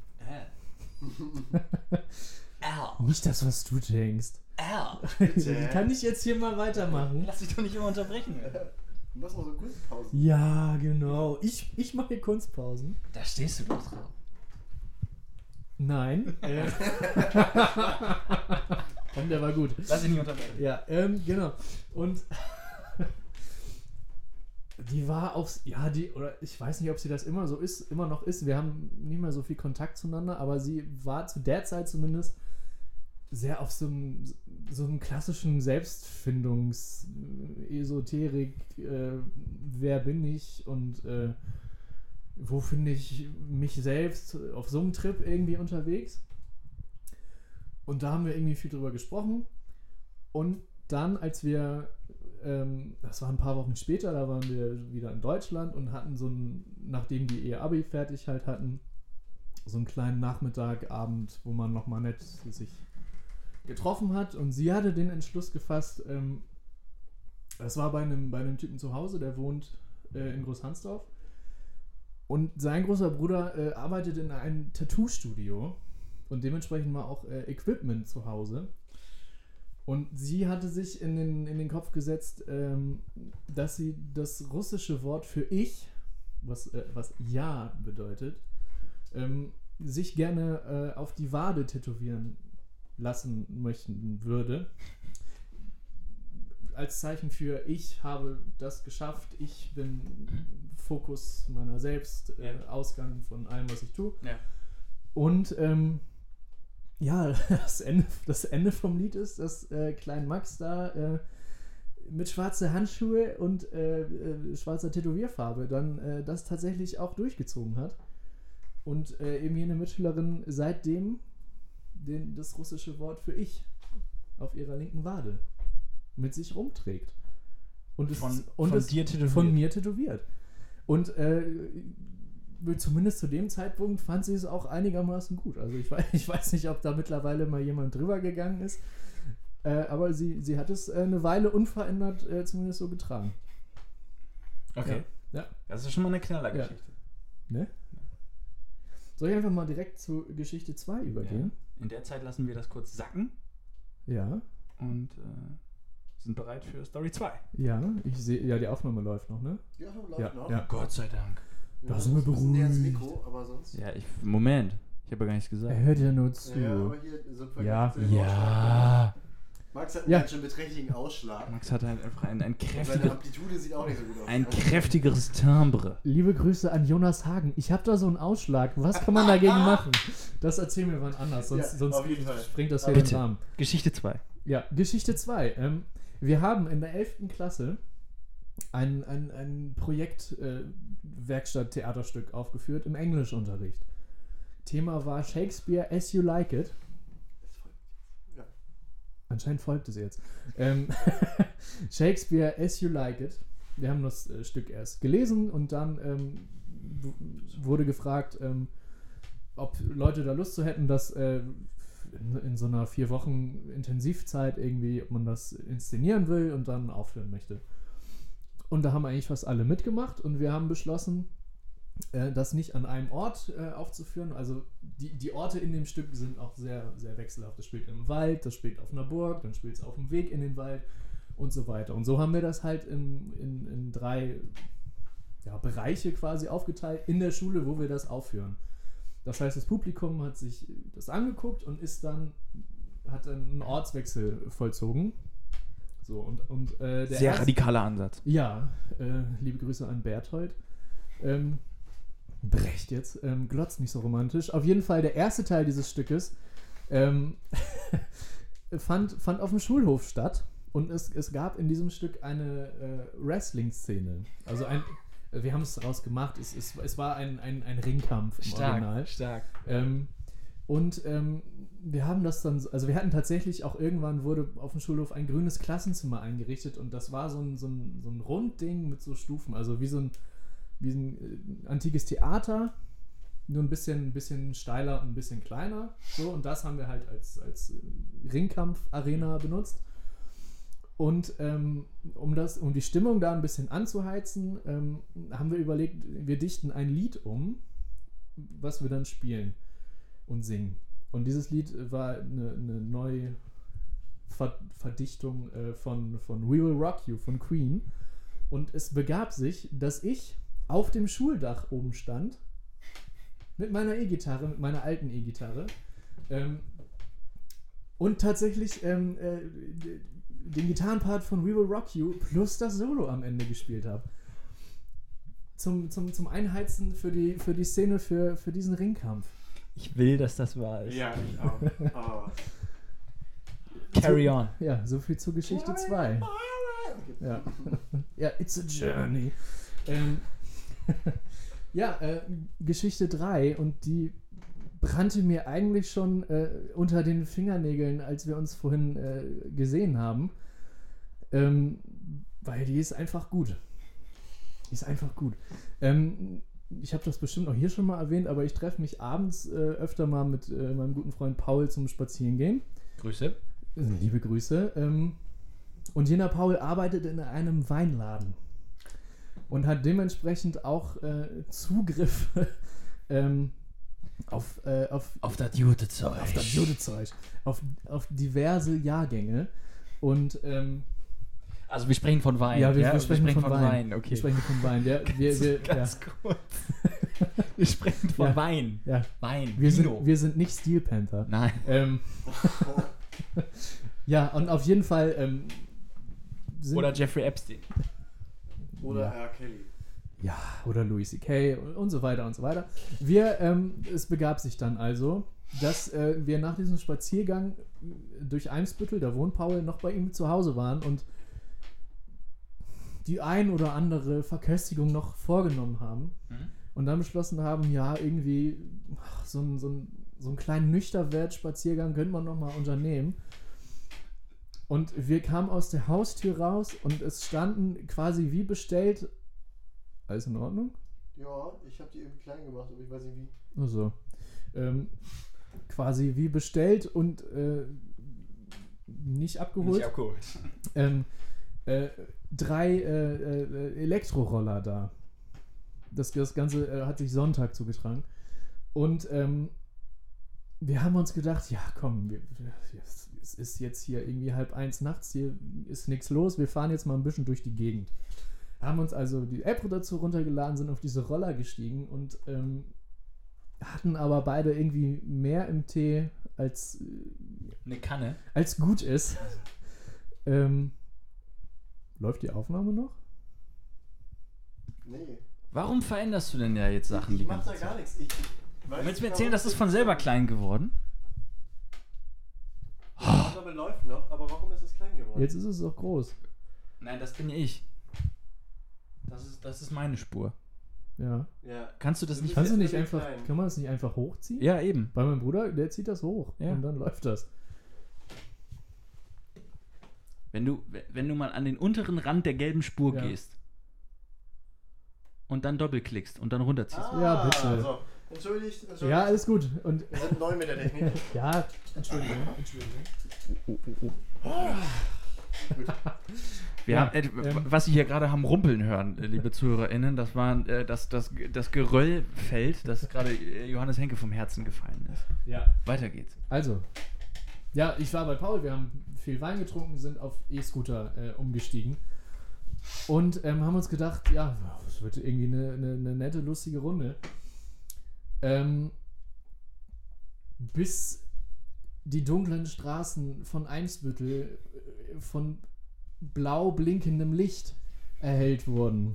Speaker 3: Al.
Speaker 1: nicht das, was du denkst.
Speaker 3: Al.
Speaker 2: Bitte.
Speaker 1: Kann ich jetzt hier mal weitermachen?
Speaker 3: Lass dich doch nicht immer unterbrechen.
Speaker 2: Du machst noch so Kunstpausen.
Speaker 1: Ja, genau. Ich, ich mache hier Kunstpausen.
Speaker 3: Da stehst du doch drauf.
Speaker 1: Nein. Äh, Komm, der war gut.
Speaker 3: Lass dich nicht unterbrechen.
Speaker 1: Ja, ähm, genau. Und die war aufs, ja, die, oder ich weiß nicht, ob sie das immer so ist, immer noch ist. Wir haben nicht mehr so viel Kontakt zueinander, aber sie war zu der Zeit zumindest sehr auf so einem, so einem klassischen Selbstfindungs-, Esoterik, äh, wer bin ich und äh, wo finde ich mich selbst, auf so einem Trip irgendwie unterwegs. Und da haben wir irgendwie viel drüber gesprochen. Und dann, als wir, ähm, das war ein paar Wochen später, da waren wir wieder in Deutschland und hatten so einen, nachdem die ihr Abi fertig halt hatten, so einen kleinen Nachmittag, Abend, wo man nochmal nett sich getroffen hat. Und sie hatte den Entschluss gefasst, ähm, das war bei einem, bei einem Typen zu Hause, der wohnt äh, in Großhansdorf. Und sein großer Bruder äh, arbeitet in einem Tattoo-Studio und dementsprechend war auch äh, Equipment zu Hause. Und sie hatte sich in den, in den Kopf gesetzt, ähm, dass sie das russische Wort für ich, was, äh, was Ja bedeutet, ähm, sich gerne äh, auf die Wade tätowieren lassen möchten würde. Als Zeichen für ich habe das geschafft, ich bin Fokus meiner selbst, äh,
Speaker 3: Ja.
Speaker 1: Ausgang von allem, was ich tue.
Speaker 3: Ja.
Speaker 1: Und ähm, ja, das Ende, das Ende vom Lied ist, dass äh, Klein Max da äh, mit schwarzen Handschuhe und äh, äh, schwarzer Tätowierfarbe dann äh, das tatsächlich auch durchgezogen hat. Und äh, eben hier eine Mitschülerin seitdem den, das russische Wort für ich auf ihrer linken Wade mit sich rumträgt. Und es,
Speaker 3: Von,
Speaker 1: und
Speaker 3: von
Speaker 1: es
Speaker 3: dir tätowiert.
Speaker 1: von mir tätowiert. Und äh, zumindest zu dem Zeitpunkt fand sie es auch einigermaßen gut. Also ich weiß, ich weiß nicht, ob da mittlerweile mal jemand drüber gegangen ist, äh, aber sie, sie hat es äh, eine Weile unverändert äh, zumindest so getragen.
Speaker 3: Okay.
Speaker 1: Ja.
Speaker 3: Das ist schon mal eine Knallergeschichte.
Speaker 1: Ne? Soll ich einfach mal direkt zu Geschichte zwei übergehen?
Speaker 3: In der Zeit lassen wir das kurz sacken
Speaker 1: Ja.
Speaker 3: und äh, sind bereit für Story zwei.
Speaker 1: Ja, ich sehe, ja, die Aufnahme läuft noch, ne?
Speaker 2: Ja, läuft
Speaker 1: Ja,
Speaker 2: noch.
Speaker 1: ja.
Speaker 3: Gott sei Dank.
Speaker 1: Da sind wir
Speaker 2: ein bisschen näher ins
Speaker 1: beruhigt.
Speaker 2: Mikro, aber sonst.
Speaker 3: Ja, ich. Moment. Ich habe ja gar nichts gesagt.
Speaker 1: Er hört ja nur zu.
Speaker 2: Ja, aber hier so im Vergleich
Speaker 1: Ja.
Speaker 2: zu dem Ausschlag.
Speaker 3: Ja.
Speaker 2: Max hat einen
Speaker 1: Ja.
Speaker 2: ganz schön beträchtlichen Ausschlag.
Speaker 3: Max hat halt einfach ein, ein,
Speaker 2: Und seine
Speaker 3: kräftiger,
Speaker 2: Amplitude sieht auch nicht so gut aus.
Speaker 3: ein
Speaker 2: Also,
Speaker 3: kräftigeres Timbre.
Speaker 1: Liebe Grüße an Jonas Hagen. Ich habe da so einen Ausschlag. Was kann man dagegen machen? Das erzählen wir wann anders, sonst,
Speaker 2: Ja,
Speaker 1: sonst
Speaker 2: auf jeden Fall.
Speaker 1: springt das hier
Speaker 2: Aber
Speaker 1: den
Speaker 3: bitte.
Speaker 1: Rahmen.
Speaker 3: Geschichte zwei.
Speaker 1: Ja, Geschichte zwei. Ähm, wir haben in der elften Klasse ein, ein, ein Projekt äh, Werkstatt-Theaterstück aufgeführt im Englischunterricht. Thema war Shakespeare As You Like It.
Speaker 2: Ja.
Speaker 1: Anscheinend folgt es jetzt. Ähm, Shakespeare As You Like It. Wir haben das äh, Stück erst gelesen und dann ähm, w- wurde gefragt, ähm, ob Leute da Lust zu hätten, das äh, in, in so einer vier Wochen Intensivzeit irgendwie, ob man das inszenieren will und dann aufführen möchte. Und da haben eigentlich fast alle mitgemacht und wir haben beschlossen, äh, das nicht an einem Ort äh, aufzuführen. Also die, die Orte in dem Stück sind auch sehr, sehr wechselhaft. Das spielt im Wald, das spielt auf einer Burg, dann spielt es auf dem Weg in den Wald und so weiter. Und so haben wir das halt in, in, in drei ja, Bereiche quasi aufgeteilt in der Schule, wo wir das aufführen. Das heißt, das Publikum hat sich das angeguckt und ist dann, hat dann einen Ortswechsel vollzogen. So, und, und äh, der
Speaker 3: Sehr
Speaker 1: erste-
Speaker 3: radikaler Ansatz.
Speaker 1: Ja, äh, liebe Grüße an Berthold. Ähm, Brecht jetzt, ähm, glotzt nicht so romantisch. Auf jeden Fall der erste Teil dieses Stückes ähm, fand, fand auf dem Schulhof statt und es, es gab in diesem Stück eine äh, Wrestling-Szene. Also ein, wir haben es daraus gemacht, es, es, es war ein, ein, ein Ringkampf im Original.
Speaker 3: stark.
Speaker 1: Ähm, und ähm, wir haben das dann, also wir hatten tatsächlich auch irgendwann wurde auf dem Schulhof ein grünes Klassenzimmer eingerichtet und das war so ein, so ein, so ein Rundding mit so Stufen, also wie so ein, wie ein äh, antikes Theater, nur ein bisschen, ein bisschen steiler und ein bisschen kleiner. So, und das haben wir halt als, als Ringkampf-Arena benutzt. Und ähm, um, das, um die Stimmung da ein bisschen anzuheizen, ähm, haben wir überlegt, wir dichten ein Lied um, was wir dann spielen und singen. Und dieses Lied war eine, eine neue Ver- Verdichtung äh, von, von We Will Rock You von Queen. Und es begab sich, dass ich auf dem Schuldach oben stand, mit meiner E-Gitarre, mit meiner alten E-Gitarre, ähm, und tatsächlich ähm, äh, den Gitarrenpart von We Will Rock You plus das Solo am Ende gespielt habe. Zum, zum, zum Einheizen für die, für die Szene, für, für diesen Ringkampf.
Speaker 4: Ich will, dass das wahr ist.
Speaker 2: Ja, ich auch. Oh.
Speaker 4: Carry on.
Speaker 1: Ja, so viel zur Geschichte zwei. Ja, ja, it's a journey. Ähm, ja, äh, Geschichte drei, und die brannte mir eigentlich schon äh, unter den Fingernägeln, als wir uns vorhin äh, gesehen haben. Ähm, weil die ist einfach gut. Die ist einfach gut. Ähm, ich habe das bestimmt auch hier schon mal erwähnt, aber ich treffe mich abends äh, öfter mal mit äh, meinem guten Freund Paul zum Spazierengehen.
Speaker 4: Grüße.
Speaker 1: Liebe Grüße. Ähm, und jener Paul arbeitet in einem Weinladen und hat dementsprechend auch äh, Zugriff ähm, auf, äh, auf,
Speaker 4: Auf das Jutezeug.
Speaker 1: auf das Judezeug, auf, auf diverse Jahrgänge. Und ähm,
Speaker 4: Also wir sprechen von Wein.
Speaker 1: ja, wir, wir sprechen, von, von Wein.
Speaker 4: Wein. Okay.
Speaker 1: Wir sprechen von Wein. Der, wir, wir,
Speaker 4: Ganz
Speaker 1: ja.
Speaker 4: kurz. Wir sprechen von
Speaker 1: Ja.
Speaker 4: Wein.
Speaker 1: Ja.
Speaker 4: Wein.
Speaker 1: Wir,
Speaker 4: Vino.
Speaker 1: sind, wir sind nicht Steel Panther.
Speaker 4: Nein.
Speaker 1: Ähm, ja, und auf jeden Fall ähm, sind,
Speaker 4: Oder Jeffrey Epstein.
Speaker 2: Oder
Speaker 1: Ja.
Speaker 2: R. Kelly.
Speaker 1: ja, oder Louis C K und, und so weiter und so weiter. Wir, ähm, es begab sich dann also, dass äh, wir nach diesem Spaziergang durch Eimsbüttel, da wohnt Paul, noch bei ihm zu Hause waren und die ein oder andere Verköstigung noch vorgenommen haben.
Speaker 4: Mhm.
Speaker 1: Und dann beschlossen haben, ja, irgendwie ach, so ein, so ein, so einen kleinen Nüchterwert-Spaziergang könnte man noch mal unternehmen. Und wir kamen aus der Haustür raus und es standen quasi wie bestellt. Alles in Ordnung?
Speaker 2: Ja, ich habe die eben klein gemacht, aber ich weiß nicht wie.
Speaker 1: Ach so. Ähm, quasi wie bestellt und äh, nicht abgeholt.
Speaker 4: Nicht abgeholt.
Speaker 1: ähm, äh, drei äh, äh, Elektroroller da. Das, das Ganze äh, hat sich Sonntag zugetragen. Und ähm, wir haben uns gedacht, ja komm, wir, wir, es ist jetzt hier irgendwie halb eins nachts, hier ist nichts los, wir fahren jetzt mal ein bisschen durch die Gegend. Haben uns also die App dazu runtergeladen, sind auf diese Roller gestiegen und ähm, hatten aber beide irgendwie mehr im Tee, als,
Speaker 4: Eine Kanne.
Speaker 1: als gut ist. ähm, läuft die Aufnahme noch?
Speaker 2: Nee.
Speaker 4: Warum veränderst du denn ja jetzt Sachen die
Speaker 2: Ich mach
Speaker 4: ganze
Speaker 2: da
Speaker 4: Zeit?
Speaker 2: gar nichts. Ich, ich weiß
Speaker 4: Willst du
Speaker 2: nicht,
Speaker 4: mir erzählen,
Speaker 2: warum
Speaker 4: das ist von selber klein geworden?
Speaker 2: Die Aufnahme läuft noch, aber warum ist es klein geworden?
Speaker 1: Jetzt ist es auch groß.
Speaker 4: Nein, das bin ich. Das ist, das ist meine Spur.
Speaker 1: Ja.
Speaker 2: Ja.
Speaker 4: Kannst du das
Speaker 2: Du
Speaker 4: nicht...
Speaker 2: bist
Speaker 1: Kannst du
Speaker 2: jetzt
Speaker 1: nicht
Speaker 2: wirklich
Speaker 1: einfach,
Speaker 2: klein.
Speaker 1: kann man das nicht einfach hochziehen?
Speaker 4: Ja, eben.
Speaker 1: Bei meinem Bruder, der zieht das hoch
Speaker 4: Ja.
Speaker 1: und dann läuft das.
Speaker 4: Wenn du, wenn du mal an den unteren Rand der gelben Spur
Speaker 1: Ja.
Speaker 4: gehst und dann doppelklickst und dann runterziehst.
Speaker 2: Ah,
Speaker 1: Ja, bitte.
Speaker 2: So. Entschuldigt, entschuldigt.
Speaker 1: Ja, alles gut. Und
Speaker 2: Wir sind neu mit der Technik.
Speaker 1: ja, Entschuldigung, Entschuldigung.
Speaker 4: Wir
Speaker 1: Ja,
Speaker 4: haben, äh,
Speaker 1: ähm,
Speaker 4: was Sie hier gerade haben rumpeln hören, äh, liebe ZuhörerInnen, das war äh, das, das, das Geröllfeld, das gerade äh, Johannes Henke vom Herzen gefallen ist.
Speaker 1: Ja.
Speaker 4: Weiter geht's.
Speaker 1: Also, ja, ich war bei Paul, wir haben viel Wein getrunken, sind auf E-Scooter äh, umgestiegen und ähm, haben uns gedacht, ja, es wird irgendwie eine, eine, eine nette, lustige Runde. Ähm, bis die dunklen Straßen von Eimsbüttel äh, von blau blinkendem Licht erhellt wurden.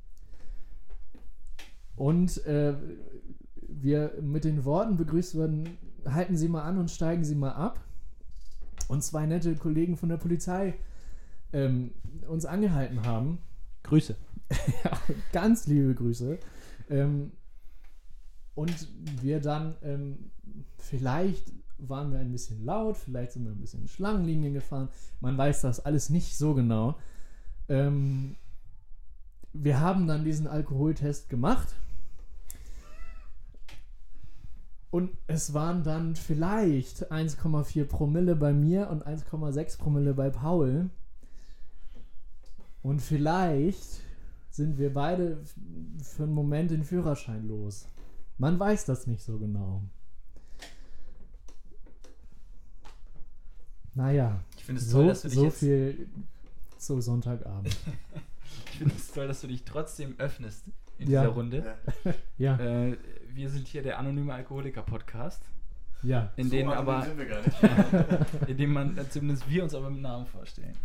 Speaker 1: Und äh, wir mit den Worten begrüßt wurden, halten Sie mal an und steigen Sie mal ab. Und zwei nette Kollegen von der Polizei ähm, uns angehalten haben.
Speaker 4: Grüße.
Speaker 1: Ja, ganz liebe Grüße. Ähm, und wir dann, ähm, vielleicht waren wir ein bisschen laut, vielleicht sind wir ein bisschen in Schlangenlinien gefahren. Man weiß das alles nicht so genau. Ähm, wir haben dann diesen Alkoholtest gemacht. Und es waren dann vielleicht eins Komma vier Promille bei mir und eins Komma sechs Promille bei Paul. Und vielleicht sind wir beide für einen Moment den Führerschein los. Man weiß das nicht so genau. Naja,
Speaker 4: Ich finde es
Speaker 1: so,
Speaker 4: toll, dass du dich
Speaker 1: so
Speaker 4: jetzt...
Speaker 1: viel zu Sonntagabend.
Speaker 4: Ich finde es toll, dass du dich trotzdem öffnest in
Speaker 1: Ja.
Speaker 4: dieser Runde.
Speaker 1: Ja,
Speaker 4: Äh, wir sind hier der anonyme Alkoholiker-Podcast,
Speaker 1: ja.
Speaker 4: in dem
Speaker 2: anonym
Speaker 4: aber,
Speaker 2: sind wir gar nicht.
Speaker 4: in dem man äh, zumindest wir uns aber mit Namen vorstellen.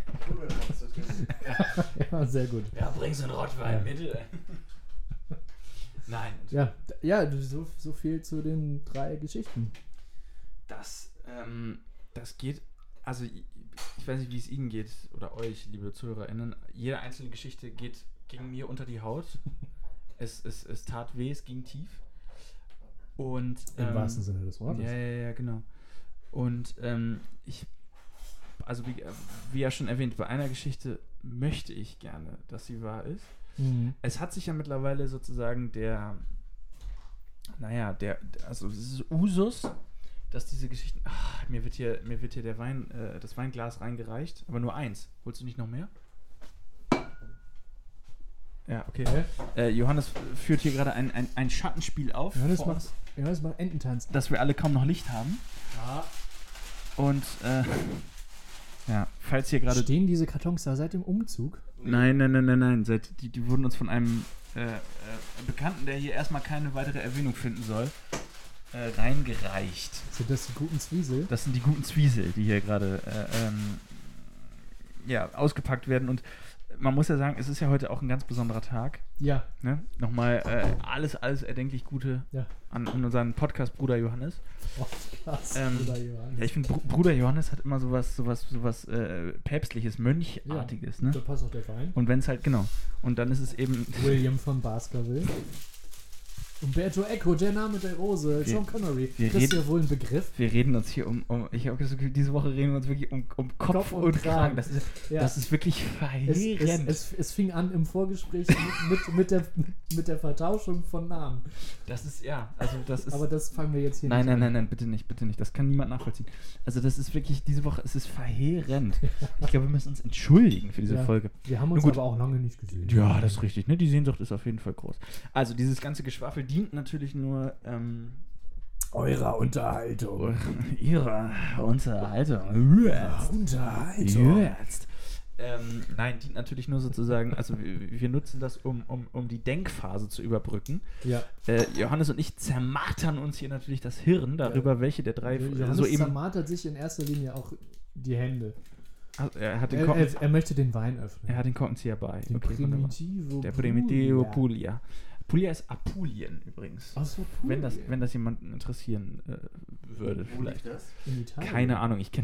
Speaker 1: Ja, sehr gut.
Speaker 4: Ja, bringst du einen Rottwein
Speaker 1: Ja.
Speaker 4: mit? Nein.
Speaker 1: Ja, d- ja, du- so, so viel zu den drei Geschichten.
Speaker 4: Das, ähm, das geht, also ich, ich weiß nicht, wie es Ihnen geht oder euch, liebe ZuhörerInnen. Jede einzelne Geschichte geht ging mir unter die Haut. Es, es, es tat weh, es ging tief. Und,
Speaker 1: Im
Speaker 4: ähm,
Speaker 1: wahrsten Sinne des Wortes.
Speaker 4: Ja, ja, ja, genau. Und ähm, ich, also wie, wie ja schon erwähnt, bei einer Geschichte möchte ich gerne, dass sie wahr ist.
Speaker 1: Mhm.
Speaker 4: Es hat sich ja mittlerweile sozusagen der, naja, der, also es ist Usus, dass diese Geschichten, ach, mir wird hier, mir wird hier der Wein, äh, das Weinglas reingereicht, aber nur eins. Holst du nicht noch mehr? Ja, okay.
Speaker 1: Okay.
Speaker 4: Äh, Johannes führt hier gerade ein, ein, ein Schattenspiel auf,
Speaker 1: Johannes
Speaker 4: vor
Speaker 1: macht,
Speaker 4: uns,
Speaker 1: Johannes macht Ententanz.
Speaker 4: dass wir alle kaum noch Licht haben.
Speaker 1: Ja.
Speaker 4: Und, äh, ja, falls hier gerade...
Speaker 1: Stehen diese Kartons da seit dem Umzug?
Speaker 4: Nein, nein, nein, nein, nein. Seit, die, die wurden uns von einem äh, äh, Bekannten, der hier erstmal keine weitere Erwähnung finden soll, äh, reingereicht.
Speaker 1: Sind das die guten Zwiesel?
Speaker 4: Das sind die guten Zwiesel, die hier gerade äh, ähm, ja, ausgepackt werden. Und man muss ja sagen, es ist ja heute auch ein ganz besonderer Tag.
Speaker 1: Ja.
Speaker 4: Ne? Nochmal äh, alles, alles erdenklich Gute
Speaker 1: Ja.
Speaker 4: an, an unseren Podcast-Bruder Johannes.
Speaker 1: Oh, krass.
Speaker 4: Ähm,
Speaker 1: Bruder Johannes.
Speaker 4: Ja, ich finde, Br Bruder Johannes hat immer sowas, sowas, sowas äh, päpstliches, Mönchartiges. Ne?
Speaker 1: Da passt auch der Wein.
Speaker 4: Und wenn es halt, genau. Und dann ist es eben...
Speaker 1: William von Baskerville. Umberto Eco, der Name der Rose.
Speaker 4: Wir-
Speaker 1: Sean Connery.
Speaker 4: wir
Speaker 1: Das ist
Speaker 4: reden-
Speaker 1: ja wohl ein Begriff.
Speaker 4: Wir reden uns hier um, um ich habe das Gefühl, diese Woche reden wir uns wirklich um, um Kopf,
Speaker 1: Kopf und
Speaker 4: und,
Speaker 1: Kragen.
Speaker 4: Kragen. Das ist,
Speaker 1: Ja.
Speaker 4: das ist wirklich
Speaker 1: Es,
Speaker 4: verheerend.
Speaker 1: es, es, es fing an im Vorgespräch mit, mit, mit, der, mit der Vertauschung von Namen.
Speaker 4: das ist, ja, also das ist...
Speaker 1: Aber das fangen wir jetzt hier
Speaker 4: nein,
Speaker 1: nicht
Speaker 4: nein,
Speaker 1: an.
Speaker 4: nein, nein, bitte nicht, bitte nicht. Das kann niemand nachvollziehen. Also das ist wirklich, diese Woche, es ist verheerend. Ich glaube, wir müssen uns entschuldigen für diese
Speaker 1: Ja.
Speaker 4: Folge.
Speaker 1: Wir haben uns
Speaker 4: Na gut.
Speaker 1: aber auch lange nicht gesehen.
Speaker 4: Ja, das ist richtig, ne? Die Sehnsucht ist auf jeden Fall groß. Also dieses ganze Geschwafel dient natürlich nur ähm,
Speaker 1: Eurer Unterhaltung.
Speaker 4: ihrer Unterhaltung.
Speaker 1: Unterhaltung.
Speaker 4: Jetzt. Ähm, nein, dient natürlich nur sozusagen, also wir, wir nutzen das, um, um, um die Denkphase zu überbrücken.
Speaker 1: Ja.
Speaker 4: Äh, Johannes und ich zermartern uns hier natürlich das Hirn darüber, welche der drei
Speaker 1: Johannes
Speaker 4: so eben.
Speaker 1: zermartert sich in erster Linie auch die Hände.
Speaker 4: Also, er, hat den
Speaker 1: Er,
Speaker 4: Korken,
Speaker 1: er, er möchte den Wein öffnen.
Speaker 4: er hat den Korkenzieher bei.
Speaker 1: Den
Speaker 4: Okay, wunderbar.
Speaker 1: Primitivo
Speaker 4: Der Primitivo
Speaker 1: Puglia.
Speaker 4: Puglia. Puglia ist Apulien übrigens.
Speaker 1: Ach so,
Speaker 4: Wenn das,
Speaker 1: Puglia.
Speaker 4: wenn das jemanden interessieren äh, würde,
Speaker 2: Wo liegt
Speaker 4: vielleicht.
Speaker 2: das?
Speaker 1: In Italien.
Speaker 4: Keine Ahnung, ich kenne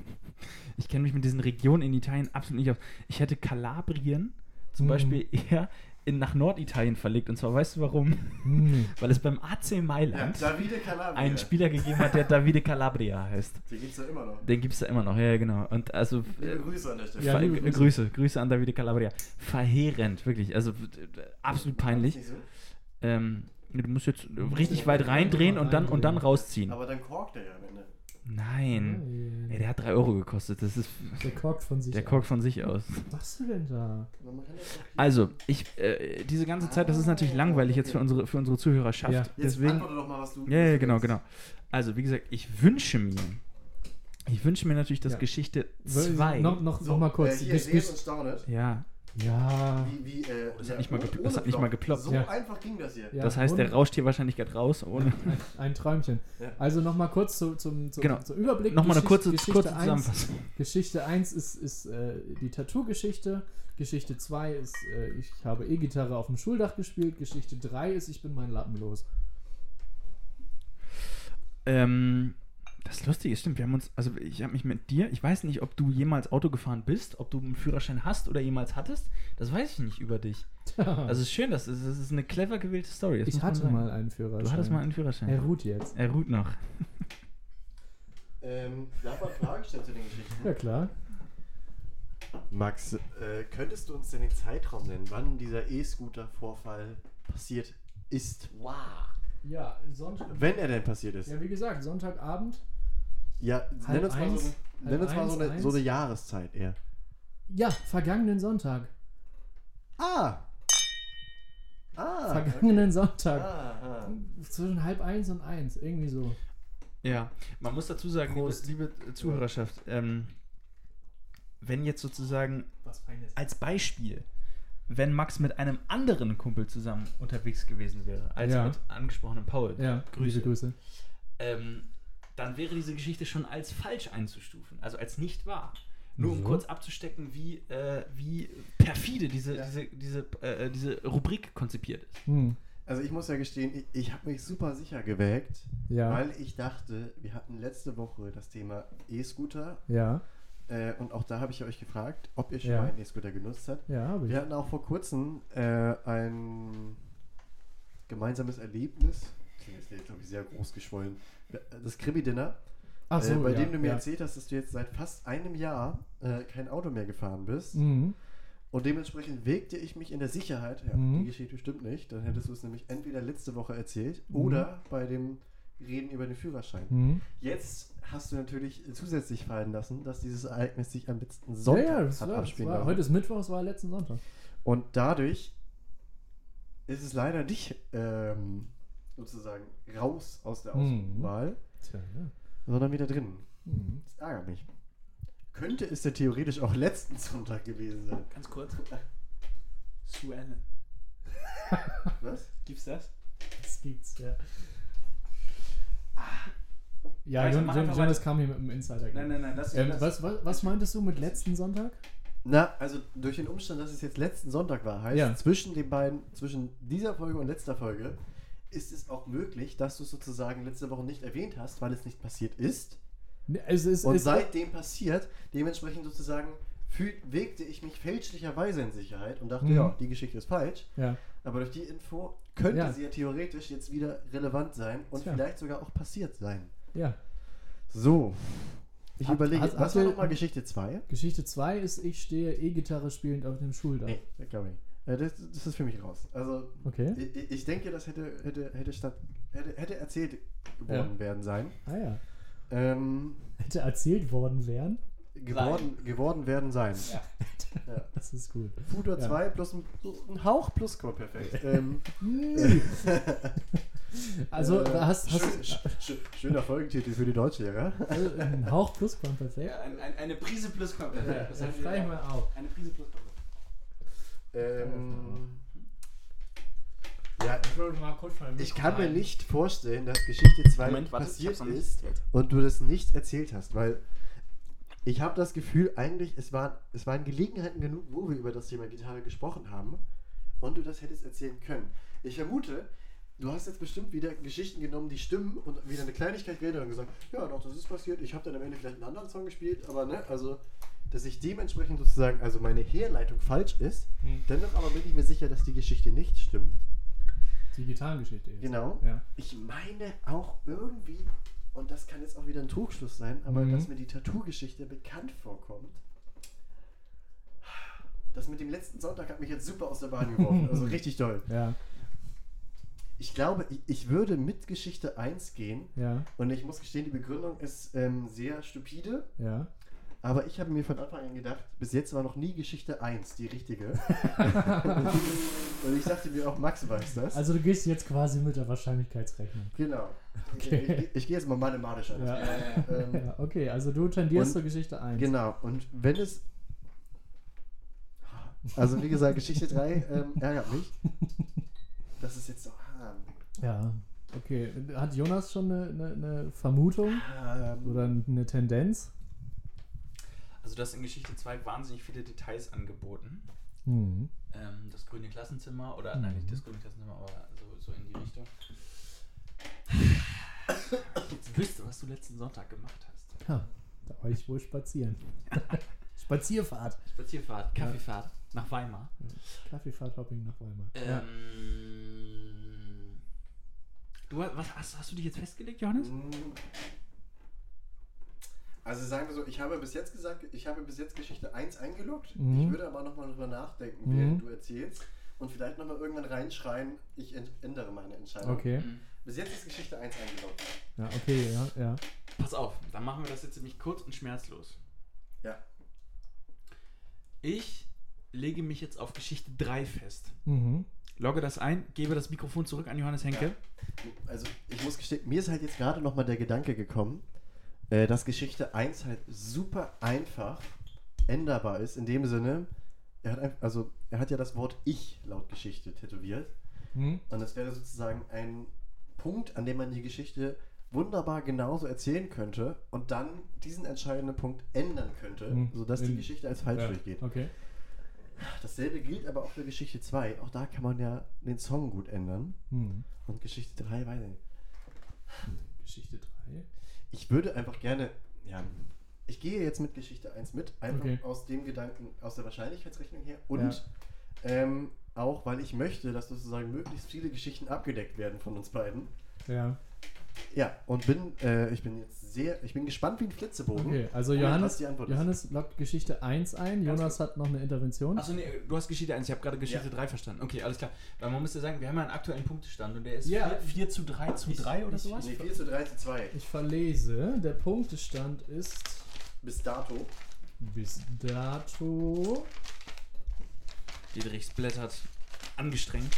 Speaker 4: ich kenn mich mit diesen Regionen in Italien absolut nicht aus. Ich hätte Kalabrien zum
Speaker 1: Mhm.
Speaker 4: Beispiel eher in, nach Norditalien verlegt. Und zwar, weißt du warum?
Speaker 1: Hm.
Speaker 4: Weil es beim A C
Speaker 2: Ja,
Speaker 4: Mailand
Speaker 2: Davide Calabria.
Speaker 4: einen Spieler gegeben hat, der Davide Calabria heißt.
Speaker 2: Den gibt's ja immer noch.
Speaker 4: Den gibt es da immer noch, ja, ja, genau. Und also
Speaker 2: Liebe
Speaker 4: äh,
Speaker 2: Grüße an der Stelle.
Speaker 1: Ja,
Speaker 4: ver-
Speaker 1: liebe
Speaker 4: Grüße.
Speaker 1: Grüße.
Speaker 4: Grüße, Grüße an Davide Calabria. Verheerend, wirklich. Also äh, absolut peinlich.
Speaker 2: Nicht so?
Speaker 4: Ähm, du musst jetzt richtig weit reindrehen und dann und dann rausziehen.
Speaker 2: Aber dann korkt er ja am Ende.
Speaker 4: Nein.
Speaker 1: Nein.
Speaker 4: Ey, der hat drei Euro gekostet. Das ist.
Speaker 1: Der korkt von sich
Speaker 4: Der
Speaker 1: ab.
Speaker 4: korkt von sich aus.
Speaker 1: Was machst du denn da?
Speaker 2: Aber man kann das auch hier-
Speaker 4: Also, ich, äh, diese ganze Zeit, das ist natürlich langweilig jetzt für unsere, für unsere Zuhörerschaft.
Speaker 1: Ja.
Speaker 2: Jetzt
Speaker 4: Deswegen.
Speaker 2: antworte doch mal, was du...
Speaker 4: Ja, ja,
Speaker 2: was du
Speaker 4: genau,
Speaker 2: willst.
Speaker 4: genau. Also, wie gesagt, ich wünsche mir. Ich wünsche mir natürlich, dass
Speaker 1: Ja.
Speaker 4: Geschichte
Speaker 1: Soll-
Speaker 4: zwei.
Speaker 1: Noch, noch,
Speaker 2: So,
Speaker 1: noch mal kurz.
Speaker 2: Äh, hier,
Speaker 1: Gesch-
Speaker 2: seht
Speaker 1: gesch-
Speaker 2: und staunet.
Speaker 4: Ja,
Speaker 1: ja.
Speaker 2: Wie, wie, äh,
Speaker 4: Das hat
Speaker 2: ja,
Speaker 4: nicht mal
Speaker 2: ohne-
Speaker 4: gepl- das hat
Speaker 2: ohne
Speaker 4: nicht mal
Speaker 2: Plop.
Speaker 4: geploppt.
Speaker 2: So
Speaker 1: Ja.
Speaker 2: einfach ging das hier.
Speaker 1: Ja,
Speaker 4: das heißt, der
Speaker 1: und-
Speaker 4: rauscht hier wahrscheinlich gerade raus. Ohne.
Speaker 1: Ein, ein Träumchen.
Speaker 2: Ja.
Speaker 1: Also nochmal kurz zu, zum, zum,
Speaker 4: Genau.
Speaker 1: zum Überblick.
Speaker 4: Nochmal eine kurze,
Speaker 1: Geschichte
Speaker 4: kurze
Speaker 1: eins.
Speaker 4: Zusammenfassung.
Speaker 1: Geschichte eins ist, ist äh, die Tattoo-Geschichte. Geschichte zwei ist, äh, ich habe E-Gitarre auf dem Schuldach gespielt. Geschichte drei ist, ich bin mein Lappen los.
Speaker 4: Ähm, das Lustige ist, stimmt, wir haben uns, also ich habe mich mit dir, ich weiß nicht, ob du jemals Auto gefahren bist, ob du einen Führerschein hast oder jemals hattest, das weiß ich nicht über dich. Also es ist schön, das ist, das ist eine clever gewählte Story. das
Speaker 1: ich
Speaker 4: muss man
Speaker 1: hatte
Speaker 4: sagen.
Speaker 1: mal einen Führerschein.
Speaker 4: Du hattest mal einen Führerschein.
Speaker 1: Er ruht jetzt.
Speaker 4: Er ruht noch.
Speaker 2: Ähm, darf man Fragen stellen zu den Geschichten?
Speaker 1: Ja, klar.
Speaker 2: Max, äh, könntest du uns denn den Zeitraum nennen, wann dieser E-Scooter-Vorfall passiert ist? Wow.
Speaker 1: Ja, Sonntag.
Speaker 2: Wenn er denn passiert ist.
Speaker 1: Ja, wie gesagt, Sonntagabend.
Speaker 2: Ja,
Speaker 1: Halb
Speaker 2: nenn uns mal,
Speaker 1: eins,
Speaker 2: so, eine, nenn
Speaker 1: halb
Speaker 2: uns mal so,
Speaker 1: eins,
Speaker 2: eine,
Speaker 1: eins.
Speaker 2: so eine Jahreszeit eher.
Speaker 1: Ja, vergangenen Sonntag.
Speaker 2: Ah! Ah!
Speaker 1: vergangenen
Speaker 2: okay.
Speaker 1: Sonntag.
Speaker 2: Ah, ah.
Speaker 1: Zwischen halb eins und eins. Irgendwie so.
Speaker 4: Ja, man muss dazu sagen, liebe,
Speaker 1: Prost.
Speaker 4: liebe Zuhörerschaft, ähm, wenn jetzt sozusagen
Speaker 1: Was Feines.
Speaker 4: als Beispiel
Speaker 3: wenn Max mit einem anderen Kumpel zusammen unterwegs gewesen wäre, als
Speaker 1: Ja.
Speaker 3: mit angesprochenem Paul.
Speaker 1: Ja, Grüße, Grüße.
Speaker 3: Ähm, dann wäre diese Geschichte schon als falsch einzustufen, also als nicht wahr. Nur um
Speaker 1: Wieso?
Speaker 3: kurz abzustecken, wie, äh, wie perfide diese,
Speaker 2: Ja.
Speaker 3: diese, diese, äh, diese Rubrik konzipiert ist.
Speaker 1: Hm.
Speaker 2: Also ich muss ja gestehen, ich, ich habe mich super sicher gewägt,
Speaker 1: Ja.
Speaker 2: weil ich dachte, wir hatten letzte Woche das Thema E-Scooter
Speaker 1: Ja,
Speaker 2: äh, und auch da habe ich euch gefragt, ob ihr schon
Speaker 1: Ja.
Speaker 2: mal einen E-Scooter genutzt habt.
Speaker 1: ja, habe ich.
Speaker 2: Wir hatten auch vor kurzem äh, ein gemeinsames Erlebnis, das ist jetzt glaube ich sehr groß geschwollen, das Krimi-Dinner,
Speaker 1: Ach so,
Speaker 2: äh, bei
Speaker 1: ja,
Speaker 2: dem du mir
Speaker 1: ja.
Speaker 2: erzählt hast, dass du jetzt seit fast einem Jahr äh, kein Auto mehr gefahren bist.
Speaker 1: Mhm.
Speaker 2: Und dementsprechend wägte ich mich in der Sicherheit, ja,
Speaker 1: Mhm.
Speaker 2: die Geschichte stimmt nicht, dann hättest du es nämlich entweder letzte Woche erzählt
Speaker 1: Mhm.
Speaker 2: oder bei dem Reden über den Führerschein.
Speaker 1: Mhm.
Speaker 2: Jetzt hast du natürlich zusätzlich fallen lassen, dass dieses Ereignis sich am letzten
Speaker 1: Ja,
Speaker 2: Sonntag
Speaker 1: ja, das
Speaker 2: hat
Speaker 1: war, das
Speaker 2: abspielen
Speaker 1: war,
Speaker 2: lassen.
Speaker 1: heute ist Mittwoch, es war letzten Sonntag.
Speaker 2: Und dadurch ist es leider nicht ähm, sozusagen raus aus der
Speaker 1: Mhm.
Speaker 2: Auswahl,
Speaker 1: Tja, ja.
Speaker 2: sondern wieder drin.
Speaker 1: Mhm.
Speaker 2: Das ärgert mich. Könnte es ja theoretisch auch letzten Sonntag gewesen sein.
Speaker 3: Ganz kurz. Sue Ellen.
Speaker 2: Was?
Speaker 3: Gibt's das?
Speaker 1: Das gibt's, ja. Ja,
Speaker 3: Also,
Speaker 1: Jon-
Speaker 3: mach
Speaker 1: Jon-
Speaker 3: einfach
Speaker 1: Jonas
Speaker 3: weiter.
Speaker 1: kam hier mit dem Insider.
Speaker 3: Nein, nein, nein. Das,
Speaker 1: Ähm,
Speaker 3: das,
Speaker 1: was, was, was meintest du mit letzten Sonntag?
Speaker 2: Na, also durch den Umstand, dass es jetzt letzten Sonntag war, heißt
Speaker 1: Ja.
Speaker 2: zwischen den beiden, zwischen dieser Folge und letzter Folge, ist es auch möglich, dass du es sozusagen letzte Woche nicht erwähnt hast, weil es nicht passiert ist.
Speaker 1: Ne, Es ist,
Speaker 2: Und
Speaker 1: es,
Speaker 2: seitdem passiert, dementsprechend sozusagen fühl, wägte ich mich fälschlicherweise in Sicherheit und dachte,
Speaker 1: Mhm.
Speaker 2: ja, die Geschichte ist falsch.
Speaker 1: ja.
Speaker 2: Aber durch die Info könnte
Speaker 1: Ja.
Speaker 2: sie ja theoretisch jetzt wieder relevant sein und
Speaker 1: Tja.
Speaker 2: vielleicht sogar auch passiert sein.
Speaker 1: Ja.
Speaker 2: So, ich
Speaker 1: Hat-
Speaker 2: überlege,
Speaker 1: hat-
Speaker 2: was
Speaker 1: hat
Speaker 2: war
Speaker 1: wir-
Speaker 2: nochmal Geschichte zwei?
Speaker 1: Geschichte zwei ist, ich stehe E-Gitarre spielend auf dem Schuldach.
Speaker 2: Nee, das glaube ich nicht. Äh, Das, das ist für mich raus. Also,
Speaker 1: Okay.
Speaker 2: ich, ich denke, das hätte, hätte, hätte, statt, hätte, hätte erzählt worden
Speaker 1: Ja.
Speaker 2: werden sein.
Speaker 1: Ah ja.
Speaker 2: Ähm,
Speaker 1: Hätte erzählt worden wären.
Speaker 2: geworden, geworden werden sein.
Speaker 3: Ja.
Speaker 2: Ja.
Speaker 1: Das ist gut.
Speaker 2: Futur
Speaker 1: Ja.
Speaker 2: zwei plus ein, ein Hauch plus perfekt. ähm,
Speaker 1: Also,
Speaker 2: äh,
Speaker 1: hast, hast
Speaker 2: schön, sch, sch, schöner Folgentitel für die Deutschlehrer.
Speaker 1: also ein Hauch Plusquamperfekt.
Speaker 3: ja, ein, ein, eine Prise Plusquamperfekt.
Speaker 1: Ja,
Speaker 3: Das
Speaker 1: dann
Speaker 3: heißt,
Speaker 1: frage ich mal auf.
Speaker 3: Eine Prise Plusquamperfekt.
Speaker 2: Ähm, ja,
Speaker 1: mal kurz mal
Speaker 2: ich kann mir nicht vorstellen, dass Geschichte zwei
Speaker 3: Moment, warte, ich
Speaker 2: passiert
Speaker 3: hab's noch nicht
Speaker 2: ist
Speaker 3: erzählt.
Speaker 2: und du das nicht erzählt hast, weil ich habe das Gefühl, eigentlich, es, war, es waren Gelegenheiten genug, wo wir über das Thema Gitarre gesprochen haben und du das hättest erzählen können. Ich vermute, du hast jetzt bestimmt wieder Geschichten genommen, die stimmen und wieder eine Kleinigkeit geredet und gesagt, ja doch, das ist passiert, ich habe dann am Ende vielleicht einen anderen Song gespielt, aber ne, also, dass ich dementsprechend sozusagen, also meine Herleitung falsch ist,
Speaker 1: Hm.
Speaker 2: dennoch aber bin ich mir sicher, dass die Geschichte nicht stimmt.
Speaker 1: Die Gitarrengeschichte jetzt.
Speaker 2: Genau.
Speaker 1: Ja.
Speaker 2: Ich meine auch irgendwie, und das kann jetzt auch wieder ein Trugschluss sein, aber
Speaker 1: Mhm.
Speaker 2: dass mir die Tattoo-Geschichte bekannt vorkommt. Das mit dem letzten Sonntag hat mich jetzt super aus der Bahn geworfen. Also richtig toll.
Speaker 1: Ja.
Speaker 2: Ich glaube, ich, ich würde mit Geschichte eins gehen.
Speaker 1: Ja.
Speaker 2: Und ich muss gestehen, die Begründung ist ähm, sehr stupide.
Speaker 1: Ja.
Speaker 2: Aber ich habe mir von Anfang an gedacht, bis jetzt war noch nie Geschichte eins die richtige. Und ich dachte mir auch, Max weiß das.
Speaker 1: Also du gehst jetzt quasi mit der Wahrscheinlichkeitsrechnung.
Speaker 2: Genau.
Speaker 1: Okay.
Speaker 2: Ich, ich gehe jetzt mal mathematisch an.
Speaker 1: Ja.
Speaker 2: Ähm,
Speaker 1: Ja, okay, also du tendierst
Speaker 2: Und-
Speaker 1: zur Geschichte eins.
Speaker 2: Genau, und wenn es. Also, wie gesagt, Geschichte drei ähm, ärgert mich. Das ist jetzt so. Ah,
Speaker 1: Ja, okay. Hat Jonas schon eine, eine, eine Vermutung
Speaker 2: ähm,
Speaker 1: oder eine Tendenz?
Speaker 3: Also du hast in Geschichte zwei wahnsinnig viele Details angeboten.
Speaker 1: Mhm.
Speaker 3: Ähm, das grüne Klassenzimmer, oder
Speaker 1: Mhm.
Speaker 3: nein, nicht das grüne Klassenzimmer, aber so, so in die Richtung. Jetzt wüsste, was du letzten Sonntag gemacht hast.
Speaker 1: Ja, da war ich wohl spazieren. Spazierfahrt.
Speaker 3: Spazierfahrt, Kaffeefahrt nach Weimar.
Speaker 1: Kaffeefahrt, Hopping nach Weimar. Ja.
Speaker 3: Ähm, du, was, hast, hast du dich jetzt festgelegt, Johannes?
Speaker 2: Also sagen wir so, ich habe bis jetzt gesagt, ich habe bis jetzt Geschichte eins eingeloggt.
Speaker 1: Mhm.
Speaker 2: Ich würde aber nochmal drüber nachdenken,
Speaker 1: Mhm.
Speaker 2: während du erzählst. Und vielleicht nochmal irgendwann reinschreien, ich ent- ändere meine Entscheidung.
Speaker 1: Okay.
Speaker 3: Mhm.
Speaker 2: Bis jetzt ist Geschichte eins eingeloggt.
Speaker 1: Ja, okay, ja, ja.
Speaker 3: Pass auf, dann machen wir das jetzt nämlich kurz und schmerzlos.
Speaker 2: Ja.
Speaker 3: Ich lege mich jetzt auf Geschichte drei fest.
Speaker 1: Mhm.
Speaker 3: Logge das ein, gebe das Mikrofon zurück an Johannes Henke.
Speaker 2: Also ich muss gestehen, mir ist halt jetzt gerade nochmal der Gedanke gekommen, äh, dass Geschichte eins halt super einfach änderbar ist, in dem Sinne, er hat einfach, also er hat ja das Wort Ich laut Geschichte tätowiert.
Speaker 1: Hm?
Speaker 2: Und das wäre sozusagen ein Punkt, an dem man die Geschichte wunderbar genauso erzählen könnte und dann diesen entscheidenden Punkt ändern könnte,
Speaker 1: Hm.
Speaker 2: sodass die
Speaker 1: In-
Speaker 2: Geschichte als falsch
Speaker 1: Ja,
Speaker 2: durchgeht.
Speaker 1: okay.
Speaker 2: Dasselbe gilt aber auch für Geschichte zwei. Auch da kann man ja den Song gut ändern.
Speaker 1: Hm.
Speaker 2: Und Geschichte drei, weiß ich nicht.
Speaker 1: Geschichte drei.
Speaker 2: Ich würde einfach gerne, ja, ich gehe jetzt mit Geschichte eins mit, einfach
Speaker 1: Okay.
Speaker 2: aus dem Gedanken, aus der Wahrscheinlichkeitsrechnung her und
Speaker 1: Ja.
Speaker 2: ähm, auch, weil ich möchte, dass sozusagen möglichst viele Geschichten abgedeckt werden von uns beiden.
Speaker 1: Ja.
Speaker 2: Ja, und bin, äh, ich bin jetzt sehr, ich bin gespannt wie ein Flitzebogen.
Speaker 1: Okay, also
Speaker 2: Moment,
Speaker 1: Johannes,
Speaker 2: was die Antwort ist.
Speaker 1: Johannes lockt Geschichte eins ein.
Speaker 3: Ganz
Speaker 1: Jonas hat noch eine Intervention.
Speaker 4: Achso, nee, du hast Geschichte eins, ich habe gerade Geschichte
Speaker 2: Ja.
Speaker 4: drei verstanden. Okay, alles klar. Weil man müsste sagen, wir haben ja einen aktuellen Punktestand und der ist
Speaker 1: Ja.
Speaker 4: vier zu drei zu drei oder
Speaker 1: ich-
Speaker 4: sowas?
Speaker 2: Nee, vier zu drei zu zwei.
Speaker 1: Ich verlese. Der Punktestand ist
Speaker 2: Bis dato.
Speaker 1: bis dato.
Speaker 4: Dietrich blättert angestrengt.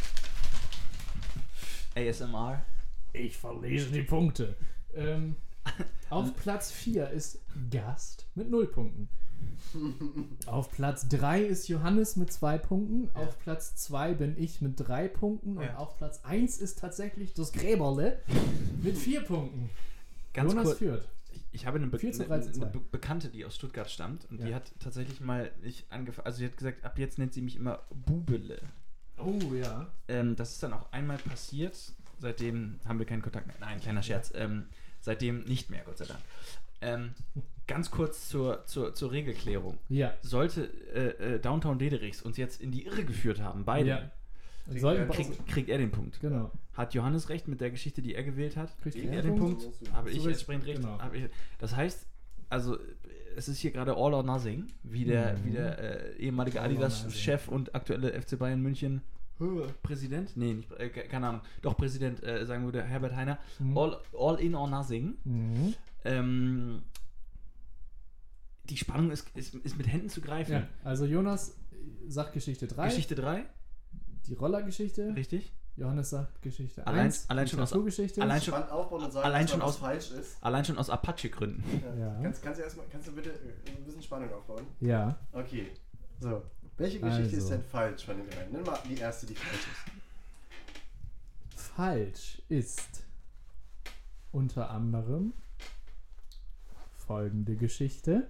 Speaker 4: A S M R.
Speaker 1: Ich verlese die Punkte. Ähm, auf Platz vier ist Gast mit null Punkten. Auf Platz drei ist Johannes mit zwei Punkten.
Speaker 2: Ja.
Speaker 1: Auf Platz zwei bin ich mit drei Punkten. Und
Speaker 2: Ja.
Speaker 1: auf Platz eins ist tatsächlich das Gräberle mit vier Punkten.
Speaker 4: Ganz
Speaker 1: Jonas
Speaker 4: kurz.
Speaker 1: führt.
Speaker 4: Ich, ich habe eine, Be
Speaker 1: vier zu
Speaker 4: eine,
Speaker 1: drei zu
Speaker 4: eine
Speaker 1: zwei.
Speaker 4: Be Bekannte, die aus Stuttgart stammt und
Speaker 1: Ja.
Speaker 4: die hat tatsächlich mal ich angefangen, also sie hat gesagt, ab jetzt nennt sie mich immer Bubele.
Speaker 1: Oh ja.
Speaker 4: Ähm, das ist dann auch einmal passiert, seitdem haben wir keinen Kontakt mehr. Nein, kleiner Scherz. Ähm, seitdem nicht mehr, Gott sei Dank. Ähm, ganz kurz zur, zur, zur Regelklärung.
Speaker 1: Ja.
Speaker 4: Sollte äh, äh, Downtown Dederichs uns jetzt in die Irre geführt haben, beide,
Speaker 1: Ja.
Speaker 2: Kriegt
Speaker 1: Sollten
Speaker 2: er-
Speaker 1: wir-
Speaker 4: kriegt, kriegt er den Punkt.
Speaker 1: Genau.
Speaker 4: Hat Johannes recht mit der Geschichte, die er gewählt hat?
Speaker 1: Kriegt
Speaker 4: Kriegt
Speaker 1: er
Speaker 4: er
Speaker 1: den
Speaker 4: den
Speaker 1: Punkt?
Speaker 4: Punkt? Habe ich
Speaker 1: So ist-
Speaker 4: entsprechend recht?
Speaker 1: genau.
Speaker 4: Habe ich, das heißt, also es ist hier gerade all or nothing, wie der,
Speaker 1: Mhm.
Speaker 4: wie der äh, ehemalige
Speaker 1: All or
Speaker 4: Adidas-Chef und aktuelle F C Bayern München Präsident? Nee, nicht, äh, keine Ahnung. Doch, Präsident, äh, sagen würde Herbert Heiner.
Speaker 1: Mhm.
Speaker 4: All, all in or nothing.
Speaker 1: Mhm.
Speaker 4: Ähm, die Spannung ist, ist, ist mit Händen zu greifen.
Speaker 1: Ja, also Jonas sagt Geschichte drei,
Speaker 4: Geschichte drei,
Speaker 1: die Rollergeschichte.
Speaker 4: richtig.
Speaker 1: Johannes sagt Geschichte
Speaker 4: Allein-
Speaker 1: eins,
Speaker 4: allein
Speaker 1: die
Speaker 4: schon aus-
Speaker 1: Tattoo-Geschichte.
Speaker 4: allein schon-
Speaker 2: Spannend aufbauen und sagen,
Speaker 4: Allein
Speaker 2: dass
Speaker 4: schon
Speaker 2: was
Speaker 4: aus-
Speaker 2: falsch ist.
Speaker 4: Allein schon aus Apache-Gründen.
Speaker 1: Ja.
Speaker 2: Kannst, kannst, du erstmal, kannst du bitte äh, ein bisschen Spannung aufbauen?
Speaker 1: Ja,
Speaker 2: Okay. So. Welche Geschichte
Speaker 1: Also.
Speaker 2: ist denn falsch von den drei? Nimm mal die erste, die falsch ist.
Speaker 1: falsch ist unter anderem folgende Geschichte.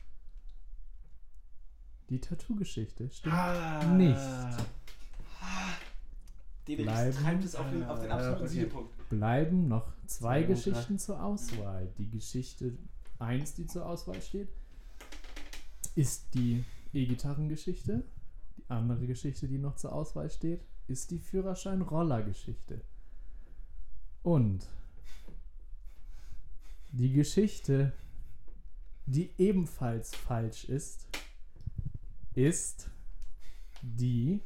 Speaker 1: Die Tattoo-Geschichte stimmt nicht. Bleiben.
Speaker 4: treibt es auf den, auf den
Speaker 2: Ja,
Speaker 4: absoluten
Speaker 2: okay.
Speaker 4: Siedepunkt.
Speaker 1: Bleiben noch zwei
Speaker 2: Zwei und
Speaker 1: Geschichten zur Auswahl. Die Geschichte eins, die zur Auswahl steht, ist die E-Gitarren-Geschichte. Die andere Geschichte, die noch zur Auswahl steht, ist die Führerschein-Roller-Geschichte. Und die Geschichte, die ebenfalls falsch ist, ist die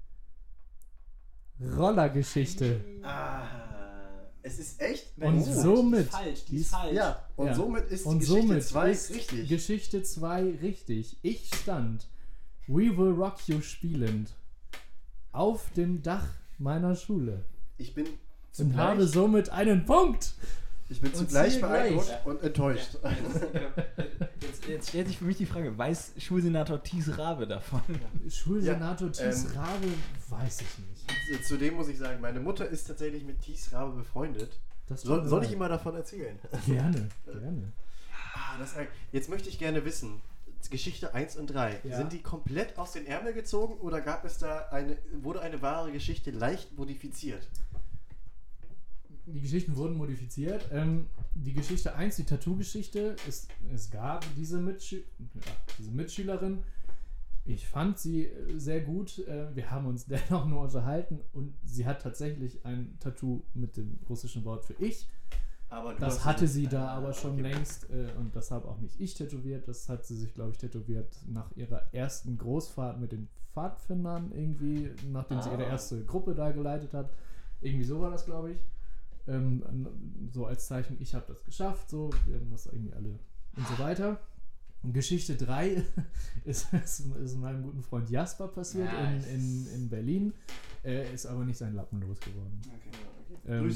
Speaker 1: Rollergeschichte.
Speaker 2: Ah. Es ist echt.
Speaker 1: Und
Speaker 2: Oh.
Speaker 1: somit,
Speaker 3: falsch, die
Speaker 1: die
Speaker 3: ist
Speaker 1: ist-
Speaker 3: falsch.
Speaker 2: Ja, und
Speaker 1: Ja.
Speaker 2: somit ist die
Speaker 1: und
Speaker 2: Geschichte
Speaker 1: somit
Speaker 2: zwei
Speaker 1: ist
Speaker 2: richtig.
Speaker 1: Geschichte zwei richtig. Ich stand We Will Rock You spielend auf dem Dach meiner Schule
Speaker 2: Ich bin
Speaker 1: und
Speaker 2: zugleich,
Speaker 1: habe somit einen Punkt.
Speaker 2: ich bin
Speaker 1: und
Speaker 2: zugleich
Speaker 1: ziehe
Speaker 2: beeindruckt
Speaker 1: gleich.
Speaker 2: und enttäuscht.
Speaker 4: Jetzt, jetzt stellt sich für mich die Frage, weiß Schulsenator Thies Rabe davon?
Speaker 1: Schulsenator
Speaker 2: Ja,
Speaker 1: Thies
Speaker 2: ähm,
Speaker 1: Rabe, weiß ich nicht.
Speaker 2: Zudem muss ich sagen, meine Mutter ist tatsächlich mit Thies Rabe befreundet.
Speaker 1: Das tut
Speaker 2: Soll,
Speaker 1: mir
Speaker 2: soll ich
Speaker 1: leid.
Speaker 2: ihm mal davon erzählen?
Speaker 1: Gerne, gerne.
Speaker 2: Ah, das, jetzt möchte ich gerne wissen, Geschichte eins und drei,
Speaker 1: Ja.
Speaker 2: sind die komplett aus den Ärmel gezogen oder gab es da eine, wurde eine wahre Geschichte leicht modifiziert?
Speaker 1: Die Geschichten wurden modifiziert. Ähm, die Geschichte eins, die Tattoo-Geschichte, ist, es gab diese, Mitschü ja, diese Mitschülerin. Ich fand sie äh, sehr gut. Äh, wir haben uns dennoch nur unterhalten und sie hat tatsächlich ein Tattoo mit dem russischen Wort für ich.
Speaker 2: Aber du
Speaker 1: Das
Speaker 2: hast
Speaker 1: hatte
Speaker 2: nicht-
Speaker 1: sie da
Speaker 2: Ah,
Speaker 1: aber schon
Speaker 2: okay.
Speaker 1: längst äh, und das habe auch nicht ich tätowiert. Das hat sie sich, glaube ich, tätowiert nach ihrer ersten Großfahrt mit den Pfadfindern irgendwie, nachdem sie ihre
Speaker 2: Ah.
Speaker 1: erste Gruppe da geleitet hat. Irgendwie so war das, glaube ich. Ähm, so als Zeichen, ich habe das geschafft, so, wir haben das irgendwie alle und so weiter. Und Geschichte drei ist, ist, ist meinem guten Freund Jasper passiert in, in, in Berlin. Er ist aber nicht sein Lappen losgeworden.
Speaker 3: Okay.
Speaker 2: Ja, okay.
Speaker 1: Ähm,
Speaker 3: Grüße.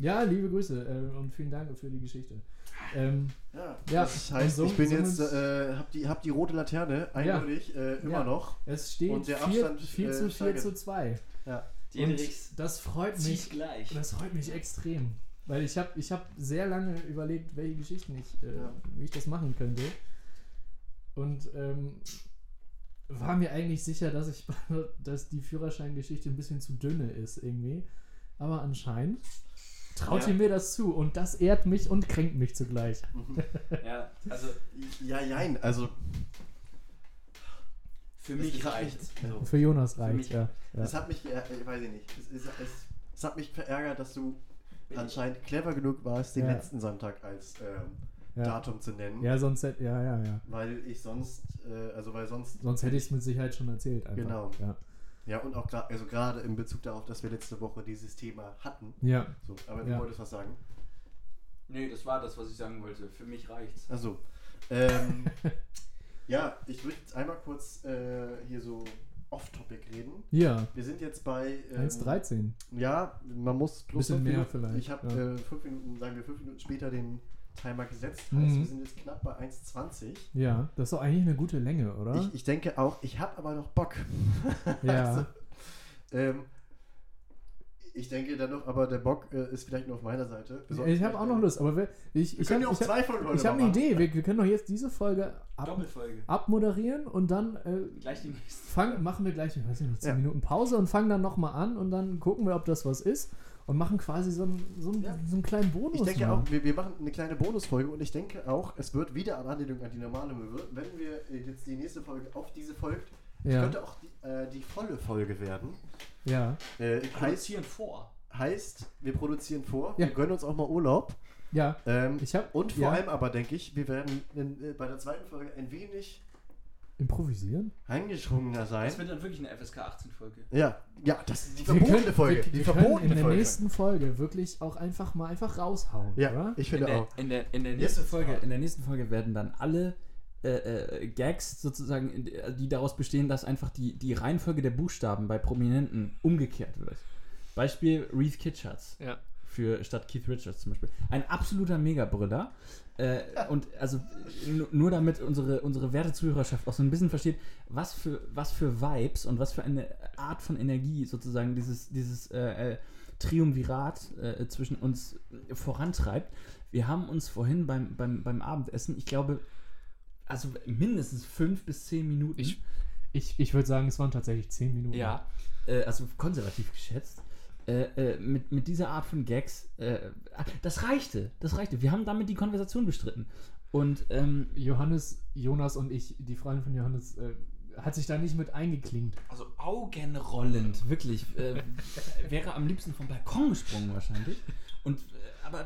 Speaker 1: Ja, liebe Grüße äh, und vielen Dank für die Geschichte. Ähm,
Speaker 2: Ja,
Speaker 1: Ja,
Speaker 2: das heißt,
Speaker 1: und so-
Speaker 2: ich bin
Speaker 1: so
Speaker 2: jetzt,
Speaker 1: mit-
Speaker 2: äh, hab die, hab die rote Laterne eindeutig äh, immer
Speaker 1: Ja.
Speaker 2: noch.
Speaker 1: es steht
Speaker 2: Und der
Speaker 1: vier
Speaker 2: Abstand,
Speaker 1: vier
Speaker 2: äh,
Speaker 1: zu vier
Speaker 2: steigert.
Speaker 1: zu zwei.
Speaker 2: Ja.
Speaker 5: Diederichs
Speaker 1: Das freut
Speaker 5: zieht
Speaker 1: mich.
Speaker 5: gleich.
Speaker 1: Das freut mich extrem. Weil ich habe ich hab sehr lange überlegt, welche Geschichten ich, äh,
Speaker 2: Ja.
Speaker 1: wie ich das machen könnte. Und ähm, war mir eigentlich sicher, dass ich dass die Führerscheingeschichte ein bisschen zu dünne ist irgendwie. Aber anscheinend traut
Speaker 2: Ja.
Speaker 1: ihr mir das zu und das ehrt mich und kränkt mich zugleich.
Speaker 5: Ja, also
Speaker 2: Ja, jein, also
Speaker 5: für
Speaker 2: Es-
Speaker 5: mich
Speaker 2: es hat
Speaker 5: reicht.
Speaker 2: mich-
Speaker 5: So.
Speaker 1: Für Jonas reicht,
Speaker 5: mich-
Speaker 1: ja. ja.
Speaker 2: es hat mich, äh, ich weiß ich nicht, es, es, es, es hat mich verärgert, dass du anscheinend clever genug warst, den
Speaker 1: Ja.
Speaker 2: letzten Sonntag als ähm,
Speaker 1: Ja.
Speaker 2: Datum zu nennen.
Speaker 1: Ja, sonst hätte, ja, ja, ja.
Speaker 2: Weil ich sonst, äh, also weil sonst.
Speaker 1: Sonst hätte ich es mit Sicherheit schon erzählt. Einfach.
Speaker 2: Genau.
Speaker 1: Ja.
Speaker 2: Ja, und auch gerade, also gerade in Bezug darauf, dass wir letzte Woche dieses Thema hatten.
Speaker 1: ja.
Speaker 2: So, aber
Speaker 1: Ja.
Speaker 2: du wolltest was sagen.
Speaker 5: Nee, das war das, was ich sagen wollte. Für mich reicht's.
Speaker 2: Also, ähm, ja, ich würde jetzt einmal kurz äh, hier so off-topic reden.
Speaker 1: Ja,
Speaker 2: Wir sind jetzt bei. Ähm,
Speaker 1: eins dreizehn.
Speaker 2: Ja, man muss plus
Speaker 1: Bisschen
Speaker 2: fünf
Speaker 1: mehr
Speaker 2: Minuten,
Speaker 1: vielleicht,
Speaker 2: Ich habe
Speaker 1: ja.
Speaker 2: äh, fünf Minuten, sagen wir fünf Minuten später den Timer gesetzt. Heißt,
Speaker 1: Mhm.
Speaker 2: wir sind jetzt knapp bei eins zwanzig.
Speaker 1: Ja, das ist doch eigentlich eine gute Länge, oder?
Speaker 2: Ich, ich denke auch, ich habe aber noch Bock.
Speaker 1: ja.
Speaker 2: Also, ähm, ich denke dann noch, aber der Bock äh, ist vielleicht nur auf meiner Seite. Wir sollten
Speaker 1: ich habe
Speaker 2: vielleicht,
Speaker 1: auch noch
Speaker 2: äh,
Speaker 1: Lust, aber wir, ich,
Speaker 2: Wir
Speaker 1: ich
Speaker 2: können
Speaker 1: habe
Speaker 2: ja auch
Speaker 1: ich hab,
Speaker 2: zwei Folgen heute
Speaker 1: ich hab
Speaker 2: mal
Speaker 1: eine
Speaker 2: machen.
Speaker 1: Idee. Wir, wir können doch jetzt diese Folge ab,
Speaker 5: Doppelfolge.
Speaker 1: abmoderieren und dann äh,
Speaker 5: Gleich die nächste.
Speaker 1: fang, machen wir gleich, ich weiß nicht, zehn
Speaker 2: Ja.
Speaker 1: Minuten Pause und fangen dann nochmal an und dann gucken wir, ob das was ist und machen quasi so einen, so einen,
Speaker 2: Ja.
Speaker 1: so einen kleinen Bonus.
Speaker 2: Ich denke
Speaker 1: mal.
Speaker 2: auch, wir, wir machen eine kleine Bonusfolge und ich denke auch, es wird wieder an Anlehnung an die normale Möwe, wenn wir äh, jetzt die nächste Folge auf diese folgt,
Speaker 1: Ja,
Speaker 2: könnte auch die, äh, die volle Folge werden.
Speaker 1: ja,
Speaker 2: Äh, heißt,
Speaker 5: Produzieren vor.
Speaker 2: heißt, wir produzieren vor,
Speaker 1: Ja.
Speaker 2: wir gönnen uns auch mal Urlaub.
Speaker 1: ja.
Speaker 2: Ähm,
Speaker 1: Ich habe
Speaker 2: und vor
Speaker 1: ja,
Speaker 2: allem aber denke ich, wir werden in, äh, bei der zweiten Folge ein wenig
Speaker 1: improvisieren.
Speaker 2: eingeschwungener sein.
Speaker 5: Das wird dann wirklich eine F S K achtzehn Folge.
Speaker 2: Ja, ja, das ist die
Speaker 1: Wir
Speaker 2: verbotene
Speaker 1: können-
Speaker 2: Folge.
Speaker 1: Wir,
Speaker 2: die
Speaker 1: wir können
Speaker 2: verbotene
Speaker 1: in der
Speaker 2: Folge.
Speaker 1: nächsten Folge wirklich auch einfach mal einfach raushauen,
Speaker 2: ja,
Speaker 1: oder?
Speaker 2: ich
Speaker 4: In
Speaker 2: finde
Speaker 4: der,
Speaker 2: auch.
Speaker 4: in, der, in, der
Speaker 2: Jetzt
Speaker 4: nächsten
Speaker 2: wird's
Speaker 4: Folge,
Speaker 2: hart.
Speaker 4: in der nächsten Folge werden dann alle äh, äh, Gags sozusagen, in- die daraus bestehen, dass einfach die, die Reihenfolge der Buchstaben bei Prominenten umgekehrt wird. Beispiel Reese Kitschatz.
Speaker 1: Ja.
Speaker 4: Für statt Keith Richards zum Beispiel. Ein absoluter Megabrüller. Äh, und also n- nur damit unsere, unsere werte Zuhörerschaft auch so ein bisschen versteht, was für, was für Vibes und was für eine Art von Energie sozusagen dieses, dieses äh, äh, Triumvirat äh, zwischen uns vorantreibt. Wir haben uns vorhin beim, beim, beim Abendessen, ich glaube, also mindestens fünf bis zehn Minuten.
Speaker 1: Ich- Ich, ich würde sagen, es waren tatsächlich zehn Minuten.
Speaker 4: Ja, äh, also konservativ geschätzt. Äh, äh, mit, mit dieser Art von Gags, äh, das reichte, das reichte. Wir haben damit die Konversation bestritten. Und ähm,
Speaker 1: Johannes, Jonas und ich, die Freundin von Johannes, äh, hat sich da nicht mit eingeklinkt.
Speaker 4: also augenrollend, wirklich, äh, wäre am liebsten vom Balkon gesprungen wahrscheinlich. Und äh, aber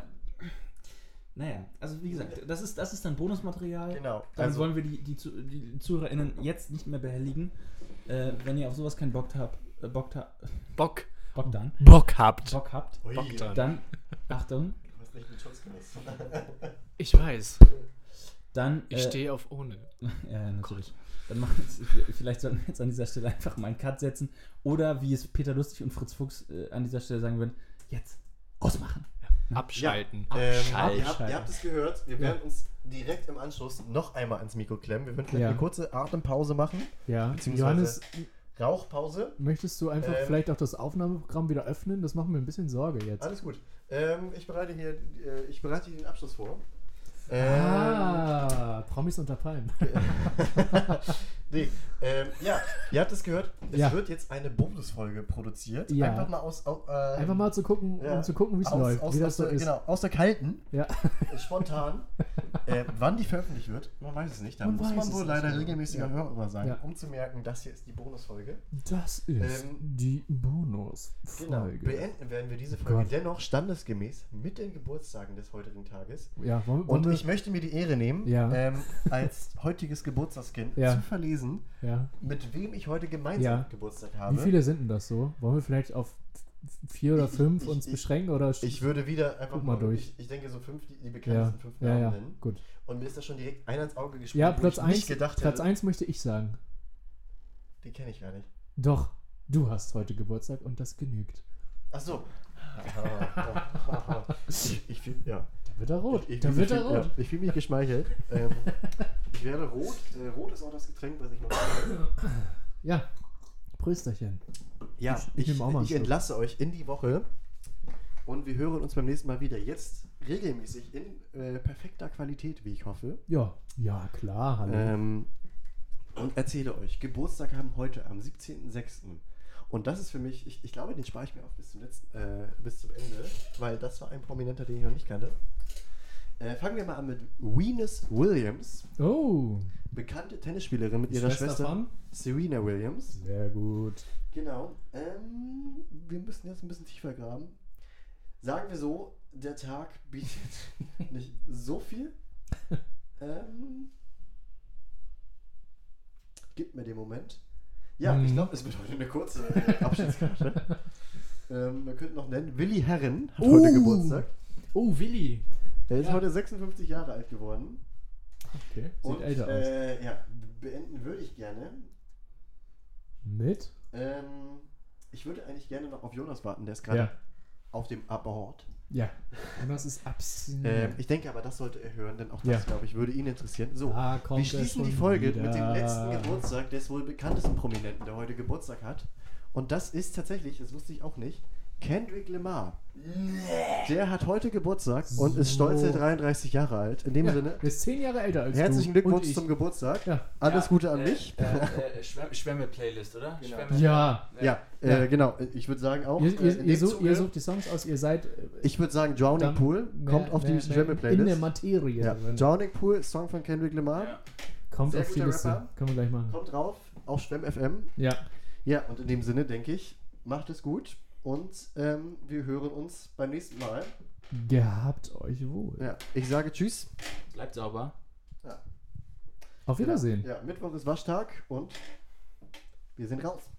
Speaker 4: naja, also wie gesagt, das ist, das ist dann Bonusmaterial.
Speaker 2: Genau.
Speaker 4: Dann
Speaker 2: Also,
Speaker 4: wollen wir die, die, Zu- die ZuhörerInnen jetzt nicht mehr behelligen. Äh, wenn ihr auf sowas keinen Bock habt, äh, Bock, ha
Speaker 6: Bock.
Speaker 4: Bock dann,
Speaker 6: Bock habt.
Speaker 4: Bock habt,
Speaker 2: ui,
Speaker 6: Bock dann.
Speaker 4: dann, Achtung,
Speaker 2: Du hast nicht mit Schutz genutzt.
Speaker 6: Ich weiß.
Speaker 4: dann.
Speaker 6: Ich stehe auf ohne.
Speaker 4: Ja, natürlich. Dann machen wir jetzt, vielleicht sollten wir jetzt an dieser Stelle einfach mal einen Cut setzen. Oder wie es Peter Lustig und Fritz Fuchs äh, an dieser Stelle sagen würden, jetzt ausmachen.
Speaker 6: Abschalten.
Speaker 2: Ähm,
Speaker 4: Abschalten.
Speaker 2: ihr, habt, ihr habt es gehört, wir werden uns direkt im Anschluss noch einmal ans Mikro klemmen. Wir werden vielleicht
Speaker 1: Ja.
Speaker 2: eine kurze Atempause machen.
Speaker 1: Ja,
Speaker 2: Beziehungsweise-
Speaker 1: Johannes,
Speaker 2: Rauchpause.
Speaker 1: möchtest du einfach
Speaker 2: Ähm.
Speaker 1: vielleicht auch das Aufnahmeprogramm wieder öffnen? Das macht mir ein bisschen Sorge jetzt.
Speaker 2: Alles gut. Ähm, ich bereite hier, äh, ich bereite hier den Abschluss vor. Ähm,
Speaker 1: Ah, Promis unter Palmen.
Speaker 2: nee, ähm, ja, ihr habt es gehört, es
Speaker 1: Ja.
Speaker 2: wird jetzt eine Bonusfolge produziert.
Speaker 1: Ja.
Speaker 2: Einfach mal aus, au- äh,
Speaker 1: Einfach mal zu gucken,
Speaker 2: Ja.
Speaker 1: um zu gucken, wie es
Speaker 2: aus,
Speaker 1: läuft,
Speaker 2: aus,
Speaker 1: wie das
Speaker 2: aus
Speaker 1: so
Speaker 2: der,
Speaker 1: ist.
Speaker 2: Genau, aus der kalten,
Speaker 1: Ja.
Speaker 2: äh, spontan. äh, wann die veröffentlicht wird, man weiß es nicht. Da
Speaker 1: Man
Speaker 2: muss
Speaker 1: weiß
Speaker 2: man
Speaker 1: es
Speaker 2: wohl
Speaker 1: nicht,
Speaker 2: leider
Speaker 1: ja.
Speaker 2: regelmäßiger
Speaker 1: Ja.
Speaker 2: Hörer sein,
Speaker 1: Ja.
Speaker 2: um zu merken, das hier ist die Bonusfolge.
Speaker 1: Das ist
Speaker 2: Ähm,
Speaker 1: die
Speaker 2: Genau.
Speaker 1: Bonusfolge.
Speaker 2: Beenden werden wir diese Folge
Speaker 1: Gott.
Speaker 2: dennoch standesgemäß mit den Geburtstagen des heutigen Tages.
Speaker 1: Ja, wollen, wollen
Speaker 2: Und
Speaker 1: wir,
Speaker 2: ich möchte mir die Ehre nehmen,
Speaker 1: Ja.
Speaker 2: ähm, als heutiges Geburtstagskind
Speaker 1: Ja.
Speaker 2: zu verlesen,
Speaker 1: ja.
Speaker 2: mit wem ich heute gemeinsam
Speaker 1: Ja.
Speaker 2: Geburtstag habe.
Speaker 1: Wie viele sind denn das so? Wollen wir vielleicht auf f- vier oder
Speaker 2: Ich-
Speaker 1: fünf
Speaker 2: ich-
Speaker 1: uns
Speaker 2: ich-
Speaker 1: beschränken? Oder
Speaker 2: Ich würde wieder einfach
Speaker 1: Guck mal durch.
Speaker 2: Ich, ich denke so fünf, die, die
Speaker 1: ja,
Speaker 2: bekanntesten fünf
Speaker 1: ja,
Speaker 2: Namen
Speaker 1: ja,
Speaker 2: nennen.
Speaker 1: gut.
Speaker 2: Und mir ist das schon direkt einer ins Auge gesprungen,
Speaker 1: Ja,
Speaker 2: wo
Speaker 1: Platz
Speaker 2: ich nicht
Speaker 1: eins
Speaker 2: gedacht
Speaker 1: Platz
Speaker 2: hätte.
Speaker 1: eins möchte ich sagen.
Speaker 2: Den kenne ich gar nicht.
Speaker 1: Doch, du hast heute Geburtstag und das genügt.
Speaker 2: Achso. ich, ich fühl, ja.
Speaker 1: Da wird er rot.
Speaker 2: Ich, ich,
Speaker 1: da
Speaker 2: ich,
Speaker 1: wird
Speaker 2: ich,
Speaker 1: er
Speaker 2: fühl-
Speaker 1: rot.
Speaker 2: Ja, ich fühle mich geschmeichelt. ähm, ich werde rot. Äh, rot ist auch das Getränk, was ich noch habe.
Speaker 1: Ja. Prösterchen.
Speaker 2: Ja,
Speaker 1: Ich- ich
Speaker 2: ich,
Speaker 1: nehm auch mal einen
Speaker 2: ich
Speaker 1: Schluck.
Speaker 2: entlasse euch in die Woche und wir hören uns beim nächsten Mal wieder. Jetzt regelmäßig in äh, perfekter Qualität, wie ich hoffe.
Speaker 1: Ja. Ja, klar. Hallo.
Speaker 2: Ähm, und erzähle euch, Geburtstag haben heute am siebzehnten sechsten Und das ist für mich, ich, ich glaube, den spare ich mir auf bis zum, letzten, äh, bis zum Ende, weil das war ein Prominenter, den ich noch nicht kannte. Äh, fangen wir mal an mit Venus Williams,
Speaker 1: Oh.
Speaker 2: bekannte Tennisspielerin mit ihrer
Speaker 1: Schwester
Speaker 2: Schwester
Speaker 1: von?
Speaker 2: Serena Williams.
Speaker 1: Sehr gut.
Speaker 2: Genau. Ähm, wir müssen jetzt ein bisschen tiefer graben. Sagen wir so, der Tag bietet nicht so viel. Ähm, gib mir den Moment. Ja,
Speaker 1: Mhm.
Speaker 2: ich glaube, es wird heute eine kurze äh, Abschiedskarte. ähm, wir könnten noch nennen, Willi Herren hat
Speaker 1: Oh.
Speaker 2: heute Geburtstag.
Speaker 1: Oh, Willi.
Speaker 2: Er ist
Speaker 1: Ja.
Speaker 2: heute sechsundfünfzig Jahre alt geworden.
Speaker 1: Okay. Sieht
Speaker 2: Und
Speaker 1: älter aus.
Speaker 2: äh, ja, beenden würde ich gerne.
Speaker 1: Mit?
Speaker 2: Ähm, ich würde eigentlich gerne noch auf Jonas warten, der ist gerade
Speaker 1: Ja.
Speaker 2: auf dem Abort.
Speaker 1: Ja. Jonas ist abstinent.
Speaker 2: Ähm, ich denke aber, das sollte er hören, denn auch das,
Speaker 1: Ja.
Speaker 2: glaube ich, würde ihn interessieren. So,
Speaker 1: Da kommt
Speaker 2: wir schließen
Speaker 1: er
Speaker 2: die
Speaker 1: schon
Speaker 2: Folge
Speaker 1: wieder.
Speaker 2: mit dem letzten Geburtstag des wohl bekanntesten Prominenten, der heute Geburtstag hat. Und das ist tatsächlich, das wusste ich auch nicht, Kendrick Lamar. Der hat heute Geburtstag und ist
Speaker 1: So.
Speaker 2: stolze dreiunddreißig Jahre alt. In dem
Speaker 1: Ja,
Speaker 2: Sinne,
Speaker 1: der ist zehn Jahre älter als
Speaker 2: herzlichen
Speaker 1: du.
Speaker 2: Glückwunsch
Speaker 1: und ich.
Speaker 2: zum Geburtstag.
Speaker 1: Ja.
Speaker 2: Alles
Speaker 3: Ja,
Speaker 2: Gute an
Speaker 3: äh,
Speaker 2: mich.
Speaker 3: Äh, äh, Schwämme- Schwämme-Playlist, oder?
Speaker 2: Genau.
Speaker 3: Schwämme-
Speaker 1: Ja.
Speaker 2: Ja, äh,
Speaker 1: Ja.
Speaker 2: genau. Ich würde sagen auch.
Speaker 1: Ihr,
Speaker 2: äh,
Speaker 1: ihr,
Speaker 2: in
Speaker 1: ihr,
Speaker 2: dem
Speaker 1: sucht,
Speaker 2: Zuge-
Speaker 1: ihr sucht die Songs aus, ihr seid äh,
Speaker 2: ich würde sagen, Drowning
Speaker 1: dann
Speaker 2: Pool
Speaker 1: mehr-
Speaker 2: kommt auf die
Speaker 1: mehr- mehr
Speaker 2: Schwemme-Playlist.
Speaker 1: in der Materie
Speaker 2: Ja.
Speaker 1: drin.
Speaker 2: Drowning Pool, Song von Kendrick Lamar.
Speaker 3: Ja.
Speaker 1: Kommt
Speaker 2: Sehr
Speaker 1: auf die
Speaker 2: guter
Speaker 1: Liste.
Speaker 2: Rapper.
Speaker 1: Können wir gleich machen.
Speaker 2: Kommt drauf auf Schwemm F M.
Speaker 1: Ja.
Speaker 2: Ja, und in dem Sinne denke ich, macht es gut und ähm, wir hören uns beim nächsten Mal.
Speaker 1: Gehabt euch wohl.
Speaker 2: Ja, ich sage Tschüss.
Speaker 3: Bleibt sauber.
Speaker 1: Auf Wiedersehen.
Speaker 2: Ja, Mittwoch ist Waschtag und wir sind raus.